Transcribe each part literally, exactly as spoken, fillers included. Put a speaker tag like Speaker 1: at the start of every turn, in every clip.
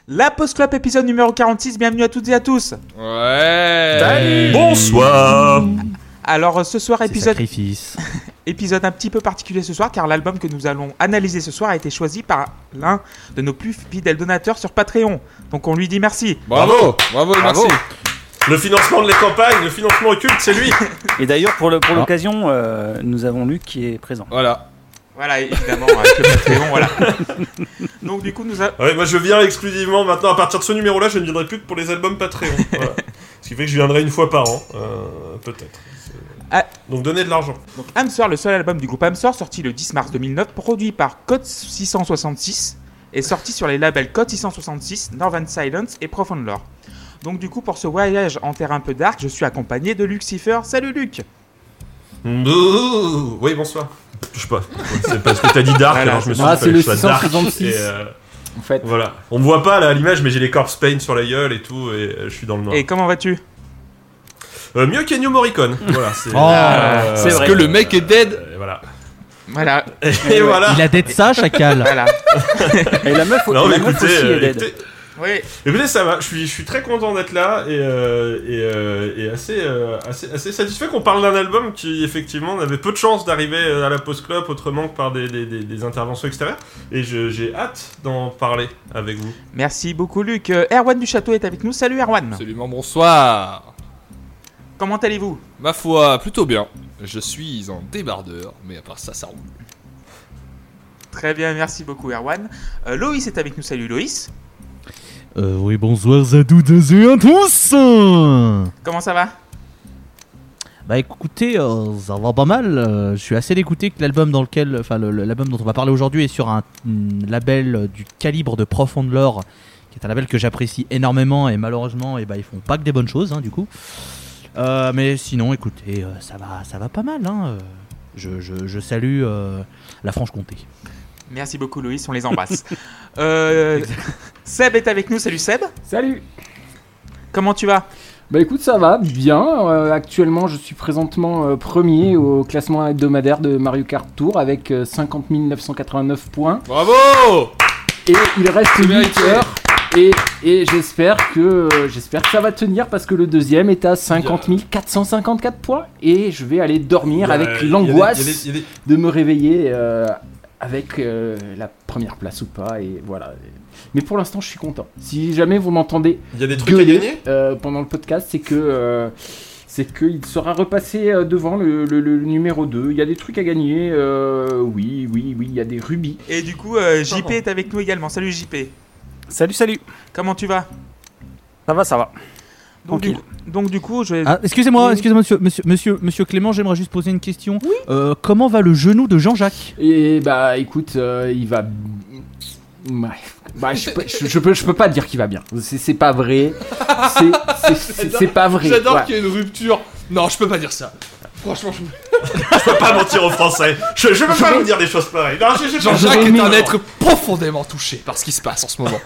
Speaker 1: La Post Club épisode numéro quarante-six, bienvenue à toutes et à tous.
Speaker 2: Ouais.
Speaker 3: Salut.
Speaker 4: Bonsoir.
Speaker 1: Alors ce soir épisode
Speaker 3: Sacrifice.
Speaker 1: épisode un petit peu particulier ce soir car l'album que nous allons analyser ce soir a été choisi par l'un de nos plus fidèles donateurs sur Patreon. Donc on lui dit merci.
Speaker 2: Bravo. Bravo, et
Speaker 3: Bravo.
Speaker 2: merci.
Speaker 4: Le financement de les campagnes, le financement occulte, c'est lui.
Speaker 5: Et d'ailleurs, pour, le, pour l'occasion, euh, nous avons Luc qui est présent.
Speaker 2: Voilà.
Speaker 1: Voilà, évidemment avec le Patreon, voilà. Donc du coup nous a...
Speaker 4: Ouais, moi je viens exclusivement maintenant, à partir de ce numéro-là, je ne viendrai plus que pour les albums Patreon. Voilà. Ce qui fait que je viendrai une fois par an, euh, peut-être.
Speaker 1: Ah.
Speaker 4: Donc donnez de l'argent.
Speaker 1: Donc Hamster, le seul album du groupe Hamster, sorti le dix mars deux mille neuf, produit par Code six cent soixante-six, et sorti sur les labels Code six cent soixante-six, Northern Silence et Profound Lore. Donc du coup, pour ce voyage en terre un peu dark, je suis accompagné de Lucifer. Salut Luc.
Speaker 4: Ouh. Oui, bonsoir. Je sais pas, c'est parce que t'as dit dark,
Speaker 1: Voilà,
Speaker 4: alors je me suis
Speaker 3: ah,
Speaker 4: dit
Speaker 3: c'est
Speaker 4: qu'il fallait
Speaker 3: le
Speaker 4: que je sois dark.
Speaker 3: six cent soixante-six.
Speaker 4: Et, euh,
Speaker 3: En fait,
Speaker 4: voilà. On me voit pas là à l'image, mais j'ai les corpse paint sur la gueule et tout, et euh, je suis dans le noir.
Speaker 1: Et comment vas-tu?
Speaker 4: Euh, mieux qu'Ennio Morricone. Voilà, c'est,
Speaker 3: Oh,
Speaker 4: euh,
Speaker 5: c'est
Speaker 2: Parce
Speaker 5: vrai.
Speaker 2: que le mec est dead.
Speaker 4: euh, voilà.
Speaker 1: Voilà,
Speaker 4: Et voilà.
Speaker 3: il a d'être ça, chacal.
Speaker 1: voilà.
Speaker 5: Et la meuf,
Speaker 4: Non, mais
Speaker 5: la meuf
Speaker 4: écoutez,
Speaker 5: aussi
Speaker 4: euh,
Speaker 5: est dead.
Speaker 4: écoutez,
Speaker 1: Oui.
Speaker 4: écoutez, ça va. Je suis, je suis très content d'être là et, euh, et, euh, et assez, euh, assez, assez satisfait qu'on parle d'un album qui effectivement n'avait peu de chance d'arriver à la Post Club autrement que par des, des, des, des interventions extérieures. Et je, j'ai hâte d'en parler avec vous.
Speaker 1: Merci beaucoup Luc. Euh, Erwan du Château est avec nous. Salut Erwan.
Speaker 2: Absolument, bonsoir.
Speaker 1: Comment allez-vous?
Speaker 2: Ma foi, plutôt bien. Je suis en débardeur, mais à part ça, ça roule.
Speaker 1: Très bien, merci beaucoup Erwan. Euh, Loïs est avec nous. Salut Loïs.
Speaker 3: Euh, oui, bonsoir à toutes et à tous.
Speaker 1: Comment ça va?
Speaker 3: Bah écoutez, euh, ça va pas mal. Euh, je suis assez dégoûté que l'album dans lequel, enfin le, le- l'album dont on va parler aujourd'hui est sur un, un label euh, du calibre de Profound Lore, qui est un label que j'apprécie énormément et malheureusement, et bah ils font pas que des bonnes choses, hein, du coup. Euh, mais sinon, écoutez, euh, ça va, ça va pas mal. Hein. Euh, Je, je, je salue euh, la Franche-Comté.
Speaker 1: Merci beaucoup Loïs, on les embrasse. euh, Seb est avec nous. Salut Seb.
Speaker 6: Salut.
Speaker 1: Comment tu vas?
Speaker 6: Bah écoute, ça va bien. Euh, actuellement, je suis présentement euh, premier au classement hebdomadaire de Mario Kart Tour avec euh, cinquante mille neuf cent quatre-vingt-neuf points.
Speaker 2: Bravo.
Speaker 6: Et il reste
Speaker 2: C'est
Speaker 6: huit
Speaker 2: mérité.
Speaker 6: heures. Et, et j'espère que euh, j'espère que ça va tenir parce que le deuxième est à cinquante mille quatre cent cinquante-quatre points. Et je vais aller dormir avec
Speaker 4: Il y a-
Speaker 6: l'angoisse
Speaker 4: il y a des- il y a des-
Speaker 6: de me réveiller euh, avec euh, la première place ou pas. Et voilà. Mais pour l'instant, je suis content. Si jamais vous m'entendez
Speaker 4: Il y a des trucs à
Speaker 6: gueuler
Speaker 4: gagner.
Speaker 6: euh, pendant le podcast, c'est que euh, c'est qu'il sera repassé euh, devant le, le- le numéro deux. Il y a des trucs à gagner. euh, oui, oui, oui. Il y a des rubis.
Speaker 1: Et du coup, euh, J P est avec nous également. Salut J P.
Speaker 5: Salut, salut.
Speaker 1: Comment tu vas?
Speaker 5: Ça va, ça va.
Speaker 1: Donc du,
Speaker 5: Tranquille.
Speaker 1: donc du coup, je vais...
Speaker 3: Ah, excusez-moi,
Speaker 1: Oui.
Speaker 3: excusez-moi, monsieur, monsieur, monsieur, monsieur Clément, j'aimerais juste poser une question. Euh, comment va le genou de Jean-Jacques?
Speaker 6: Et bah, écoute, euh, il va. Ouais. Bah, je, peux, je, je peux, je peux pas dire qu'il va bien. C'est, c'est pas vrai. C'est, c'est, c'est, c'est pas vrai.
Speaker 2: J'adore
Speaker 6: Ouais.
Speaker 2: qu'il y ait une rupture. Non, je peux pas dire ça. Franchement, je...
Speaker 4: Je peux pas mentir aux Français. Je, je peux pas vous dire des choses pareilles. Non, je- je-
Speaker 2: Jean-Jacques
Speaker 6: J'aurais
Speaker 2: est
Speaker 6: aimé-
Speaker 2: un être profondément touché par ce qui se passe en ce moment.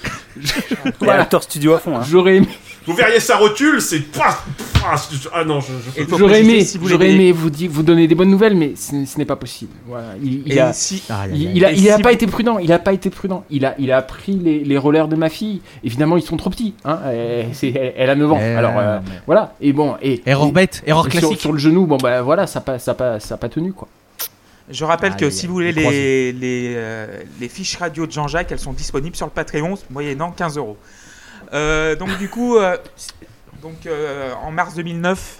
Speaker 5: Et
Speaker 6: Voilà.
Speaker 5: Acteur studio à fond. Hein.
Speaker 6: J'aurais aimé,
Speaker 4: Vous verriez sa rotule, c'est paf, paf, ah non, je, je
Speaker 1: Et faut
Speaker 6: j'aurais
Speaker 1: préciser,
Speaker 6: aimé,
Speaker 1: si vous
Speaker 6: j'aurais
Speaker 1: voulez-
Speaker 6: aimé vous, dire, vous donner des bonnes nouvelles, mais ce, ce n'est pas possible. Voilà. Il, il
Speaker 1: Et
Speaker 6: a,
Speaker 1: si...
Speaker 3: Aïe, aïe,
Speaker 6: il,
Speaker 3: aïe.
Speaker 6: il a,
Speaker 1: Et
Speaker 6: il a
Speaker 1: si
Speaker 6: pas
Speaker 1: vous-
Speaker 6: été prudent. Il a pas été prudent. Il a, il a pris les, les rollers de ma fille. Évidemment, ils sont trop petits. Hein. Elle, c'est- elle- elle a neuf ans.
Speaker 3: Eh,
Speaker 6: Alors euh,
Speaker 3: mais-
Speaker 6: voilà. Et bon, et
Speaker 3: Erreur
Speaker 6: et-
Speaker 3: bête, erreur
Speaker 6: et sur,
Speaker 3: classique.
Speaker 6: sur le genou, bon bah voilà, ça pas, ça pas, ça a pas tenu quoi.
Speaker 1: Je rappelle
Speaker 3: Aïe,
Speaker 1: que
Speaker 3: aïe,
Speaker 1: si
Speaker 3: aïe,
Speaker 1: vous voulez
Speaker 3: les croisés.
Speaker 1: les, les, euh, les fiches radio de Jean-Jacques, elles sont disponibles sur le Patreon, moyennant quinze euros. Euh, donc du coup, euh, donc, euh, en mars deux mille neuf,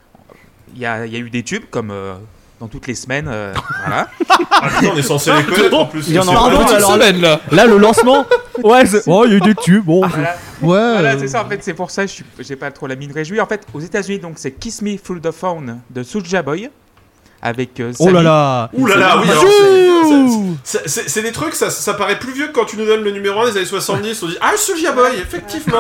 Speaker 1: il y a, il y a eu des tubes, comme euh, dans toutes les semaines. euh, voilà.
Speaker 4: Ah, putain, on est censé les connaître en plus.
Speaker 5: Il y en a
Speaker 4: C'est
Speaker 5: un
Speaker 4: pas
Speaker 5: autre,
Speaker 4: vrai.
Speaker 2: Petite
Speaker 3: alors-
Speaker 2: semaine là.
Speaker 3: Là, le lancement. Ouais, c'est- oh, il y a eu des tubes. Bon,
Speaker 1: Voilà,
Speaker 3: ouais.
Speaker 1: Voilà,
Speaker 3: euh,
Speaker 1: c'est ça en fait, c'est pour ça que je suis- j'ai pas trop la mine réjouie. En fait, aux États-Unis, donc c'est Kiss Me Through the Phone de Soulja Boy. Avec euh,
Speaker 3: Oh là
Speaker 1: Samy.
Speaker 3: là.
Speaker 4: Ouh là là, oui, alors
Speaker 3: Chou.
Speaker 4: c'est- c'est- c'est c'est des trucs, ça, ça paraît plus vieux que quand tu nous donnes le numéro un des années soixante-dix. On dit ah, Soulja Boy, effectivement.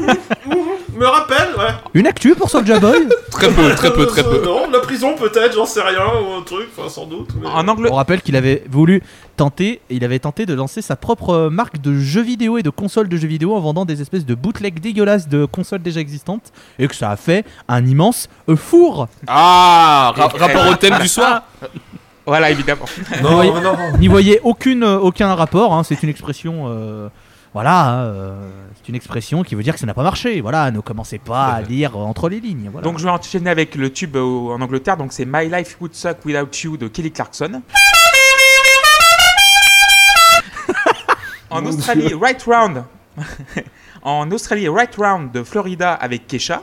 Speaker 4: Me rappelle, ouais.
Speaker 3: Une actu pour Soulja Boy.
Speaker 2: Très peu, très peu, très
Speaker 4: Euh,
Speaker 2: peu.
Speaker 4: Non, la prison peut-être, j'en sais rien, ou un truc, enfin sans doute. mais-
Speaker 1: En angle...
Speaker 3: On rappelle qu'il avait voulu tenter, il avait tenté de lancer sa propre euh, marque de jeux vidéo et de consoles de jeux vidéo en vendant des espèces de bootlegs dégueulasses de consoles déjà existantes et que ça a fait un immense euh, four.
Speaker 2: Ah, ra- rapport au thème du soir.
Speaker 1: Voilà, évidemment.
Speaker 4: Non,
Speaker 3: Oui.
Speaker 4: non, non.
Speaker 3: N'y voyez aucune, euh, aucun rapport, hein, c'est une expression euh, Voilà, euh, c'est une expression qui veut dire que ça n'a pas marché. Voilà, ne commencez pas à lire entre les lignes. Voilà.
Speaker 1: Donc je vais enchaîner avec le tube au- en Angleterre. Donc c'est My Life Would Suck Without You de Kelly Clarkson. En
Speaker 6: Mon
Speaker 1: Australie,
Speaker 6: Dieu.
Speaker 1: Right Round. En Australie, Right Round de Florida avec Kesha.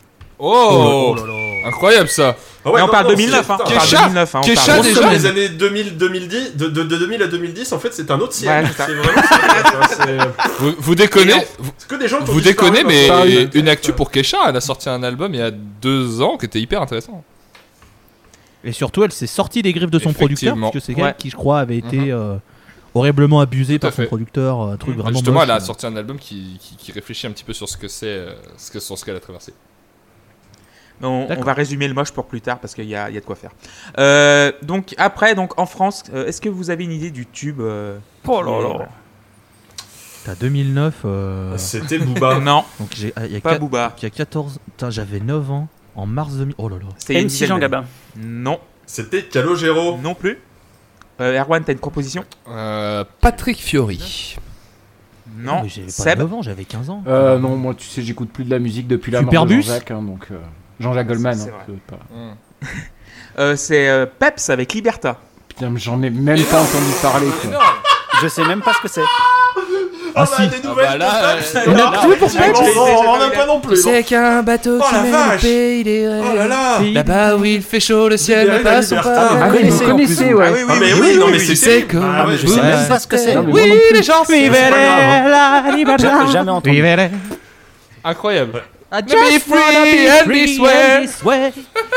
Speaker 2: Oh, incroyable ça.
Speaker 4: Ah ouais,
Speaker 1: Mais on
Speaker 4: non,
Speaker 1: parle
Speaker 4: non,
Speaker 1: deux mille neuf,
Speaker 4: c'est-
Speaker 1: hein. On
Speaker 4: putain,
Speaker 1: parle
Speaker 2: Kesha
Speaker 1: deux mille neuf, hein. On
Speaker 2: Kesha
Speaker 1: parle-
Speaker 4: Grosso
Speaker 2: déjà
Speaker 4: modo, les années deux mille deux mille dix, de, de, de deux mille à deux mille dix, en fait, c'est un autre siècle.
Speaker 1: Ouais, c'est ça.
Speaker 4: c'est vraiment ça, c'est-
Speaker 2: Vous, vous déconnez, vous,
Speaker 4: c'est que des gens qui ont
Speaker 2: vous
Speaker 4: disparu,
Speaker 2: déconnez,
Speaker 4: quoi.
Speaker 2: mais
Speaker 6: Pareil.
Speaker 2: une actu pour Kesha, elle a sorti un album il y a deux ans qui était hyper intéressant.
Speaker 3: Et surtout, elle s'est sortie des griffes de son producteur,
Speaker 2: Effectivement.
Speaker 3: parce que c'est
Speaker 1: Ouais.
Speaker 3: elle qui, je crois, avait été
Speaker 2: Mhm.
Speaker 3: euh, horriblement abusée
Speaker 2: Tout à
Speaker 3: par son
Speaker 2: fait.
Speaker 3: producteur. Un truc
Speaker 2: Bah,
Speaker 3: vraiment
Speaker 2: Justement,
Speaker 3: moche,
Speaker 2: elle a
Speaker 3: euh.
Speaker 2: sorti un album qui, qui, qui réfléchit un petit peu sur ce que c'est, euh, ce que, sur ce qu'elle a traversé.
Speaker 1: On, on
Speaker 3: D'accord.
Speaker 1: va résumer le moche pour plus tard parce qu'il y a, il y a de quoi faire. Euh, donc après, donc en France, euh, est-ce que vous avez une idée du tube euh,
Speaker 5: Oh là
Speaker 1: qui est-
Speaker 5: là.
Speaker 3: T'as deux mille neuf. euh,
Speaker 4: C'était Booba.
Speaker 1: Non,
Speaker 3: Donc j'ai, ah, il y a
Speaker 1: pas
Speaker 3: quatre-
Speaker 1: Booba.
Speaker 3: il y a quatorze. Putain, j'avais neuf ans. En mars deux mille. Oh là là.
Speaker 1: C'était il y a une
Speaker 5: M C
Speaker 1: dizaine
Speaker 5: Jean
Speaker 1: d'années.
Speaker 5: Gabin.
Speaker 1: Non,
Speaker 4: C'était Calogero.
Speaker 1: non plus. Euh, Erwan, t'as une proposition?
Speaker 2: Euh, Patrick Fiori.
Speaker 1: Non.
Speaker 3: Mais j'avais pas
Speaker 1: Seb?
Speaker 3: neuf ans, j'avais quinze ans.
Speaker 6: Euh, non, moi, tu sais, j'écoute plus de la musique depuis la mort de
Speaker 3: Superbus
Speaker 6: Jean-Jacques, hein, donc euh, Jean-Jacques Goldman.
Speaker 1: C'est
Speaker 6: hein,
Speaker 1: vrai.
Speaker 6: c'est pas-
Speaker 2: Hmm.
Speaker 1: Euh, c'est euh, Peps avec Liberta.
Speaker 6: Putain, mais j'en ai même pas entendu parler. Quoi.
Speaker 5: Je sais même pas ce que c'est.
Speaker 3: Ah si.
Speaker 4: des nouvelles
Speaker 2: Ah bah là,
Speaker 4: de Peps,
Speaker 2: euh,
Speaker 4: alors.
Speaker 3: on a plus pour
Speaker 4: Non,
Speaker 3: Peps.
Speaker 4: non, on en a pas non plus. non.
Speaker 2: qu'un bateau
Speaker 4: Oh la vache.
Speaker 2: pays des
Speaker 4: Oh là là.
Speaker 2: Là-bas où il fait chaud, le ciel
Speaker 4: Libérez
Speaker 2: ne
Speaker 4: la
Speaker 2: passe
Speaker 4: liberté.
Speaker 2: pas.
Speaker 6: Ah oui,
Speaker 5: connaissez
Speaker 6: vous
Speaker 5: en
Speaker 6: connaissez,
Speaker 5: plus,
Speaker 6: ouais.
Speaker 1: Ah oui,
Speaker 4: Ah, mais
Speaker 1: oui,
Speaker 4: oui,
Speaker 1: oui,
Speaker 4: non,
Speaker 1: oui,
Speaker 4: mais
Speaker 1: oui,
Speaker 4: c'est
Speaker 2: c'est
Speaker 4: terrible.
Speaker 2: comme-
Speaker 4: Ah ouais,
Speaker 5: Je
Speaker 4: je
Speaker 5: sais
Speaker 4: sais.
Speaker 5: même pas ce que c'est.
Speaker 6: Non, mais moi non plus.
Speaker 2: les gens,
Speaker 3: Vivere la libertà.
Speaker 5: Ja- jamais entendu.
Speaker 3: Vivere.
Speaker 2: Incroyable.
Speaker 3: I
Speaker 2: Let me
Speaker 3: just
Speaker 2: free
Speaker 3: wanna be
Speaker 2: and
Speaker 3: free
Speaker 2: this way.
Speaker 3: and this way.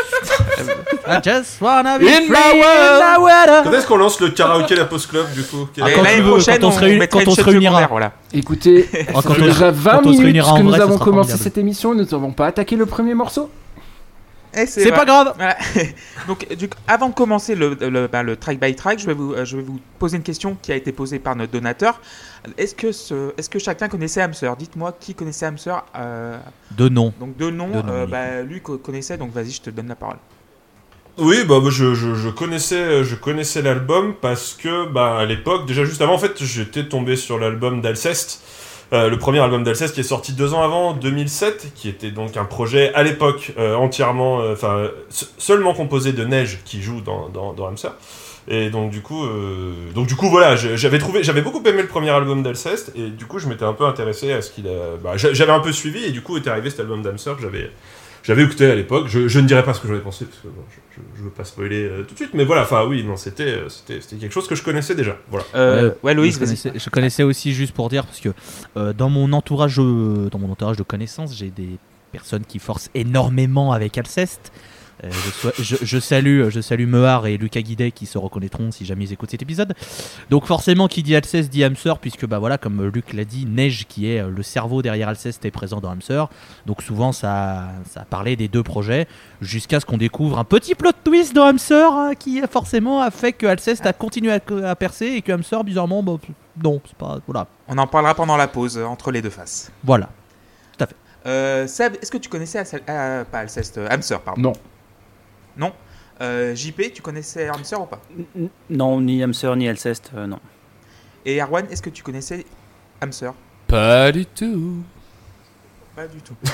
Speaker 3: I just wanna be
Speaker 2: In
Speaker 3: free
Speaker 2: my world.
Speaker 3: in my world.
Speaker 4: Quand est-ce qu'on lance le karaoké La Post Club du coup
Speaker 3: Ah,
Speaker 1: Et
Speaker 3: quand
Speaker 1: l'année
Speaker 3: tu veux,
Speaker 1: prochaine,
Speaker 3: quand on se réunit-
Speaker 1: mettra
Speaker 3: quand
Speaker 1: une
Speaker 3: on se
Speaker 1: chaîne
Speaker 3: réunira.
Speaker 1: secondaire, voilà.
Speaker 6: Écoutez,
Speaker 3: Oh,
Speaker 6: ça
Speaker 3: quand
Speaker 6: fait
Speaker 3: on-
Speaker 6: déjà vingt
Speaker 3: quand on se
Speaker 6: minutes
Speaker 3: réunira en
Speaker 6: que nous
Speaker 3: vrai, ça
Speaker 6: avons
Speaker 3: sera
Speaker 6: commencé
Speaker 3: formidable.
Speaker 6: cette émission et nous n'avons pas attaqué le premier morceau.
Speaker 1: Eh,
Speaker 3: C'est
Speaker 1: vrai.
Speaker 3: pas grave.
Speaker 1: Voilà. Donc, du coup, avant de commencer le, le, bah, le track by track, je vais, vous, euh, je vais vous poser une question qui a été posée par notre donateur. Est-ce que, ce, est-ce que chacun connaissait Hamster? Dites-moi qui connaissait Hamster. euh,
Speaker 3: De nom.
Speaker 1: donc, deux noms.
Speaker 3: Deux noms,
Speaker 1: euh,
Speaker 3: oui.
Speaker 1: bah, lui co- connaissait, donc vas-y, je te donne la parole.
Speaker 4: Oui, bah, bah, je, je, je connaissais, je connaissais l'album parce que, bah, à l'époque, déjà juste avant, en fait, j'étais tombé sur l'album d'Alceste, euh, le premier album d'Alceste qui est sorti deux ans avant, deux mille sept, qui était donc un projet à l'époque euh, entièrement, enfin, euh, se- seulement composé de Neige qui joue dans, dans, dans Hamster. Et donc du coup, euh, donc du coup voilà, je- j'avais trouvé, j'avais beaucoup aimé le premier album d'Alceste et du coup je m'étais un peu intéressé à ce qu'il a, bah, j'a- j'avais un peu suivi et du coup était arrivé cet album d'Hamster que j'avais, j'avais écouté à l'époque. Je, je ne dirai pas ce que j'en ai pensé parce que bon, je, je, je veux pas spoiler euh, tout de suite, mais voilà, enfin oui, non, c'était, euh, c'était, c'était quelque chose que je connaissais déjà. Voilà.
Speaker 1: Euh,
Speaker 3: Ouais,
Speaker 1: ouais, Loïs,
Speaker 3: je
Speaker 1: vas-y.
Speaker 3: connaissais, je connaissais aussi juste pour dire parce que euh, dans mon entourage, euh, dans mon entourage de connaissances, j'ai des personnes qui forcent énormément avec Alceste. Euh, je, sois- je, je salue, je salue Mehar et Lucas Guidet qui se reconnaîtront si jamais ils écoutent cet épisode. Donc forcément, qui dit Alceste dit Hamster, puisque bah voilà, comme Luc l'a dit, Neige qui est euh, le cerveau derrière Alceste est présent dans Hamster. Donc souvent ça, ça parlait des deux projets, jusqu'à ce qu'on découvre un petit plot twist dans Hamster hein, qui a forcément a fait que Alceste a continué à, à percer et que Hamster bizarrement, bah, non, c'est pas voilà,
Speaker 1: On en parlera pendant la pause, euh, entre les deux faces.
Speaker 3: voilà.
Speaker 1: Euh, Seb, est-ce que tu connaissais Alceste, euh, pas Alceste, euh, Hamster, pardon.
Speaker 6: Non.
Speaker 1: Non. Euh, J P, tu connaissais Hamster ou pas?
Speaker 5: N- Non, ni Hamster, ni Alceste, euh, non.
Speaker 1: Et Erwan, est-ce que tu connaissais Hamster?
Speaker 2: Pas du tout.
Speaker 1: Pas du tout.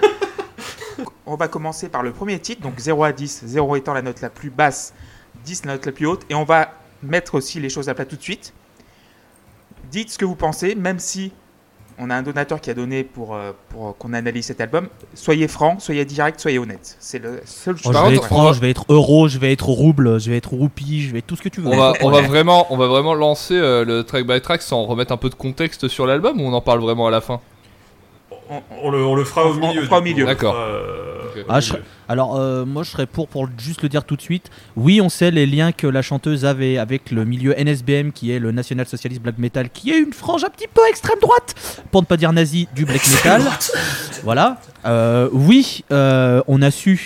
Speaker 1: On va commencer par le premier titre, donc zéro à dix, zéro étant la note la plus basse, dix la note la plus haute, et on va mettre aussi les choses à plat tout de suite. Dites ce que vous pensez, même si on a un donateur qui a donné pour, euh, pour qu'on analyse cet album. Soyez franc, soyez direct, soyez honnête. C'est le seul
Speaker 3: Oh,
Speaker 2: Par
Speaker 3: je vais
Speaker 2: contre,
Speaker 3: être
Speaker 2: on
Speaker 3: franc,
Speaker 2: va-
Speaker 3: je vais être euro, je vais être rouble, je vais être roupie, je vais être tout ce que tu veux.
Speaker 2: On va, on va vraiment, on va vraiment lancer euh, le track by track sans remettre un peu de contexte sur l'album ou on en parle vraiment à la fin?
Speaker 1: On-
Speaker 4: On le, on le fera
Speaker 1: On
Speaker 4: au
Speaker 1: fera-
Speaker 4: milieu.
Speaker 1: on fera au
Speaker 4: du coup.
Speaker 1: milieu.
Speaker 4: On le
Speaker 2: D'accord.
Speaker 4: fera, euh,
Speaker 2: Ok.
Speaker 3: Ah, je- Alors, euh, moi, je serais pour, pour juste le dire tout de suite. Oui, on sait les liens que la chanteuse avait avec le milieu N S B M, qui est le National Socialist Black Metal, qui est une frange un petit peu extrême droite, pour ne pas dire nazi, du black metal. Voilà. Euh, oui, euh, on a su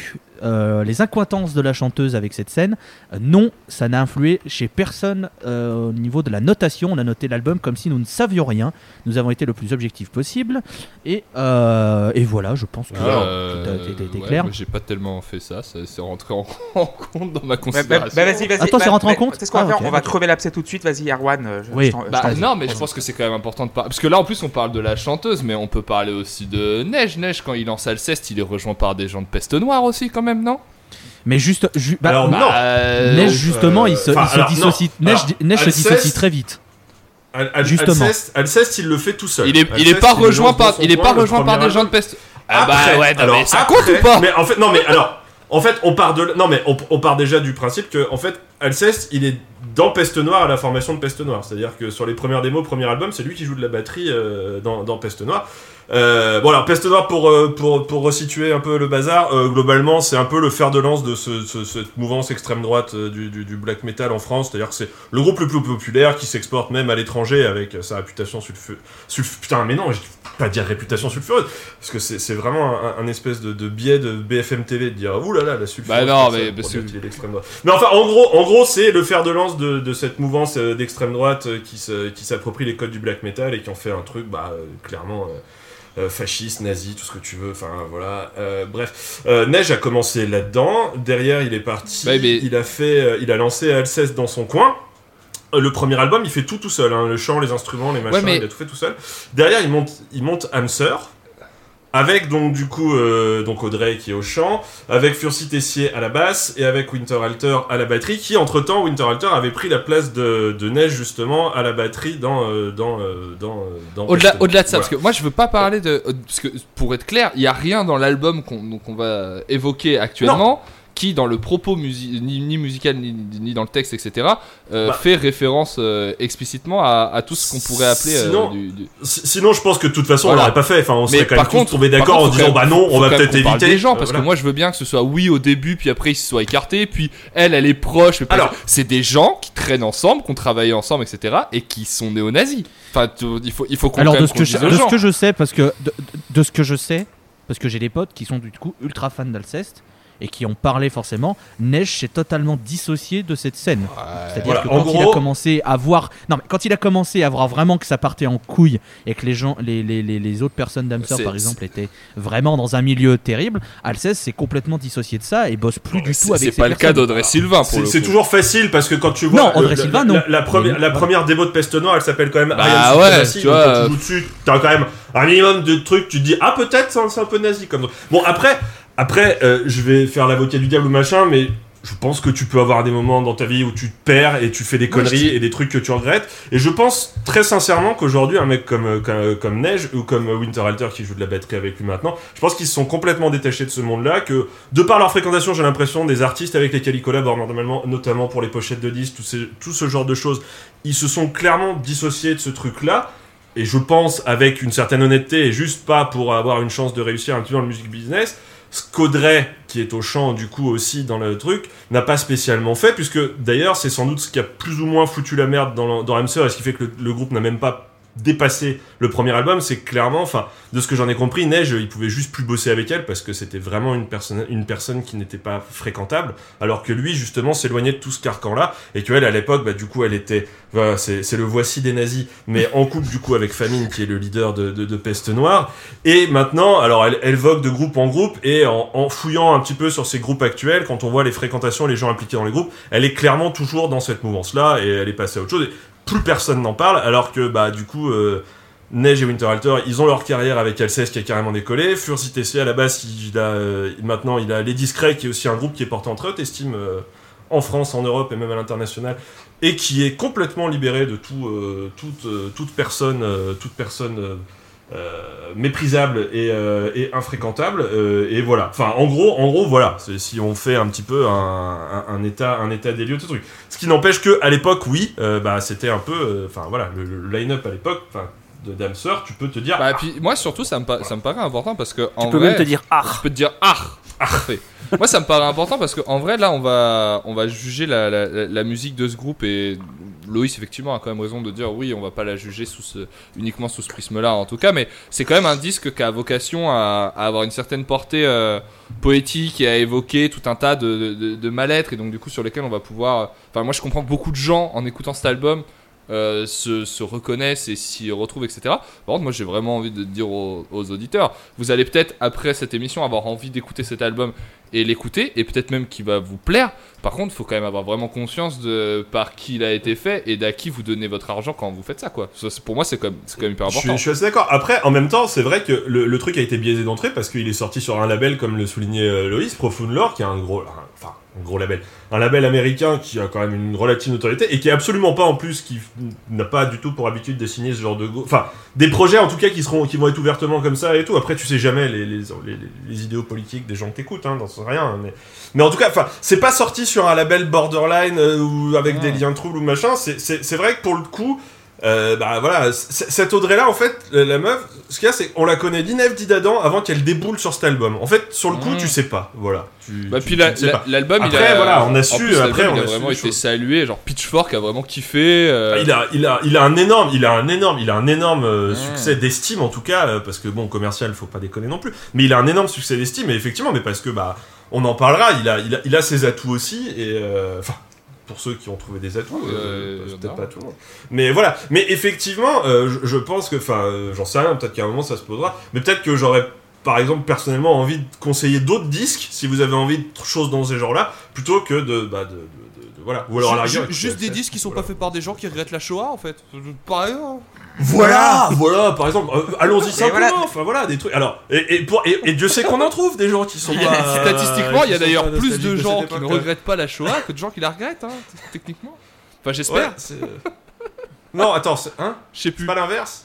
Speaker 3: euh, les accointances de la chanteuse avec cette scène, euh, non, ça n'a influé chez personne euh, au niveau de la notation. On a noté l'album comme si nous ne savions rien. Nous avons été le plus objectif possible. Et, euh, et voilà, je pense que
Speaker 2: Euh,
Speaker 3: tout a été- été
Speaker 2: ouais,
Speaker 3: clair.
Speaker 2: moi, j'ai pas tellement fait ça, ça c'est rentré en, en compte dans ma
Speaker 1: Bah, bah,
Speaker 2: considération.
Speaker 1: bah, vas-y, vas-y.
Speaker 3: Attends, c'est
Speaker 1: bah,
Speaker 3: rentré en
Speaker 1: bah,
Speaker 3: compte
Speaker 1: Qu'est-ce qu'on va
Speaker 3: Ah,
Speaker 1: faire
Speaker 3: ok,
Speaker 1: On va
Speaker 3: ok.
Speaker 1: crever l'abcès tout de suite. Vas-y, Erwan. euh, je-
Speaker 3: Oui.
Speaker 1: je t'en- je
Speaker 2: Bah
Speaker 1: t'en-
Speaker 2: non, mais je pense que c'est quand même important de parler. Parce que là, en plus, on parle de la chanteuse, mais on peut parler aussi de Neige. Neige, quand il lance Alceste, il est rejoint par des gens de Peste Noire aussi, quand même, non
Speaker 3: Mais juste, ju- bah,
Speaker 4: Alors,
Speaker 3: non,
Speaker 4: non.
Speaker 2: euh,
Speaker 3: Neige
Speaker 4: euh,
Speaker 3: justement, il se,
Speaker 4: enfin,
Speaker 3: il se
Speaker 4: alors,
Speaker 3: dissocie.
Speaker 4: non.
Speaker 3: Neige,
Speaker 4: Alors,
Speaker 3: Neige se
Speaker 4: Alceste-
Speaker 3: dissocie très vite.
Speaker 4: Al- Al-
Speaker 3: Justement.
Speaker 4: Alceste, Alceste, il le fait tout seul.
Speaker 2: Il est, il est
Speaker 4: Alceste,
Speaker 2: pas
Speaker 4: le
Speaker 2: rejoint
Speaker 4: lance dans
Speaker 2: par,
Speaker 4: son
Speaker 2: il est
Speaker 4: coin,
Speaker 2: pas
Speaker 4: le
Speaker 2: rejoint par
Speaker 4: premier
Speaker 2: des gens de
Speaker 4: album.
Speaker 2: Peste. Ah bah
Speaker 4: Après,
Speaker 2: ouais, non,
Speaker 4: alors,
Speaker 2: mais ça
Speaker 4: après,
Speaker 2: compte ou pas
Speaker 4: Mais en fait, non, mais alors, en fait, on part de, non, mais on, on part déjà du principe que, en fait, Alceste, il est dans Peste Noire à la formation de Peste Noire. C'est-à-dire que sur les premières démos, premier album, c'est lui qui joue de la batterie euh, dans, dans Peste Noire. Euh, bon alors Peste Noire pour euh, pour pour resituer un peu le bazar. Euh, globalement, c'est un peu le fer de lance de ce, ce- cette mouvance extrême droite euh, du, du, du black metal en France. C'est-à-dire que c'est le groupe le plus populaire qui s'exporte même à l'étranger avec sa réputation sulfureuse. Sulf... Putain, mais non, je vais pas dire réputation sulfureuse parce que c'est c'est vraiment un, un espèce de, de biais de B F M T V de dire ouh là là la sulfureuse.
Speaker 2: Bah non,
Speaker 4: personne
Speaker 2: mais
Speaker 4: pour
Speaker 2: parce
Speaker 4: dire
Speaker 2: que-
Speaker 4: qu'il est d'extrême droite. Mais enfin, en gros, en gros, c'est le fer de lance de, de cette mouvance euh, d'extrême droite euh, qui se qui s'approprie les codes du black metal et qui en fait un truc bah euh, clairement. Euh, Euh, fasciste, nazi, tout ce que tu veux, enfin voilà. Euh, bref, euh, Neige a commencé là-dedans. Derrière, il est parti.
Speaker 2: Ouais, mais-
Speaker 4: Il a fait, euh, il a lancé Alceste dans son coin. Euh, Le premier album, il fait tout tout seul, hein, le chant, les instruments, les machins,
Speaker 2: Ouais, mais-
Speaker 4: il a tout fait tout seul. Derrière, il monte, il monte Hamster. Avec donc du coup euh, donc Audrey qui est au chant, avec Furcy Tessier à la basse et avec Winterhalter à la batterie, qui entre temps Winterhalter avait pris la place de, de Neige justement à la batterie dans euh, dans euh, dans euh, dans
Speaker 2: Au-delà,
Speaker 4: Peste.
Speaker 2: au-delà de ça,
Speaker 4: Voilà.
Speaker 2: parce que moi je veux pas parler de. Parce que pour être clair, il y a rien dans l'album qu'on, donc on va évoquer actuellement qui, dans le propos musi- ni, ni musical ni, ni dans le texte, et cetera, euh,
Speaker 4: Bah.
Speaker 2: fait référence euh, explicitement à, à tout ce qu'on pourrait appeler. euh,
Speaker 4: Sinon-
Speaker 2: du, du-
Speaker 4: Si- Sinon, je pense que de toute façon,
Speaker 2: Voilà.
Speaker 4: on l'aurait pas fait. Enfin, on serait
Speaker 2: Mais
Speaker 4: quand même
Speaker 2: par
Speaker 4: tous
Speaker 2: contre,
Speaker 4: tombés
Speaker 2: par
Speaker 4: d'accord
Speaker 2: contre,
Speaker 4: en
Speaker 2: faut
Speaker 4: disant
Speaker 2: quand
Speaker 4: bah
Speaker 2: même-
Speaker 4: non,
Speaker 2: faut
Speaker 4: on va
Speaker 2: quand même
Speaker 4: peut-être
Speaker 2: qu'on parle
Speaker 4: éviter.
Speaker 2: des gens,
Speaker 4: Euh,
Speaker 2: parce
Speaker 4: voilà.
Speaker 2: que moi je veux bien que ce soit oui au début, puis après ils se soient écartés, puis elle, elle est proche. Mais pas-
Speaker 4: Alors-
Speaker 2: c'est des gens qui traînent ensemble, qui ont travaillé ensemble, et cetera, et qui sont néo-nazis. Enfin, tu- il faut, il faut qu'on
Speaker 3: Alors
Speaker 2: quand
Speaker 3: de
Speaker 2: même
Speaker 3: ce
Speaker 2: qu'on
Speaker 3: que
Speaker 2: dise
Speaker 3: je,
Speaker 2: aux
Speaker 3: de ce
Speaker 2: gens.
Speaker 3: que je sais, parce que de, de- de ce que je sais, parce que j'ai des potes qui sont du coup ultra fans d'Alceste et qui ont parlé forcément, Neige s'est totalement dissocié de cette scène. C'est-à-dire
Speaker 4: Voilà,
Speaker 3: que
Speaker 4: en
Speaker 3: quand il
Speaker 4: gros-
Speaker 3: a commencé à voir, non mais quand il a commencé à voir vraiment que ça partait en couille et que les gens, les, les, les, les autres personnes d'Hamster
Speaker 2: C'est-
Speaker 3: par exemple étaient vraiment dans un milieu terrible, Alceste s'est complètement dissocié de ça et bosse plus du
Speaker 2: C'est-
Speaker 3: tout avec
Speaker 2: c'est
Speaker 3: ces
Speaker 2: pas le cas
Speaker 3: personnes.
Speaker 2: d'Audrey Sylvain pour
Speaker 4: C'est
Speaker 2: le
Speaker 4: c'est
Speaker 2: coup.
Speaker 4: toujours facile parce que quand tu vois.
Speaker 3: Non,
Speaker 4: le-
Speaker 3: Audrey
Speaker 4: le-
Speaker 3: Sylvain,
Speaker 4: la,
Speaker 3: non.
Speaker 4: La, première,
Speaker 3: Mais-
Speaker 4: la première démo de Peste Noire, elle s'appelle quand même
Speaker 2: Bah
Speaker 4: Ariane
Speaker 2: ouais,
Speaker 4: Supremacy,
Speaker 2: tu
Speaker 4: donc
Speaker 2: vois,
Speaker 4: quand
Speaker 2: euh,
Speaker 4: tu joues dessus, t'as quand même un minimum de trucs, tu te dis ah peut-être c'est un, c'est un peu nazi comme. Bon après, après euh, je vais faire l'avocat du diable ou machin, mais. Je pense que tu peux avoir des moments dans ta vie où tu te perds et tu fais des conneries
Speaker 2: je dis-
Speaker 4: et des trucs que tu regrettes. Et je pense très sincèrement qu'aujourd'hui, un mec comme, euh, comme, comme Neige ou comme Winterhalter qui joue de la batterie avec lui maintenant, je pense qu'ils se sont complètement détachés de ce monde-là. Que de par leur fréquentation, j'ai l'impression des artistes avec lesquels ils collaborent normalement, notamment pour les pochettes de disques, tout, ces- tout ce genre de choses, ils se sont clairement dissociés de ce truc-là. Et je pense avec une certaine honnêteté et juste pas pour avoir une chance de réussir un petit peu dans le music business. Ce qu'Audrey, qui est au chant du coup aussi dans le truc, n'a pas spécialement fait, puisque d'ailleurs c'est sans doute ce qui a plus ou moins foutu la merde dans, le- dans Hamster, et ce qui fait que le, le groupe n'a même pas dépassé le premier album, c'est clairement, enfin, de ce que j'en ai compris, Neige, il pouvait juste plus bosser avec elle, parce que c'était vraiment une personne, une personne qui n'était pas fréquentable, alors que lui, justement, s'éloignait de tout ce carcan-là, et qu'elle, à l'époque, bah, du coup, elle était, voilà, c'est, c'est le voici des nazis, mais en couple, du coup, avec Famine, qui est le leader de, de, de Peste Noire, et maintenant, alors, elle, elle vogue de groupe en groupe, et en, en fouillant un petit peu sur ces groupes actuels, quand on voit les fréquentations, les gens impliqués dans les groupes, elle est clairement toujours dans cette mouvance-là, et elle est passée à autre chose, et plus personne n'en parle, alors que, bah, du coup, euh, Neige et Winterhalter, ils ont leur carrière avec Alceste qui a carrément décollé. Furcy Tessier, à la base, il a, euh, maintenant, il a Les Discrets, qui est aussi un groupe qui est porté entre eux, t'estimes, euh, en France, en Europe et même à l'international, et qui est complètement libéré de tout, euh, toute, euh, toute personne, euh, toute personne euh, euh, méprisable et, euh, et infréquentable. Euh, et voilà. Enfin, en gros, en gros, voilà. C'est, si on fait un petit peu un, un, un état, un état des lieux de ce truc. Ce qui n'empêche que à l'époque, oui, euh, bah, c'était un peu, enfin voilà, le, le line-up à l'époque, enfin. De Damser, tu peux te dire.
Speaker 2: Bah,
Speaker 4: ah,
Speaker 2: puis moi surtout ça me, pa- ça me paraît important parce que en
Speaker 5: Tu peux
Speaker 2: vrai,
Speaker 5: même te dire ah.
Speaker 2: je peux te dire ah, parfait. Moi ça me paraît important parce que en vrai là on va on va juger la, la, la musique de ce groupe et Loïs effectivement a quand même raison de dire oui, on va pas la juger sous ce, uniquement sous ce prisme-là en tout cas, mais c'est quand même un disque qui a vocation à, à avoir une certaine portée euh, poétique et à évoquer tout un tas de, de, de, de mal-être et donc du coup sur lesquels on va pouvoir. Enfin moi je comprends beaucoup de gens en écoutant cet album. Euh, se, se reconnaissent et s'y retrouvent, et cetera. Par contre, moi j'ai vraiment envie de dire aux, aux auditeurs, vous allez peut-être après cette émission avoir envie d'écouter cet album et l'écouter, et peut-être même qu'il va vous plaire. Par contre, il faut quand même avoir vraiment conscience de par qui il a été fait et d'à qui vous donnez votre argent quand vous faites ça, quoi. Ça, pour moi, c'est quand même, c'est quand même hyper
Speaker 4: Je suis,
Speaker 2: important.
Speaker 4: je suis assez d'accord. Après, en même temps, c'est vrai que le, le truc a été biaisé d'entrée parce qu'il est sorti sur un label, comme le soulignait euh, Loïs, Profound Lore, qui est un gros, un- enfin, un gros label, un label américain qui a quand même une relative notoriété et qui est absolument pas en plus, qui f- n'a pas du tout pour habitude de signer ce genre de, go- enfin, des projets en tout cas qui seront, qui vont être ouvertement comme ça et tout. Après, tu sais jamais les les, les, les idéaux politiques des gens que t'écoutes, hein, dans ce rien. hein, Mais mais en tout cas, enfin, c'est pas sorti sur un label borderline euh, ou avec
Speaker 2: Ah.
Speaker 4: des liens troubles ou machin. C'est c'est c'est vrai que pour le coup. Euh, bah voilà, c- cette Audrey-là, en fait, la, la meuf, ce qu'il y a, c'est qu'on la connaît d'Inève d'Adam avant qu'elle déboule sur cet album. En fait, sur le coup,
Speaker 2: Mmh.
Speaker 4: tu sais pas, voilà. Tu,
Speaker 2: Bah
Speaker 4: tu-
Speaker 2: puis
Speaker 4: tu
Speaker 2: la-
Speaker 4: ne sais
Speaker 2: la-
Speaker 4: pas.
Speaker 2: l'album, il
Speaker 4: Après,
Speaker 2: a,
Speaker 4: voilà, on a
Speaker 2: en
Speaker 4: su,
Speaker 2: plus,
Speaker 4: après,
Speaker 2: l'album,
Speaker 4: on
Speaker 2: il
Speaker 4: a
Speaker 2: a
Speaker 4: su
Speaker 2: vraiment
Speaker 4: des
Speaker 2: été
Speaker 4: choses.
Speaker 2: salué, genre Pitchfork a vraiment kiffé. euh,
Speaker 4: Ah, Il a, il a, il a un énorme, il a un énorme, il a un énorme euh,
Speaker 2: Mmh.
Speaker 4: succès d'estime en tout cas, euh, parce que bon, commercial, faut pas déconner non plus. Mais il a un énorme succès d'estime, et effectivement, mais parce que bah, on en parlera. Il a, il a, il a ses atouts aussi, et euh, enfin. Pour ceux qui ont trouvé des atouts,
Speaker 2: Ouais,
Speaker 4: euh,
Speaker 2: euh,
Speaker 4: parce que
Speaker 2: y en a.
Speaker 4: peut-être pas tout le monde. Mais voilà. Mais effectivement, euh, je, je pense que, enfin, euh, j'en sais rien. Peut-être qu'à un moment ça se posera. Mais peut-être que j'aurais, par exemple, personnellement envie de conseiller d'autres disques si vous avez envie de choses dans ces genres-là, plutôt que de, bah, de, de, de- de- voilà. Ou alors à la
Speaker 7: Ju-
Speaker 4: rigueur,
Speaker 7: ju- Juste
Speaker 4: écoutez,
Speaker 7: des disques qui sont
Speaker 4: voilà.
Speaker 7: pas faits par des gens qui regrettent la Shoah en fait. Pareil. hein.
Speaker 4: Voilà, voilà, par exemple, euh, allons-y simplement,
Speaker 1: voilà.
Speaker 4: enfin voilà, des trucs. Alors, et, et, pour, et, et Dieu sait qu'on en trouve des gens qui sont pas.
Speaker 2: Statistiquement, il y a
Speaker 4: qui sont
Speaker 2: d'ailleurs
Speaker 4: pas
Speaker 2: plus
Speaker 4: nostalgiques
Speaker 2: de
Speaker 4: cette
Speaker 2: gens qui
Speaker 4: époque,
Speaker 2: ne
Speaker 4: hein.
Speaker 2: regrettent pas la Shoah que de gens qui la regrettent, hein, t- techniquement. Enfin, j'espère.
Speaker 4: Ouais, c'est- non, attends, c'est- hein
Speaker 2: Je sais
Speaker 4: C'est
Speaker 2: plus.
Speaker 4: pas l'inverse.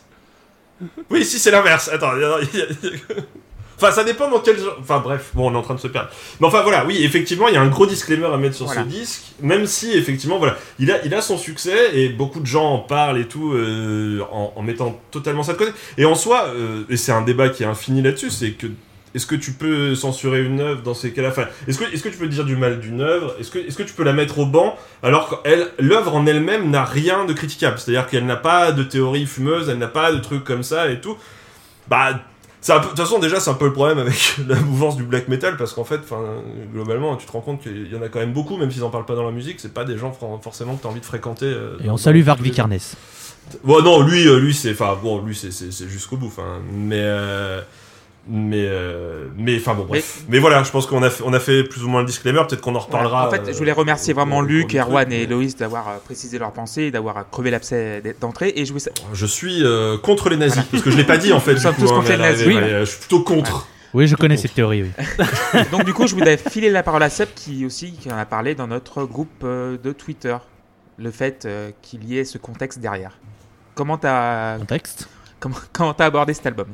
Speaker 4: Oui, si, c'est l'inverse. Attends, il y a- il y a- enfin, ça dépend dans quel genre. Enfin, bref, bon, on est en train de se perdre. Mais enfin, voilà, oui, effectivement, il y a un gros disclaimer à mettre sur
Speaker 1: Voilà.
Speaker 4: ce disque, même si, effectivement, voilà, il a, il a son succès et beaucoup de gens en parlent et tout, euh, en, en mettant totalement ça de côté. Et en soi, euh, et c'est un débat qui est infini là-dessus, c'est que. Est-ce que tu peux censurer une œuvre dans ces cas-là? Enfin, est-ce que, est-ce que tu peux dire du mal d'une œuvre? Est-ce que, est-ce que tu peux la mettre au banc alors que l'œuvre en elle-même n'a rien de critiquable? C'est-à-dire qu'elle n'a pas de théorie fumeuse, elle n'a pas de trucs comme ça et tout. Bah, c'est un peu- de toute façon, déjà, c'est un peu le problème avec la mouvance du black metal parce qu'en fait, enfin, globalement, tu te rends compte qu'il y en a quand même beaucoup, même s'ils en parlent pas dans la musique. C'est pas des gens fran- forcément que t'as envie de fréquenter. euh,
Speaker 3: Et
Speaker 4: dans-
Speaker 3: on salue
Speaker 4: dans
Speaker 3: Varg
Speaker 4: tous les-
Speaker 3: Vikernes.
Speaker 4: Bon, non, lui, euh, lui, c'est, enfin, bon, lui, c'est, c'est, c'est jusqu'au bout, enfin, mais, euh, mais, euh, mais, enfin, bon, bref. Mais, voilà, je pense qu'on a fait, on a fait plus ou moins le disclaimer. Peut-être qu'on en reparlera.
Speaker 1: En fait,
Speaker 4: euh,
Speaker 1: je voulais remercier
Speaker 4: au-
Speaker 1: vraiment
Speaker 4: au- au
Speaker 1: Luc,
Speaker 4: cours du
Speaker 1: Erwan
Speaker 4: truc,
Speaker 1: et
Speaker 4: mais-
Speaker 1: Loïs d'avoir euh, précisé leurs pensées et d'avoir euh, crevé l'abcès d'entrée. Et je voulais sa-
Speaker 4: Je suis euh, contre les nazis,
Speaker 1: Voilà.
Speaker 4: parce que je l'ai pas dit en fait.
Speaker 1: Nous
Speaker 4: du
Speaker 1: sommes
Speaker 4: coup,
Speaker 1: tous
Speaker 4: hein,
Speaker 1: contre
Speaker 4: mais
Speaker 1: les
Speaker 4: à
Speaker 1: nazis,
Speaker 4: l'arrivée,
Speaker 1: oui.
Speaker 4: mais, euh, je suis plutôt contre.
Speaker 3: Oui, je connais
Speaker 4: Contre.
Speaker 3: cette théorie, oui.
Speaker 1: Donc du coup, je voulais filer la parole à Seb qui aussi qui en a parlé dans notre groupe euh, de Twitter. Le fait euh, qu'il y ait ce contexte derrière. Comment t'as
Speaker 3: Contexte.
Speaker 1: comment, comment t'as abordé cet album?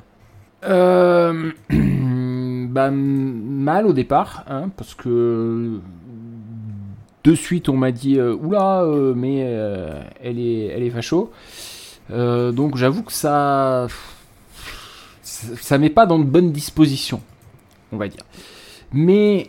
Speaker 6: Euh, bah, mal au départ, hein, parce que de suite on m'a dit euh, oula, euh, mais euh, elle est, elle est facho. Euh, donc j'avoue que ça, ça, ça met pas dans de bonnes dispositions, on va dire. Mais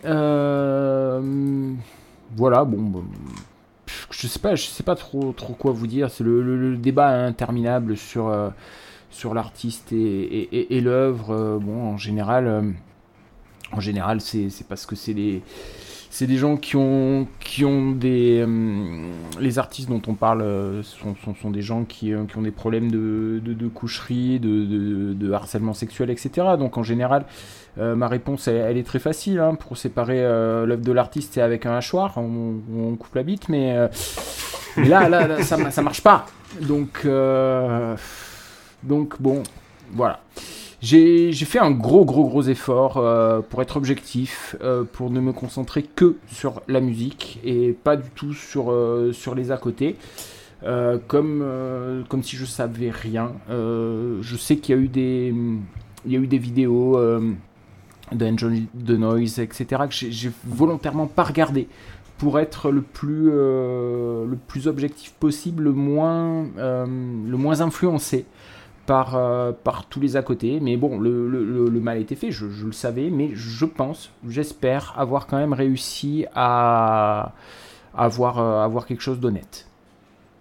Speaker 6: euh, voilà, bon. bon je sais pas, je sais pas trop, trop quoi vous dire. C'est le, le, le débat interminable sur. Euh, sur l'artiste et, et, et, et l'œuvre. Euh, bon, en général, euh, en général, c'est, c'est parce que c'est des, c'est des gens qui ont, qui ont des, euh, les artistes dont on parle euh, sont, sont, sont des gens qui, euh, qui ont des problèmes de, de, de coucherie, de, de, de harcèlement sexuel, et cetera. Donc en général, euh, ma réponse, elle, elle est très facile. Hein, pour séparer euh, l'œuvre de l'artiste, c'est avec un hachoir, on, on coupe la bite, mais, euh, mais là, là, là, ça, ça marche pas. Donc euh, Donc bon, voilà. J'ai, j'ai fait un gros gros gros effort euh, pour être objectif, euh, pour ne me concentrer que sur la musique et pas du tout sur, euh, sur les à côté. Euh, comme, euh, comme si je savais rien. Euh, je sais qu'il y a eu des, il y a eu des vidéos euh, d'Enjoy the Noise, et cetera que j'ai, j'ai volontairement pas regardé pour être le plus, euh, le plus objectif possible, le moins, euh, le moins influencé par, euh, par tous les à côté. Mais bon, le, le, le mal était fait, je, je le savais, mais je pense, j'espère avoir quand même réussi à, à avoir, euh, avoir quelque chose d'honnête.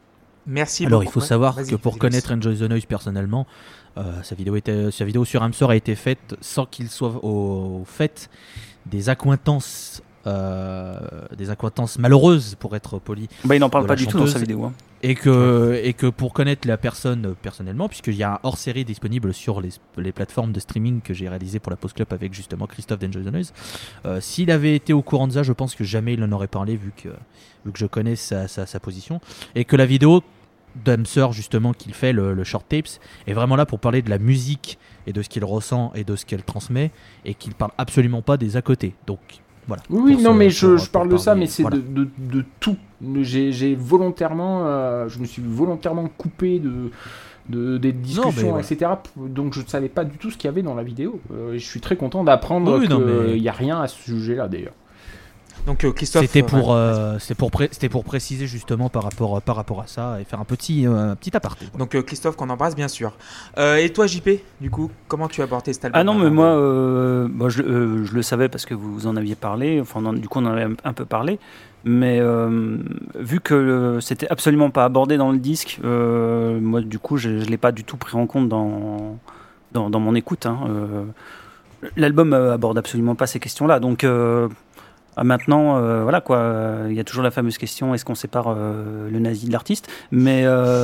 Speaker 1: Merci
Speaker 3: Alors
Speaker 1: beaucoup.
Speaker 3: il faut
Speaker 1: Ouais,
Speaker 3: savoir
Speaker 1: vas-y,
Speaker 3: que pour
Speaker 1: vas-y,
Speaker 3: connaître Enjoy the Noise personnellement, euh, sa, vidéo était, sa vidéo sur Hamster a été faite sans qu'il soit au, au fait des accointances, euh, des accointances malheureuses pour être poli.
Speaker 5: Bah, il n'en parle
Speaker 3: de
Speaker 5: pas
Speaker 3: la
Speaker 5: du tout dans sa
Speaker 3: chanteuse.
Speaker 5: vidéo. Hein.
Speaker 3: Et que, et que pour connaître la personne euh, personnellement, puisqu'il y a un hors-série disponible sur les, les plateformes de streaming que j'ai réalisé pour la Post Club avec justement Christophe d'Enjoy the Noise, euh, s'il avait été au courant de ça, je pense que jamais il en aurait parlé vu que, vu que je connais sa, sa, sa position. Et que la vidéo d'Hamster justement qu'il fait, le, le Short Tapes, est vraiment là pour parler de la musique et de ce qu'il ressent et de ce qu'elle transmet, et qu'il parle absolument pas des à côté. Donc voilà.
Speaker 6: Oui, oui,
Speaker 3: Pour
Speaker 6: non,
Speaker 3: ce-
Speaker 6: mais
Speaker 3: pour-
Speaker 6: je, je
Speaker 3: pour
Speaker 6: parle de ça,
Speaker 3: parler-
Speaker 6: mais c'est
Speaker 3: voilà.
Speaker 6: de, de, de tout. J'ai j'ai volontairement, euh, je me suis volontairement coupé de, de des discussions,
Speaker 3: voilà.
Speaker 6: et cetera. Donc je ne savais pas du tout ce qu'il y avait dans la vidéo. Euh, et je suis très content d'apprendre
Speaker 3: Oui,
Speaker 6: qu'il
Speaker 3: non, mais-
Speaker 6: n'y a rien à ce sujet-là d'ailleurs.
Speaker 1: Donc euh, Christophe.
Speaker 3: C'était
Speaker 1: euh,
Speaker 3: pour,
Speaker 1: ouais.
Speaker 3: euh, c'était pour, pré- c'était pour préciser justement par rapport, par rapport à ça et faire un petit, euh, petit aparté. Voilà.
Speaker 1: Donc euh, Christophe qu'on embrasse bien sûr. Euh, et toi J P, du coup, comment tu as abordé cet album?
Speaker 5: Ah non, mais moi, euh, bon, je, euh, je le savais parce que vous en aviez parlé, enfin, on en- du coup, on en avait un, un peu parlé, mais euh, vu que euh, c'était absolument pas abordé dans le disque, euh, moi, du coup, je, je l'ai pas du tout pris en compte dans, dans, dans mon écoute. Hein, euh, l'album euh, aborde absolument pas ces questions-là, donc euh, ah, maintenant, euh, voilà quoi, il y a toujours la fameuse question, est-ce qu'on sépare euh, le nazi de l'artiste? Mais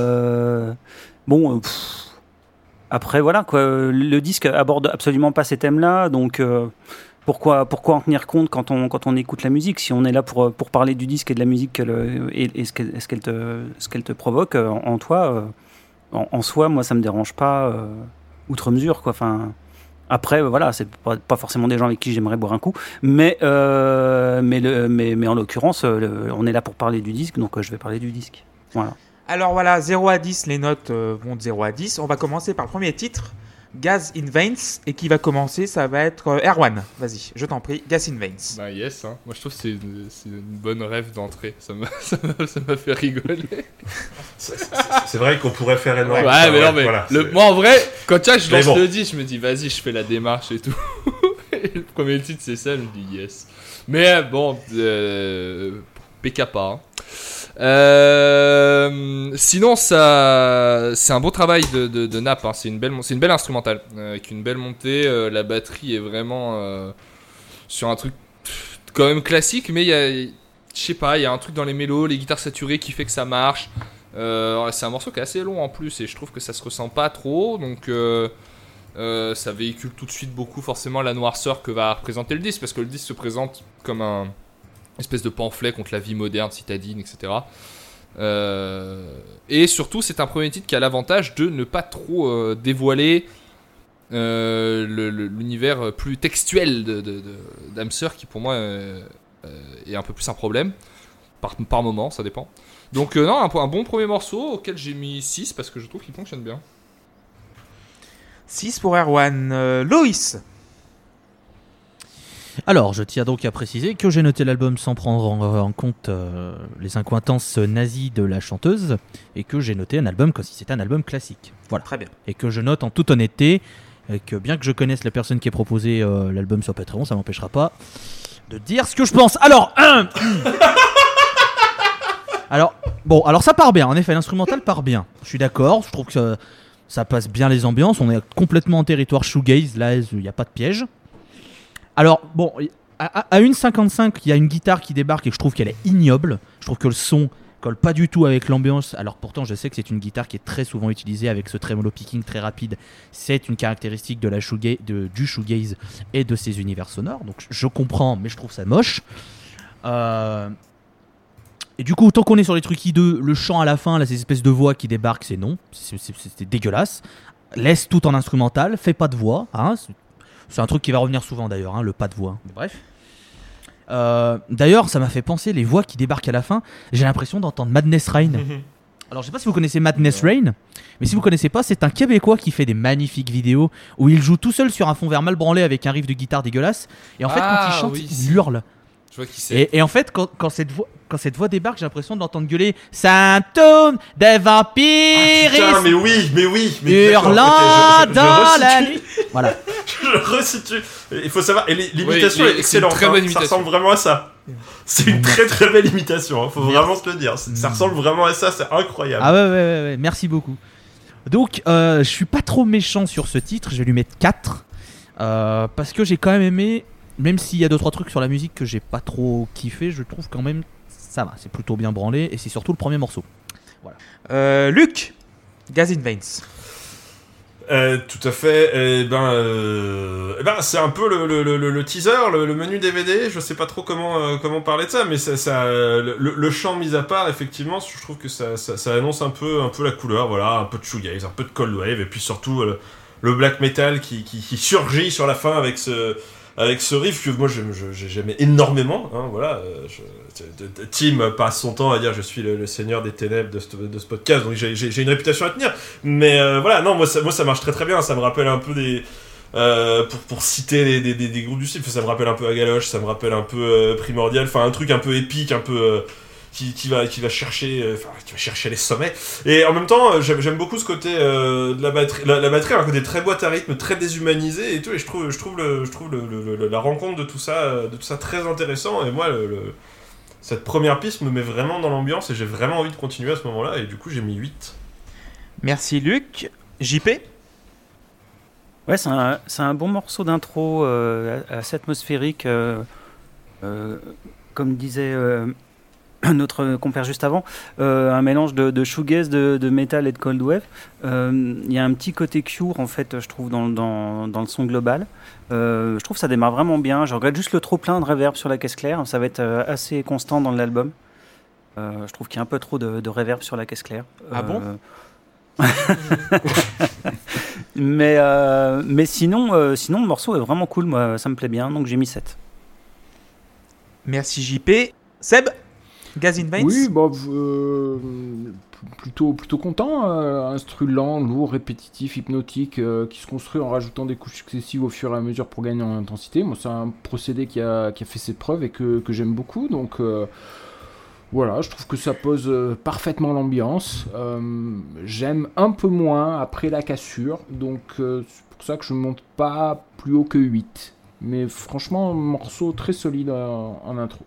Speaker 5: euh, bon. euh, pff, Après, voilà, quoi, le disque aborde absolument pas ces thèmes-là, donc euh, pourquoi, pourquoi en tenir compte quand on, quand on écoute la musique? Si on est là pour, pour parler du disque et de la musique qu'elle, et, et ce qu'elle, ce qu'elle te, ce qu'elle te provoque euh, en, en toi, euh, en, en soi, moi, ça me dérange pas euh, outre mesure, quoi. Enfin, après, euh, voilà, c'est pas, pas forcément des gens avec qui j'aimerais boire un coup, mais, euh, mais, le, mais, mais en l'occurrence, euh, le, on est là pour parler du disque, donc euh, je vais parler du disque. Voilà.
Speaker 1: Alors voilà, zéro à dix, les notes euh, vont de zéro à dix. On va commencer par le premier titre, Gas in Veins, et qui va commencer, ça va être euh, Erwan. Vas-y, je t'en prie, Gas in Veins.
Speaker 2: Bah yes, hein. Moi je trouve que c'est une, c'est une bonne rêve d'entrée, ça m'a, ça m'a, ça m'a fait rigoler.
Speaker 4: C'est- c'est- C'est vrai qu'on pourrait faire énorme.
Speaker 2: Ouais,
Speaker 4: Enfin,
Speaker 2: mais non, mais
Speaker 4: voilà,
Speaker 2: le,
Speaker 4: c'est-
Speaker 2: moi en vrai, quand tu vois, je
Speaker 4: Mais
Speaker 2: lance
Speaker 4: bon.
Speaker 2: le disque, je me dis vas-y, je fais la démarche et tout. Et le premier titre c'est ça, je me dis yes. Mais bon, euh, P K pas. Hein. Euh, sinon, ça, c'est un beau travail de, de, de Nap. Hein. C'est une belle, c'est une belle instrumentale euh, avec une belle montée. Euh, la batterie est vraiment euh, sur un truc pff, quand même classique, mais il y a, je sais pas, il y a un truc dans les mélos, les guitares saturées qui fait que ça marche. Euh, c'est un morceau qui est assez long en plus et je trouve que ça se ressent pas trop. Donc euh, euh, ça véhicule tout de suite beaucoup forcément la noirceur que va représenter le disque, parce que le disque se présente comme un espèce de pamphlet contre la vie moderne, citadine, et cetera. Euh, et surtout, c'est un premier titre qui a l'avantage de ne pas trop euh, dévoiler euh, le, le, l'univers plus textuel de, de, de, d'Hamster, qui pour moi euh, est un peu plus un problème, par, par moment, ça dépend. Donc euh, non, un, un bon premier morceau auquel j'ai mis six parce que je trouve qu'il fonctionne bien.
Speaker 1: six pour Erwan. Euh, Loïs.
Speaker 3: Alors, je tiens donc à préciser que j'ai noté l'album sans prendre en, en compte euh, les incointances nazies de la chanteuse, et que j'ai noté un album comme si c'était un album classique. Voilà.
Speaker 1: Très bien.
Speaker 3: Et que je note en toute honnêteté et que bien que je connaisse la personne qui a proposé euh, l'album sur Patreon, ça m'empêchera pas de dire ce que je pense. Alors, un Alors, bon, alors ça part bien. En effet, l'instrumental part bien. Je suis d'accord. Je trouve que ça, ça passe bien les ambiances. On est complètement en territoire shoegaze. Là, il n'y a pas de piège. Alors, bon, à, à une cinquante-cinq, il y a une guitare qui débarque et je trouve qu'elle est ignoble. Je trouve que le son colle pas du tout avec l'ambiance. Alors pourtant, je sais que c'est une guitare qui est très souvent utilisée avec ce tremolo picking très rapide. C'est une caractéristique de la shoegaze, de, du shoegaze et de ses univers sonores. Donc je comprends, mais je trouve ça moche. Euh... Et du coup, tant qu'on est sur les trucs hideux, le chant à la fin, là, ces espèces de voix qui débarquent, c'est non. C'est, c'est, c'est dégueulasse. Laisse tout en instrumental, fais pas de voix. Hein. C'est, c'est un truc qui va revenir souvent d'ailleurs, hein, le pas de voix. Bref. Euh, d'ailleurs, ça m'a fait penser, les voix qui débarquent à la fin, j'ai l'impression d'entendre Madness Rain. Alors, je sais pas si vous connaissez Madness Rain, mais si vous connaissez pas, c'est un Québécois qui fait des magnifiques vidéos où il joue tout seul sur un fond vert mal branlé avec un riff de guitare dégueulasse. Et en fait,
Speaker 2: Ah,
Speaker 3: quand il chante,
Speaker 2: oui.
Speaker 3: il hurle.
Speaker 2: Je vois qui c'est.
Speaker 3: Et, et en fait, quand, quand, cette voix, quand cette voix débarque, j'ai l'impression de l'entendre gueuler Symptôme des vampires
Speaker 4: Putain, mais oui, mais oui, mais
Speaker 3: hurlant
Speaker 4: d'accord, ok, je- je- je
Speaker 3: dans
Speaker 4: resitue.
Speaker 3: la nuit. Voilà.
Speaker 4: Je le resitue. Il faut savoir, et l'imitation
Speaker 2: Oui,
Speaker 4: est
Speaker 2: c'est une
Speaker 4: excellente.
Speaker 2: très
Speaker 4: hein.
Speaker 2: bonne
Speaker 4: Ça
Speaker 2: imitation.
Speaker 4: ressemble vraiment à ça. C'est une très très belle imitation, hein, faut vraiment se le dire. C'est- Ça ressemble vraiment à ça, c'est incroyable.
Speaker 3: Ah ouais, ouais, ouais, ouais, merci beaucoup. Donc, euh, je suis pas trop méchant sur ce titre, je vais lui mettre quatre. Euh, parce que j'ai quand même aimé, même s'il y a deux trois trucs sur la musique que j'ai pas trop kiffé, je trouve quand même ça va, c'est plutôt bien branlé et c'est surtout le premier morceau.
Speaker 1: Euh, Luc, Gas in Veins.
Speaker 4: Euh, tout à fait. Et ben, euh, eh ben, c'est un peu le, le, le, le teaser, le, le menu D V D. Je sais pas trop comment euh, comment parler de ça, mais ça, ça le, le chant mis à part, effectivement, je trouve que ça, ça, ça annonce un peu un peu la couleur. Voilà, un peu de shoegaze, un peu de cold wave, et puis surtout euh, le black metal qui, qui, qui surgit sur la fin avec ce avec ce riff que moi j'aime- je- j'ai- j'aimais énormément. Hein, voilà, euh, je, de- de- Tim passe son temps à dire je suis le, le seigneur des ténèbres de ce, de ce podcast, donc j'ai j'ai- j'ai une réputation à tenir. Mais euh, voilà, non, moi ça, moi ça marche très très bien. Ça me rappelle un peu des euh, pour, pour citer des, des, des, des groupes du style, ça me rappelle un peu Agaloche, ça me rappelle un peu euh, Primordial, enfin un truc un peu épique, un peu euh, qui, qui va qui va chercher, euh, enfin qui va chercher les sommets. Et en même temps, euh, j'aime j'aime beaucoup ce côté euh, de la batterie. La, la batterie a un côté très boîte à rythme, très déshumanisé et tout. Et je trouve je trouve le, je trouve le, le- le- la rencontre de tout ça euh, de tout ça très intéressant. Et moi le, le- cette première piste me met vraiment dans l'ambiance et j'ai vraiment envie de continuer à ce moment-là. Et du coup j'ai mis huit.
Speaker 1: Merci Luc. J P.
Speaker 5: Ouais, c'est un, c'est un bon morceau d'intro euh, assez atmosphérique. euh, euh, comme disait euh, notre compère juste avant, euh, un mélange de, de shoegaze, de, de metal et de cold wave. Euh, Il y a un petit côté Cure, en fait, je trouve, dans, dans, dans le son global. Euh, je trouve que ça démarre vraiment bien. Je regrette juste le trop-plein de reverb sur la caisse claire. Ça va être euh, assez constant dans l'album. Euh, je trouve qu'il y a un peu trop de, de reverb sur la caisse claire.
Speaker 1: Ah bon
Speaker 5: mais, euh, mais sinon, euh, sinon, le morceau est vraiment cool. Moi, ça me plaît bien. Donc j'ai mis sept.
Speaker 1: Merci J P. Seb, Gas in Veins.
Speaker 6: Oui, bah, euh, plutôt, plutôt content. Euh, instru lent, lourd, répétitif, hypnotique, euh, qui se construit en rajoutant des couches successives au fur et à mesure pour gagner en intensité. Moi, c'est un procédé qui a, qui a fait ses preuves et que, que j'aime beaucoup. Donc euh, voilà, je trouve que ça pose euh, parfaitement l'ambiance. Euh, j'aime un peu moins après la cassure. Donc euh, c'est pour ça que je ne monte pas plus haut que huit. Mais franchement, un morceau très solide en, en intro.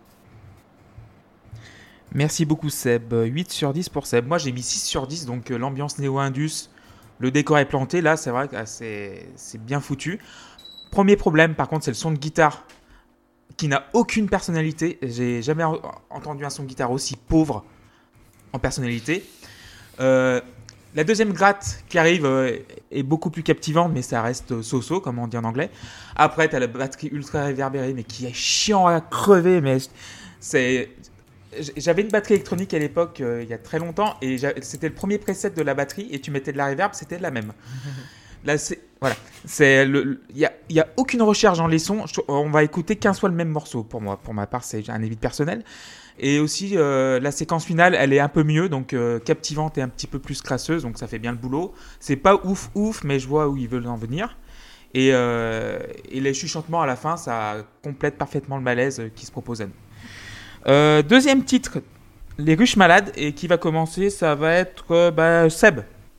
Speaker 1: Merci beaucoup Seb. huit sur dix pour Seb. Moi j'ai mis six sur dix, donc euh, l'ambiance néo-indus, le décor est planté, là c'est vrai que ah, c'est c'est bien foutu. Premier problème par contre c'est le son de guitare qui n'a aucune personnalité. J'ai jamais en- entendu un son de guitare aussi pauvre en personnalité. Euh, la deuxième gratte qui arrive euh, est beaucoup plus captivante, mais ça reste so-so comme on dit en anglais. Après t'as la batterie ultra réverbérée mais qui est chiant à crever, mais c'est... J'avais une batterie électronique à l'époque, euh, il y a très longtemps, et j'a- c'était le premier preset de la batterie, et tu mettais de la reverb, c'était la même. Là, c'est voilà, c'est le, le- il y a, il y a aucune recherche dans les sons. Je- on va écouter qu'un soit le même morceau. Pour moi, pour ma part, c'est un avis personnel. Et aussi, euh, la séquence finale, elle est un peu mieux, donc euh, captivante et un petit peu plus crasseuse, donc ça fait bien le boulot. C'est pas ouf ouf, mais je vois où ils veulent en venir. Et, euh, et les chuchotements à la fin, ça complète parfaitement le malaise euh, qui se propose à nous. Euh, deuxième titre, Les Ruches Malades, et qui va commencer, ça va être euh, bah, Seb.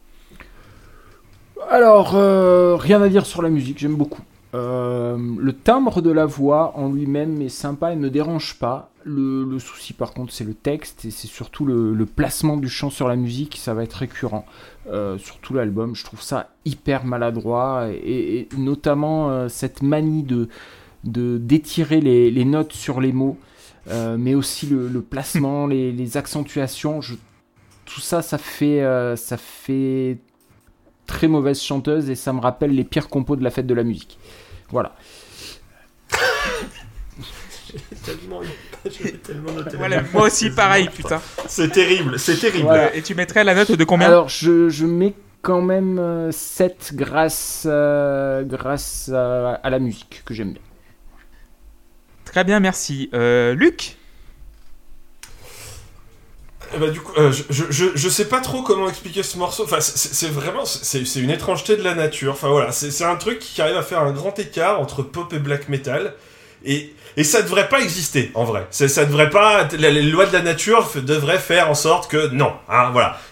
Speaker 6: Alors, euh, rien à dire sur la musique, j'aime beaucoup. Euh, le timbre de la voix en lui-même est sympa et ne me dérange pas. Le, le souci par contre c'est le texte et c'est surtout le, le placement du chant sur la musique, ça va être récurrent. Euh, sur tout l'album, je trouve ça hyper maladroit et, et notamment euh, cette manie de, de, d'étirer les, les notes sur les mots, euh, mais aussi le, le placement, les, les accentuations. Je, tout ça, ça fait, euh, ça fait très mauvaise chanteuse et ça me rappelle les pires compos de la fête de la musique. Voilà.
Speaker 4: J'ai tellement, j'ai tellement noté.
Speaker 1: Voilà, moi aussi pareil, putain.
Speaker 4: C'est terrible, c'est terrible.
Speaker 6: Voilà.
Speaker 1: Et tu mettrais la note de combien?
Speaker 6: Alors, je, je mets quand même euh, sept grâce, euh, grâce à, à la musique que j'aime bien.
Speaker 1: Très bien, merci. Euh, Luc?
Speaker 4: Eh ben, du coup, euh, je, je, je, je sais pas trop comment expliquer ce morceau. Enfin, c'est, c'est vraiment, c'est, c'est une étrangeté de la nature. Enfin voilà, c'est, c'est un truc qui arrive à faire un grand écart entre pop et black metal. Et, et ça devrait pas exister, en vrai. C'est, ça devrait pas, les lois de la nature f- devraient faire en sorte que non, hein, voilà.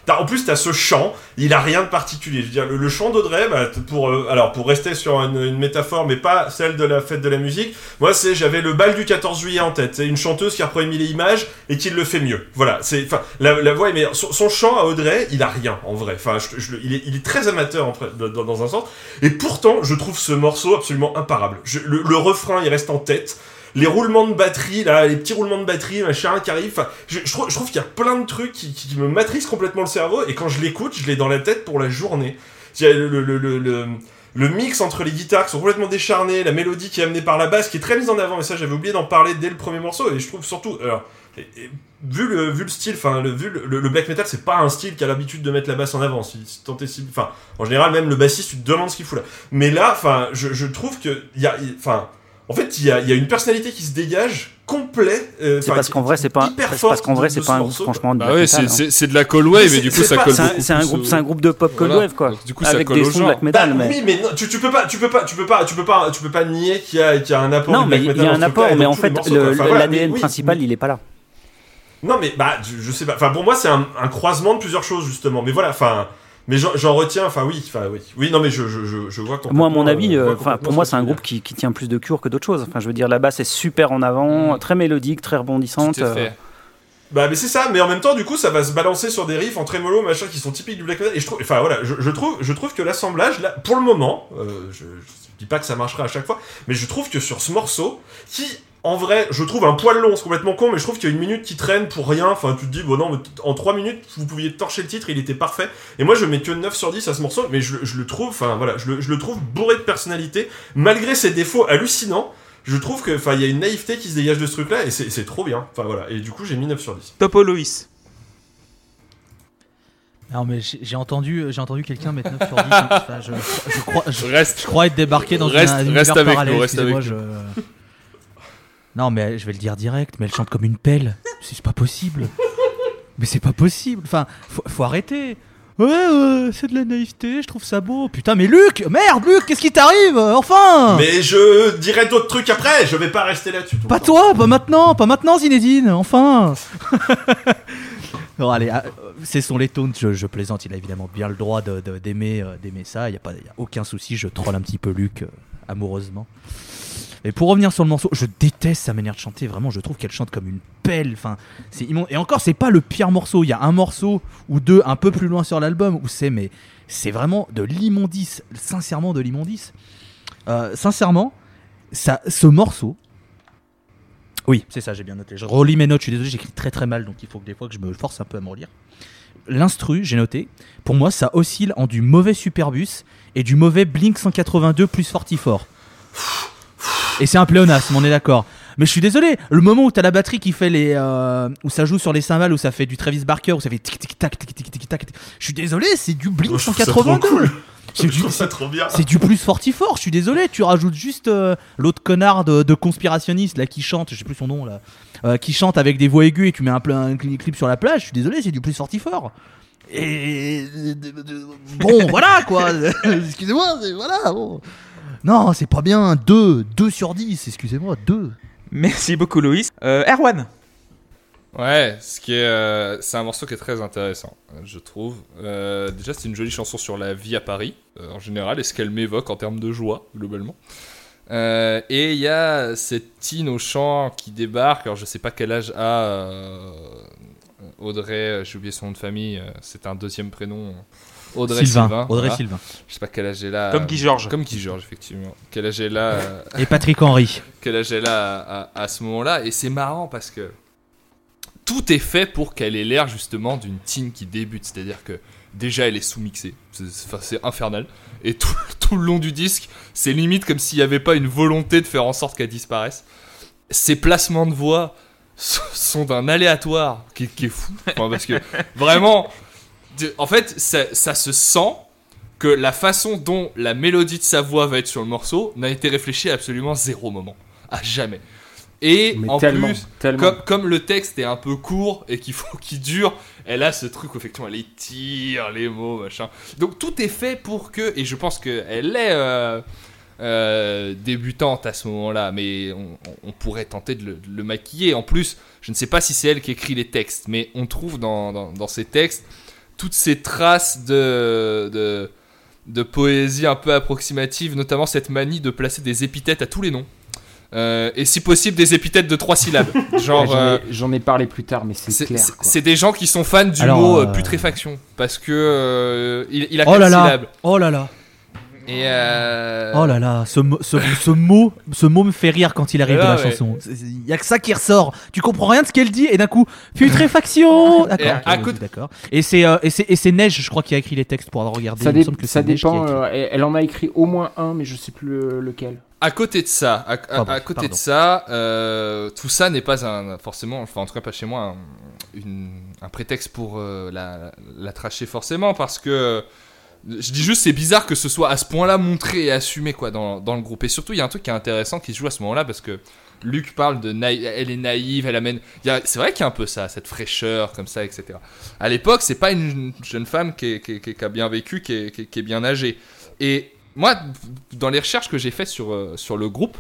Speaker 4: t'as, en plus t'as ce chant, il a rien de particulier. Je veux dire, le, le chant d'Audrey, bah, pour euh, alors pour rester sur une, une métaphore, mais pas celle de la fête de la musique. Moi, c'est j'avais le bal du quatorze juillet en tête. C'est une chanteuse qui reprend mille images et qui le fait mieux. Voilà, c'est enfin la, la voix est meilleure. Son, son chant à Audrey, il a rien en vrai. Enfin, je, je, il est il est très amateur en, dans, dans un sens. Et pourtant, je trouve ce morceau absolument imparable. Je, le, le refrain, il reste en tête. Les roulements de batterie, là, les petits roulements de batterie, machin, qui arrivent. Enfin, je, je, trouve, je trouve qu'il y a plein de trucs qui, qui, qui me matrisent complètement le cerveau. Et quand je l'écoute, je l'ai dans la tête pour la journée. Le, le, le, le, le, le mix entre les guitares qui sont complètement décharnées, la mélodie qui est amenée par la basse, qui est très mise en avant. Et ça, j'avais oublié d'en parler dès le premier morceau. Et je trouve surtout, alors, et, et, vu le vu le style, enfin, le, vu le, le black metal, c'est pas un style qui a l'habitude de mettre la basse en avant. Si, si tant est si, enfin, en général, même le bassiste, tu te demandes ce qu'il fout là. Mais là, enfin, je, je trouve que il y a, enfin. En fait, il y a, il y a une personnalité qui se dégage complet. Euh,
Speaker 5: c'est parce qu'en vrai, c'est pas. C'est parce qu'en vrai, c'est pas un groupe franchement de
Speaker 2: bah
Speaker 5: black
Speaker 2: ouais,
Speaker 5: metal.
Speaker 2: c'est, c'est, c'est de la cold wave et du coup, ça colle beaucoup.
Speaker 5: C'est un groupe, c'est un groupe de pop cold wave quoi.
Speaker 2: Du coup, ça
Speaker 5: avec
Speaker 2: colle
Speaker 5: des
Speaker 2: au
Speaker 5: sons
Speaker 2: genre.
Speaker 5: black metal.
Speaker 4: Bah,
Speaker 5: mais...
Speaker 4: Oui, mais non, tu, tu peux pas, tu peux pas, tu peux pas, tu peux pas, tu peux pas nier qu'il y a, qu'il y a un apport.
Speaker 5: Non,
Speaker 4: du
Speaker 5: mais
Speaker 4: black
Speaker 5: il
Speaker 4: metal
Speaker 5: y a
Speaker 4: dans
Speaker 5: un
Speaker 4: ce
Speaker 5: apport,
Speaker 4: truc-là,
Speaker 5: mais
Speaker 4: dans
Speaker 5: en
Speaker 4: tous
Speaker 5: fait,
Speaker 4: les morceaux, quoi.
Speaker 5: le-
Speaker 4: Enfin, voilà,
Speaker 5: l'A D N
Speaker 4: mais oui,
Speaker 5: principal,
Speaker 4: mais-
Speaker 5: il est pas là.
Speaker 4: Non, mais bah, je, je sais pas. Enfin, pour moi, c'est un, un croisement de plusieurs choses justement. Mais voilà, enfin. Mais j'en, j'en retiens, enfin oui, enfin oui, oui, non mais je je je, je vois complètement.
Speaker 5: Moi, à mon avis,
Speaker 4: euh, je vois
Speaker 5: euh, enfin,
Speaker 4: complètement
Speaker 5: pour moi,
Speaker 4: ce
Speaker 5: c'est
Speaker 4: que
Speaker 5: un
Speaker 4: tu veux
Speaker 5: groupe qui, qui tient plus de cure que d'autres choses. Enfin, je veux dire, la basse est super en avant,
Speaker 2: Mm.
Speaker 5: très mélodique, très rebondissante.
Speaker 2: Tout à
Speaker 5: euh,
Speaker 2: fait.
Speaker 4: Bah mais c'est ça, mais en même temps du coup ça va se balancer sur des riffs en trémolo machin qui sont typiques du black metal et je trouve, enfin voilà, je, je trouve, je trouve que l'assemblage là, pour le moment, euh, je, je dis pas que ça marchera à chaque fois, mais je trouve que sur ce morceau qui en vrai, je trouve un poil long, c'est complètement con, mais je trouve qu'il y a une minute qui traîne pour rien. Enfin, tu te dis, bon, non, mais en trois minutes, vous pouviez torcher le titre, il était parfait. Et moi, je mets que neuf sur dix à ce morceau, mais je, je le trouve, enfin, voilà, je le, je le trouve bourré de personnalité, malgré ses défauts hallucinants. Je trouve que, enfin, il y a une naïveté qui se dégage de ce truc-là, et c'est, c'est trop bien. Enfin, voilà. Et du coup, j'ai mis neuf sur dix.
Speaker 1: Topo Loïs.
Speaker 3: Non mais j'ai j'ai entendu, j'ai entendu quelqu'un mettre neuf sur dix. Enfin, je, je, crois, je,
Speaker 2: Reste.
Speaker 3: je crois être débarqué dans
Speaker 2: Reste-
Speaker 3: un
Speaker 2: reste
Speaker 3: univers
Speaker 2: avec
Speaker 3: parallèle.
Speaker 2: nous, reste
Speaker 3: excusez-moi,
Speaker 2: avec
Speaker 3: je... Non mais je vais le dire direct, mais elle chante comme une pelle. C'est c'est pas possible. Mais c'est pas possible. Enfin, faut, faut arrêter. Ouais, ouais, c'est de la naïveté, je trouve ça beau. Putain, mais Luc, merde, Luc, qu'est-ce qui t'arrive? Enfin
Speaker 4: Mais je dirai d'autres trucs après, je vais pas rester là-dessus. tout le
Speaker 3: Pas
Speaker 4: temps.
Speaker 3: toi, pas maintenant, pas maintenant, Zinedine, enfin. Non, allez, ah, c'est son les taunts, je, je plaisante, il a évidemment bien le droit de, de- d'aimer, euh, d'aimer ça, il n'y a, pas- y a aucun souci, je troll un petit peu Luc euh, amoureusement. Et pour revenir sur le morceau, je déteste sa manière de chanter, vraiment, je trouve qu'elle chante comme une pelle, enfin, c'est immonde. Et encore, c'est pas le pire morceau, il y a un morceau ou deux un peu plus loin sur l'album où c'est, mais c'est vraiment de l'immondice, sincèrement de l'immondice. Euh, sincèrement, ça, ce morceau, oui, c'est ça, j'ai bien noté. Je relis mes notes, je suis désolé, j'écris très très mal, donc il faut que des fois que je me force un peu à me relire. L'instru, j'ai noté, pour moi, ça oscille en du mauvais Superbus et du mauvais Blink cent quatre-vingt-deux plus Fortifort. Et c'est un pléonasme, on est d'accord. Mais je suis désolé, le moment où t'as la batterie qui fait les, euh, où ça joue sur les cymbales, où ça fait du Travis Barker, où ça fait tic tic tac tic tic tic tac. Je suis désolé, c'est du Blink
Speaker 4: Je
Speaker 3: cent
Speaker 4: trouve ça trop
Speaker 3: quatre-vingt-deux.
Speaker 4: cool.
Speaker 3: C'est
Speaker 4: Je
Speaker 3: du,
Speaker 4: trouve ça trop bien.
Speaker 3: c'est du plus Fortifort, je suis désolé, tu rajoutes juste euh, l'autre connard de, de conspirationniste là qui chante, je sais plus son nom là, euh, qui chante avec des voix aiguës et tu mets un, pla- un clip sur la plage, je suis désolé, c'est du plus Fortifort. Et bon, voilà quoi, excusez-moi, c'est- voilà, bon. Non, c'est pas bien, deux, deux sur dix, excusez-moi, deux.
Speaker 1: Merci beaucoup Loïs. Euh, Erwan.
Speaker 2: Ouais, ce qui est, euh, c'est un morceau qui est très intéressant, je trouve. Euh, déjà, c'est une jolie chanson sur la vie à Paris, euh, en général, et ce qu'elle m'évoque en termes de joie, globalement. Euh, et il y a cette Tine au chant qui débarque. Alors, je sais pas quel âge a euh, Audrey, j'ai oublié son nom de famille, euh, c'est un deuxième prénom. Audrey
Speaker 3: Sylvain,
Speaker 2: Sylvain.
Speaker 3: Audrey
Speaker 2: voilà.
Speaker 3: Sylvain.
Speaker 2: Je sais pas quel âge elle a.
Speaker 1: Comme Guy Georges.
Speaker 2: Comme Guy Georges, effectivement. Quel âge elle a, euh,
Speaker 3: Et Patrick Henry.
Speaker 2: quel âge elle a à, à, à ce moment-là. Et c'est marrant parce que tout est fait pour qu'elle ait l'air justement d'une teen qui débute. C'est-à-dire que déjà elle est sous-mixée. C'est, c'est, enfin, c'est infernal. Et tout, tout le long du disque, c'est limite comme s'il n'y avait pas une volonté de faire en sorte qu'elle disparaisse. Ses placements de voix sont d'un aléatoire qui, qui est fou. Enfin, parce que vraiment, en fait, ça, ça se sent que la façon dont la mélodie de sa voix va être sur le morceau n'a été réfléchie à absolument zéro moment. À jamais. Et
Speaker 6: Mais
Speaker 2: en
Speaker 6: tellement,
Speaker 2: plus,
Speaker 6: tellement.
Speaker 2: comme, comme le texte est un peu court et qu'il faut qu'il dure, elle a ce truc où effectivement elle étire les mots, machin. Donc tout est fait pour que, et je pense qu'elle est euh, euh, débutante à ce moment-là, mais on, on pourrait tenter de le, de le maquiller. En plus, je ne sais pas si c'est elle qui écrit les textes, mais on trouve dans, dans, dans ses textes toutes ces traces de, de, de poésie un peu approximative, notamment cette manie de placer des épithètes à tous les noms. Euh, et si possible des épithètes de trois syllabes. Genre,
Speaker 6: j'en, ai,
Speaker 2: euh,
Speaker 6: j'en ai parlé plus tard, mais c'est,
Speaker 2: c'est
Speaker 6: clair.
Speaker 2: C'est,
Speaker 6: quoi.
Speaker 2: c'est des gens qui sont fans du
Speaker 3: Alors,
Speaker 2: mot euh,
Speaker 3: euh...
Speaker 2: putréfaction parce que euh, il, il a
Speaker 3: oh
Speaker 2: quatre
Speaker 3: là là,
Speaker 2: syllabes.
Speaker 3: oh là là.
Speaker 2: Et euh...
Speaker 3: Oh là là, ce, mo- ce, ce mot, ce mot me fait rire quand il arrive
Speaker 2: Là,
Speaker 3: dans la
Speaker 2: ouais.
Speaker 3: chanson. Il y a que ça qui ressort. Tu comprends rien de ce qu'elle dit et d'un coup, putréfaction. D'accord.
Speaker 2: Et
Speaker 3: ok,
Speaker 2: à
Speaker 3: oui,
Speaker 2: côté-
Speaker 3: d'accord. Et c'est euh, et c'est et c'est Neige, je crois, qui a écrit les textes pour avoir regardé.
Speaker 6: Ça,
Speaker 3: Il me
Speaker 6: dé-
Speaker 3: semble que
Speaker 6: ça
Speaker 3: c'est Neige qui a
Speaker 6: dépend.
Speaker 3: écrit.
Speaker 6: euh, elle, elle en a écrit au moins un, mais je sais plus le- lequel.
Speaker 2: À côté de ça, à, à-
Speaker 3: Pardon,
Speaker 2: à côté
Speaker 3: pardon.
Speaker 2: de ça, euh, tout ça n'est pas un, forcément, enfin en tout cas pas chez moi, un, une- un prétexte pour euh, la, la tracher forcément, parce que je dis juste c'est bizarre que ce soit à ce point-là montré et assumé quoi dans, dans le groupe. Et surtout il y a un truc qui est intéressant qui se joue à ce moment-là parce que Luc parle de naï- elle est naïve, elle amène, il y a, c'est vrai qu'il y a un peu ça, cette fraîcheur comme ça, et cetera. À l'époque c'est pas une jeune femme qui, est- qui, est- qui, est- qui a bien vécu, qui est, qui est- qui est bien âgée. Et moi, dans les recherches que j'ai faites sur, euh, sur le groupe,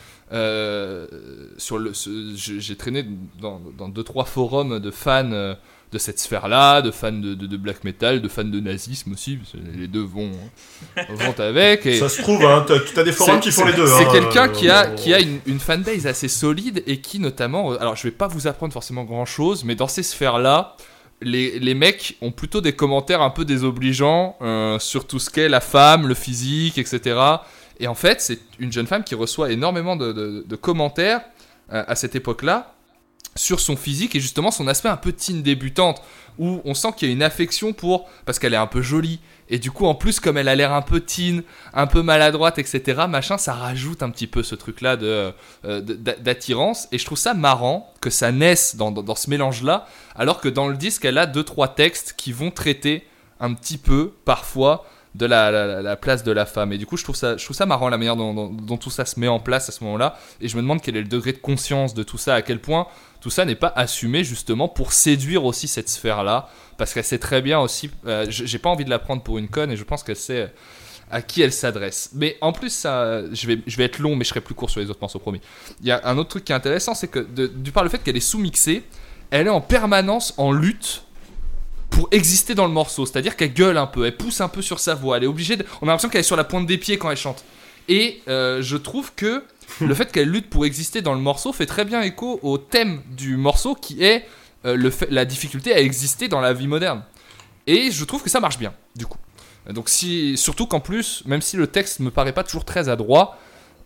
Speaker 2: euh, sur le, ce- je- j'ai traîné dans, dans deux trois forums de fans euh, de cette sphère-là, de fans de, de, de black metal, de fans de nazisme aussi, parce que les deux vont, vont avec. Et
Speaker 4: Ça se trouve, hein, t'as, t'as des forums qui font les deux.
Speaker 2: c'est
Speaker 4: hein,
Speaker 2: quelqu'un
Speaker 4: euh,
Speaker 2: qui a,
Speaker 4: euh,
Speaker 2: qui a une, une fanbase assez solide et qui notamment, euh, alors je vais pas vous apprendre forcément grand-chose, mais dans ces sphères-là, les, les mecs ont plutôt des commentaires un peu désobligeants euh, sur tout ce qu'est la femme, le physique, et cetera. Et en fait, c'est une jeune femme qui reçoit énormément de, de, de commentaires euh, à cette époque-là sur son physique et justement son aspect un peu teen débutante, où on sent qu'il y a une affection pour, parce qu'elle est un peu jolie, et du coup en plus comme elle a l'air un peu teen, un peu maladroite, et cetera, machin, ça rajoute un petit peu ce truc-là de, euh, de- d'attirance, et je trouve ça marrant que ça naisse dans, dans, dans ce mélange-là, alors que dans le disque, elle a deux trois textes qui vont traiter un petit peu, parfois, de la, la, la place de la femme. Et du coup, je trouve ça, je trouve ça marrant la manière dont, dont, dont tout ça se met en place à ce moment-là. Et je me demande quel est le degré de conscience de tout ça, à quel point tout ça n'est pas assumé justement pour séduire aussi cette sphère-là. Parce qu'elle sait très bien aussi, euh, j'ai pas envie de la prendre pour une conne et je pense qu'elle sait à qui elle s'adresse. Mais en plus, ça, je, vais, je vais être long, mais je serai plus court sur les autres morceaux, promis. Il y a un autre truc qui est intéressant, c'est que de, du par le fait qu'elle est sous-mixée, elle est en permanence en lutte pour exister dans le morceau, c'est-à-dire qu'elle gueule un peu, elle pousse un peu sur sa voix, elle est obligée de... on a l'impression qu'elle est sur la pointe des pieds quand elle chante. Et euh, je trouve que le fait qu'elle lutte pour exister dans le morceau fait très bien écho au thème du morceau qui est euh, le fait, la difficulté à exister dans la vie moderne. Et je trouve que ça marche bien, du coup. Donc si, surtout qu'en plus, même si le texte me paraît pas toujours très adroit,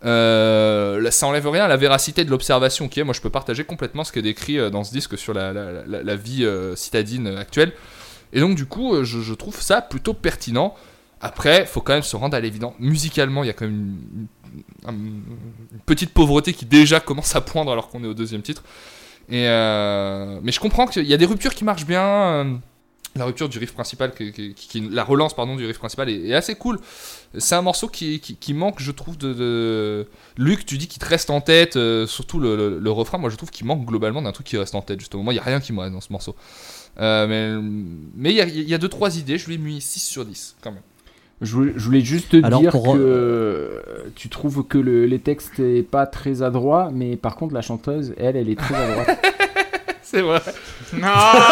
Speaker 2: euh, ça enlève rien à la véracité de l'observation qui est, moi je peux partager complètement ce qui est décrit euh, dans ce disque sur la, la, la, la vie euh, citadine actuelle. Et donc du coup, euh, je, je trouve ça plutôt pertinent. Après, faut quand même se rendre à l'évident. Musicalement, il y a quand même une, une, une petite pauvreté qui déjà commence à poindre alors qu'on est au deuxième titre. Et euh, mais je comprends qu'il y a des ruptures qui marchent bien. Euh, la rupture du riff principal, qui, qui, qui, la relance pardon du riff principal est, est assez cool. C'est un morceau qui, qui, qui manque, je trouve, de, de... Luc, tu dis qu'il te reste en tête, euh, surtout le, le, le refrain. Moi, je trouve qu'il manque globalement d'un truc qui reste en tête. Justement, moi, il y a rien qui me reste dans ce morceau. Euh, mais il y a, y a deux trois idées. Je lui ai mis six sur dix quand même.
Speaker 6: Je voulais, je voulais juste te
Speaker 3: Alors,
Speaker 6: dire
Speaker 3: pour-
Speaker 6: que euh, tu trouves que le, les textes n'est pas très adroit, mais par contre la chanteuse, elle, elle est très adroite.
Speaker 2: C'est vrai.
Speaker 1: Non.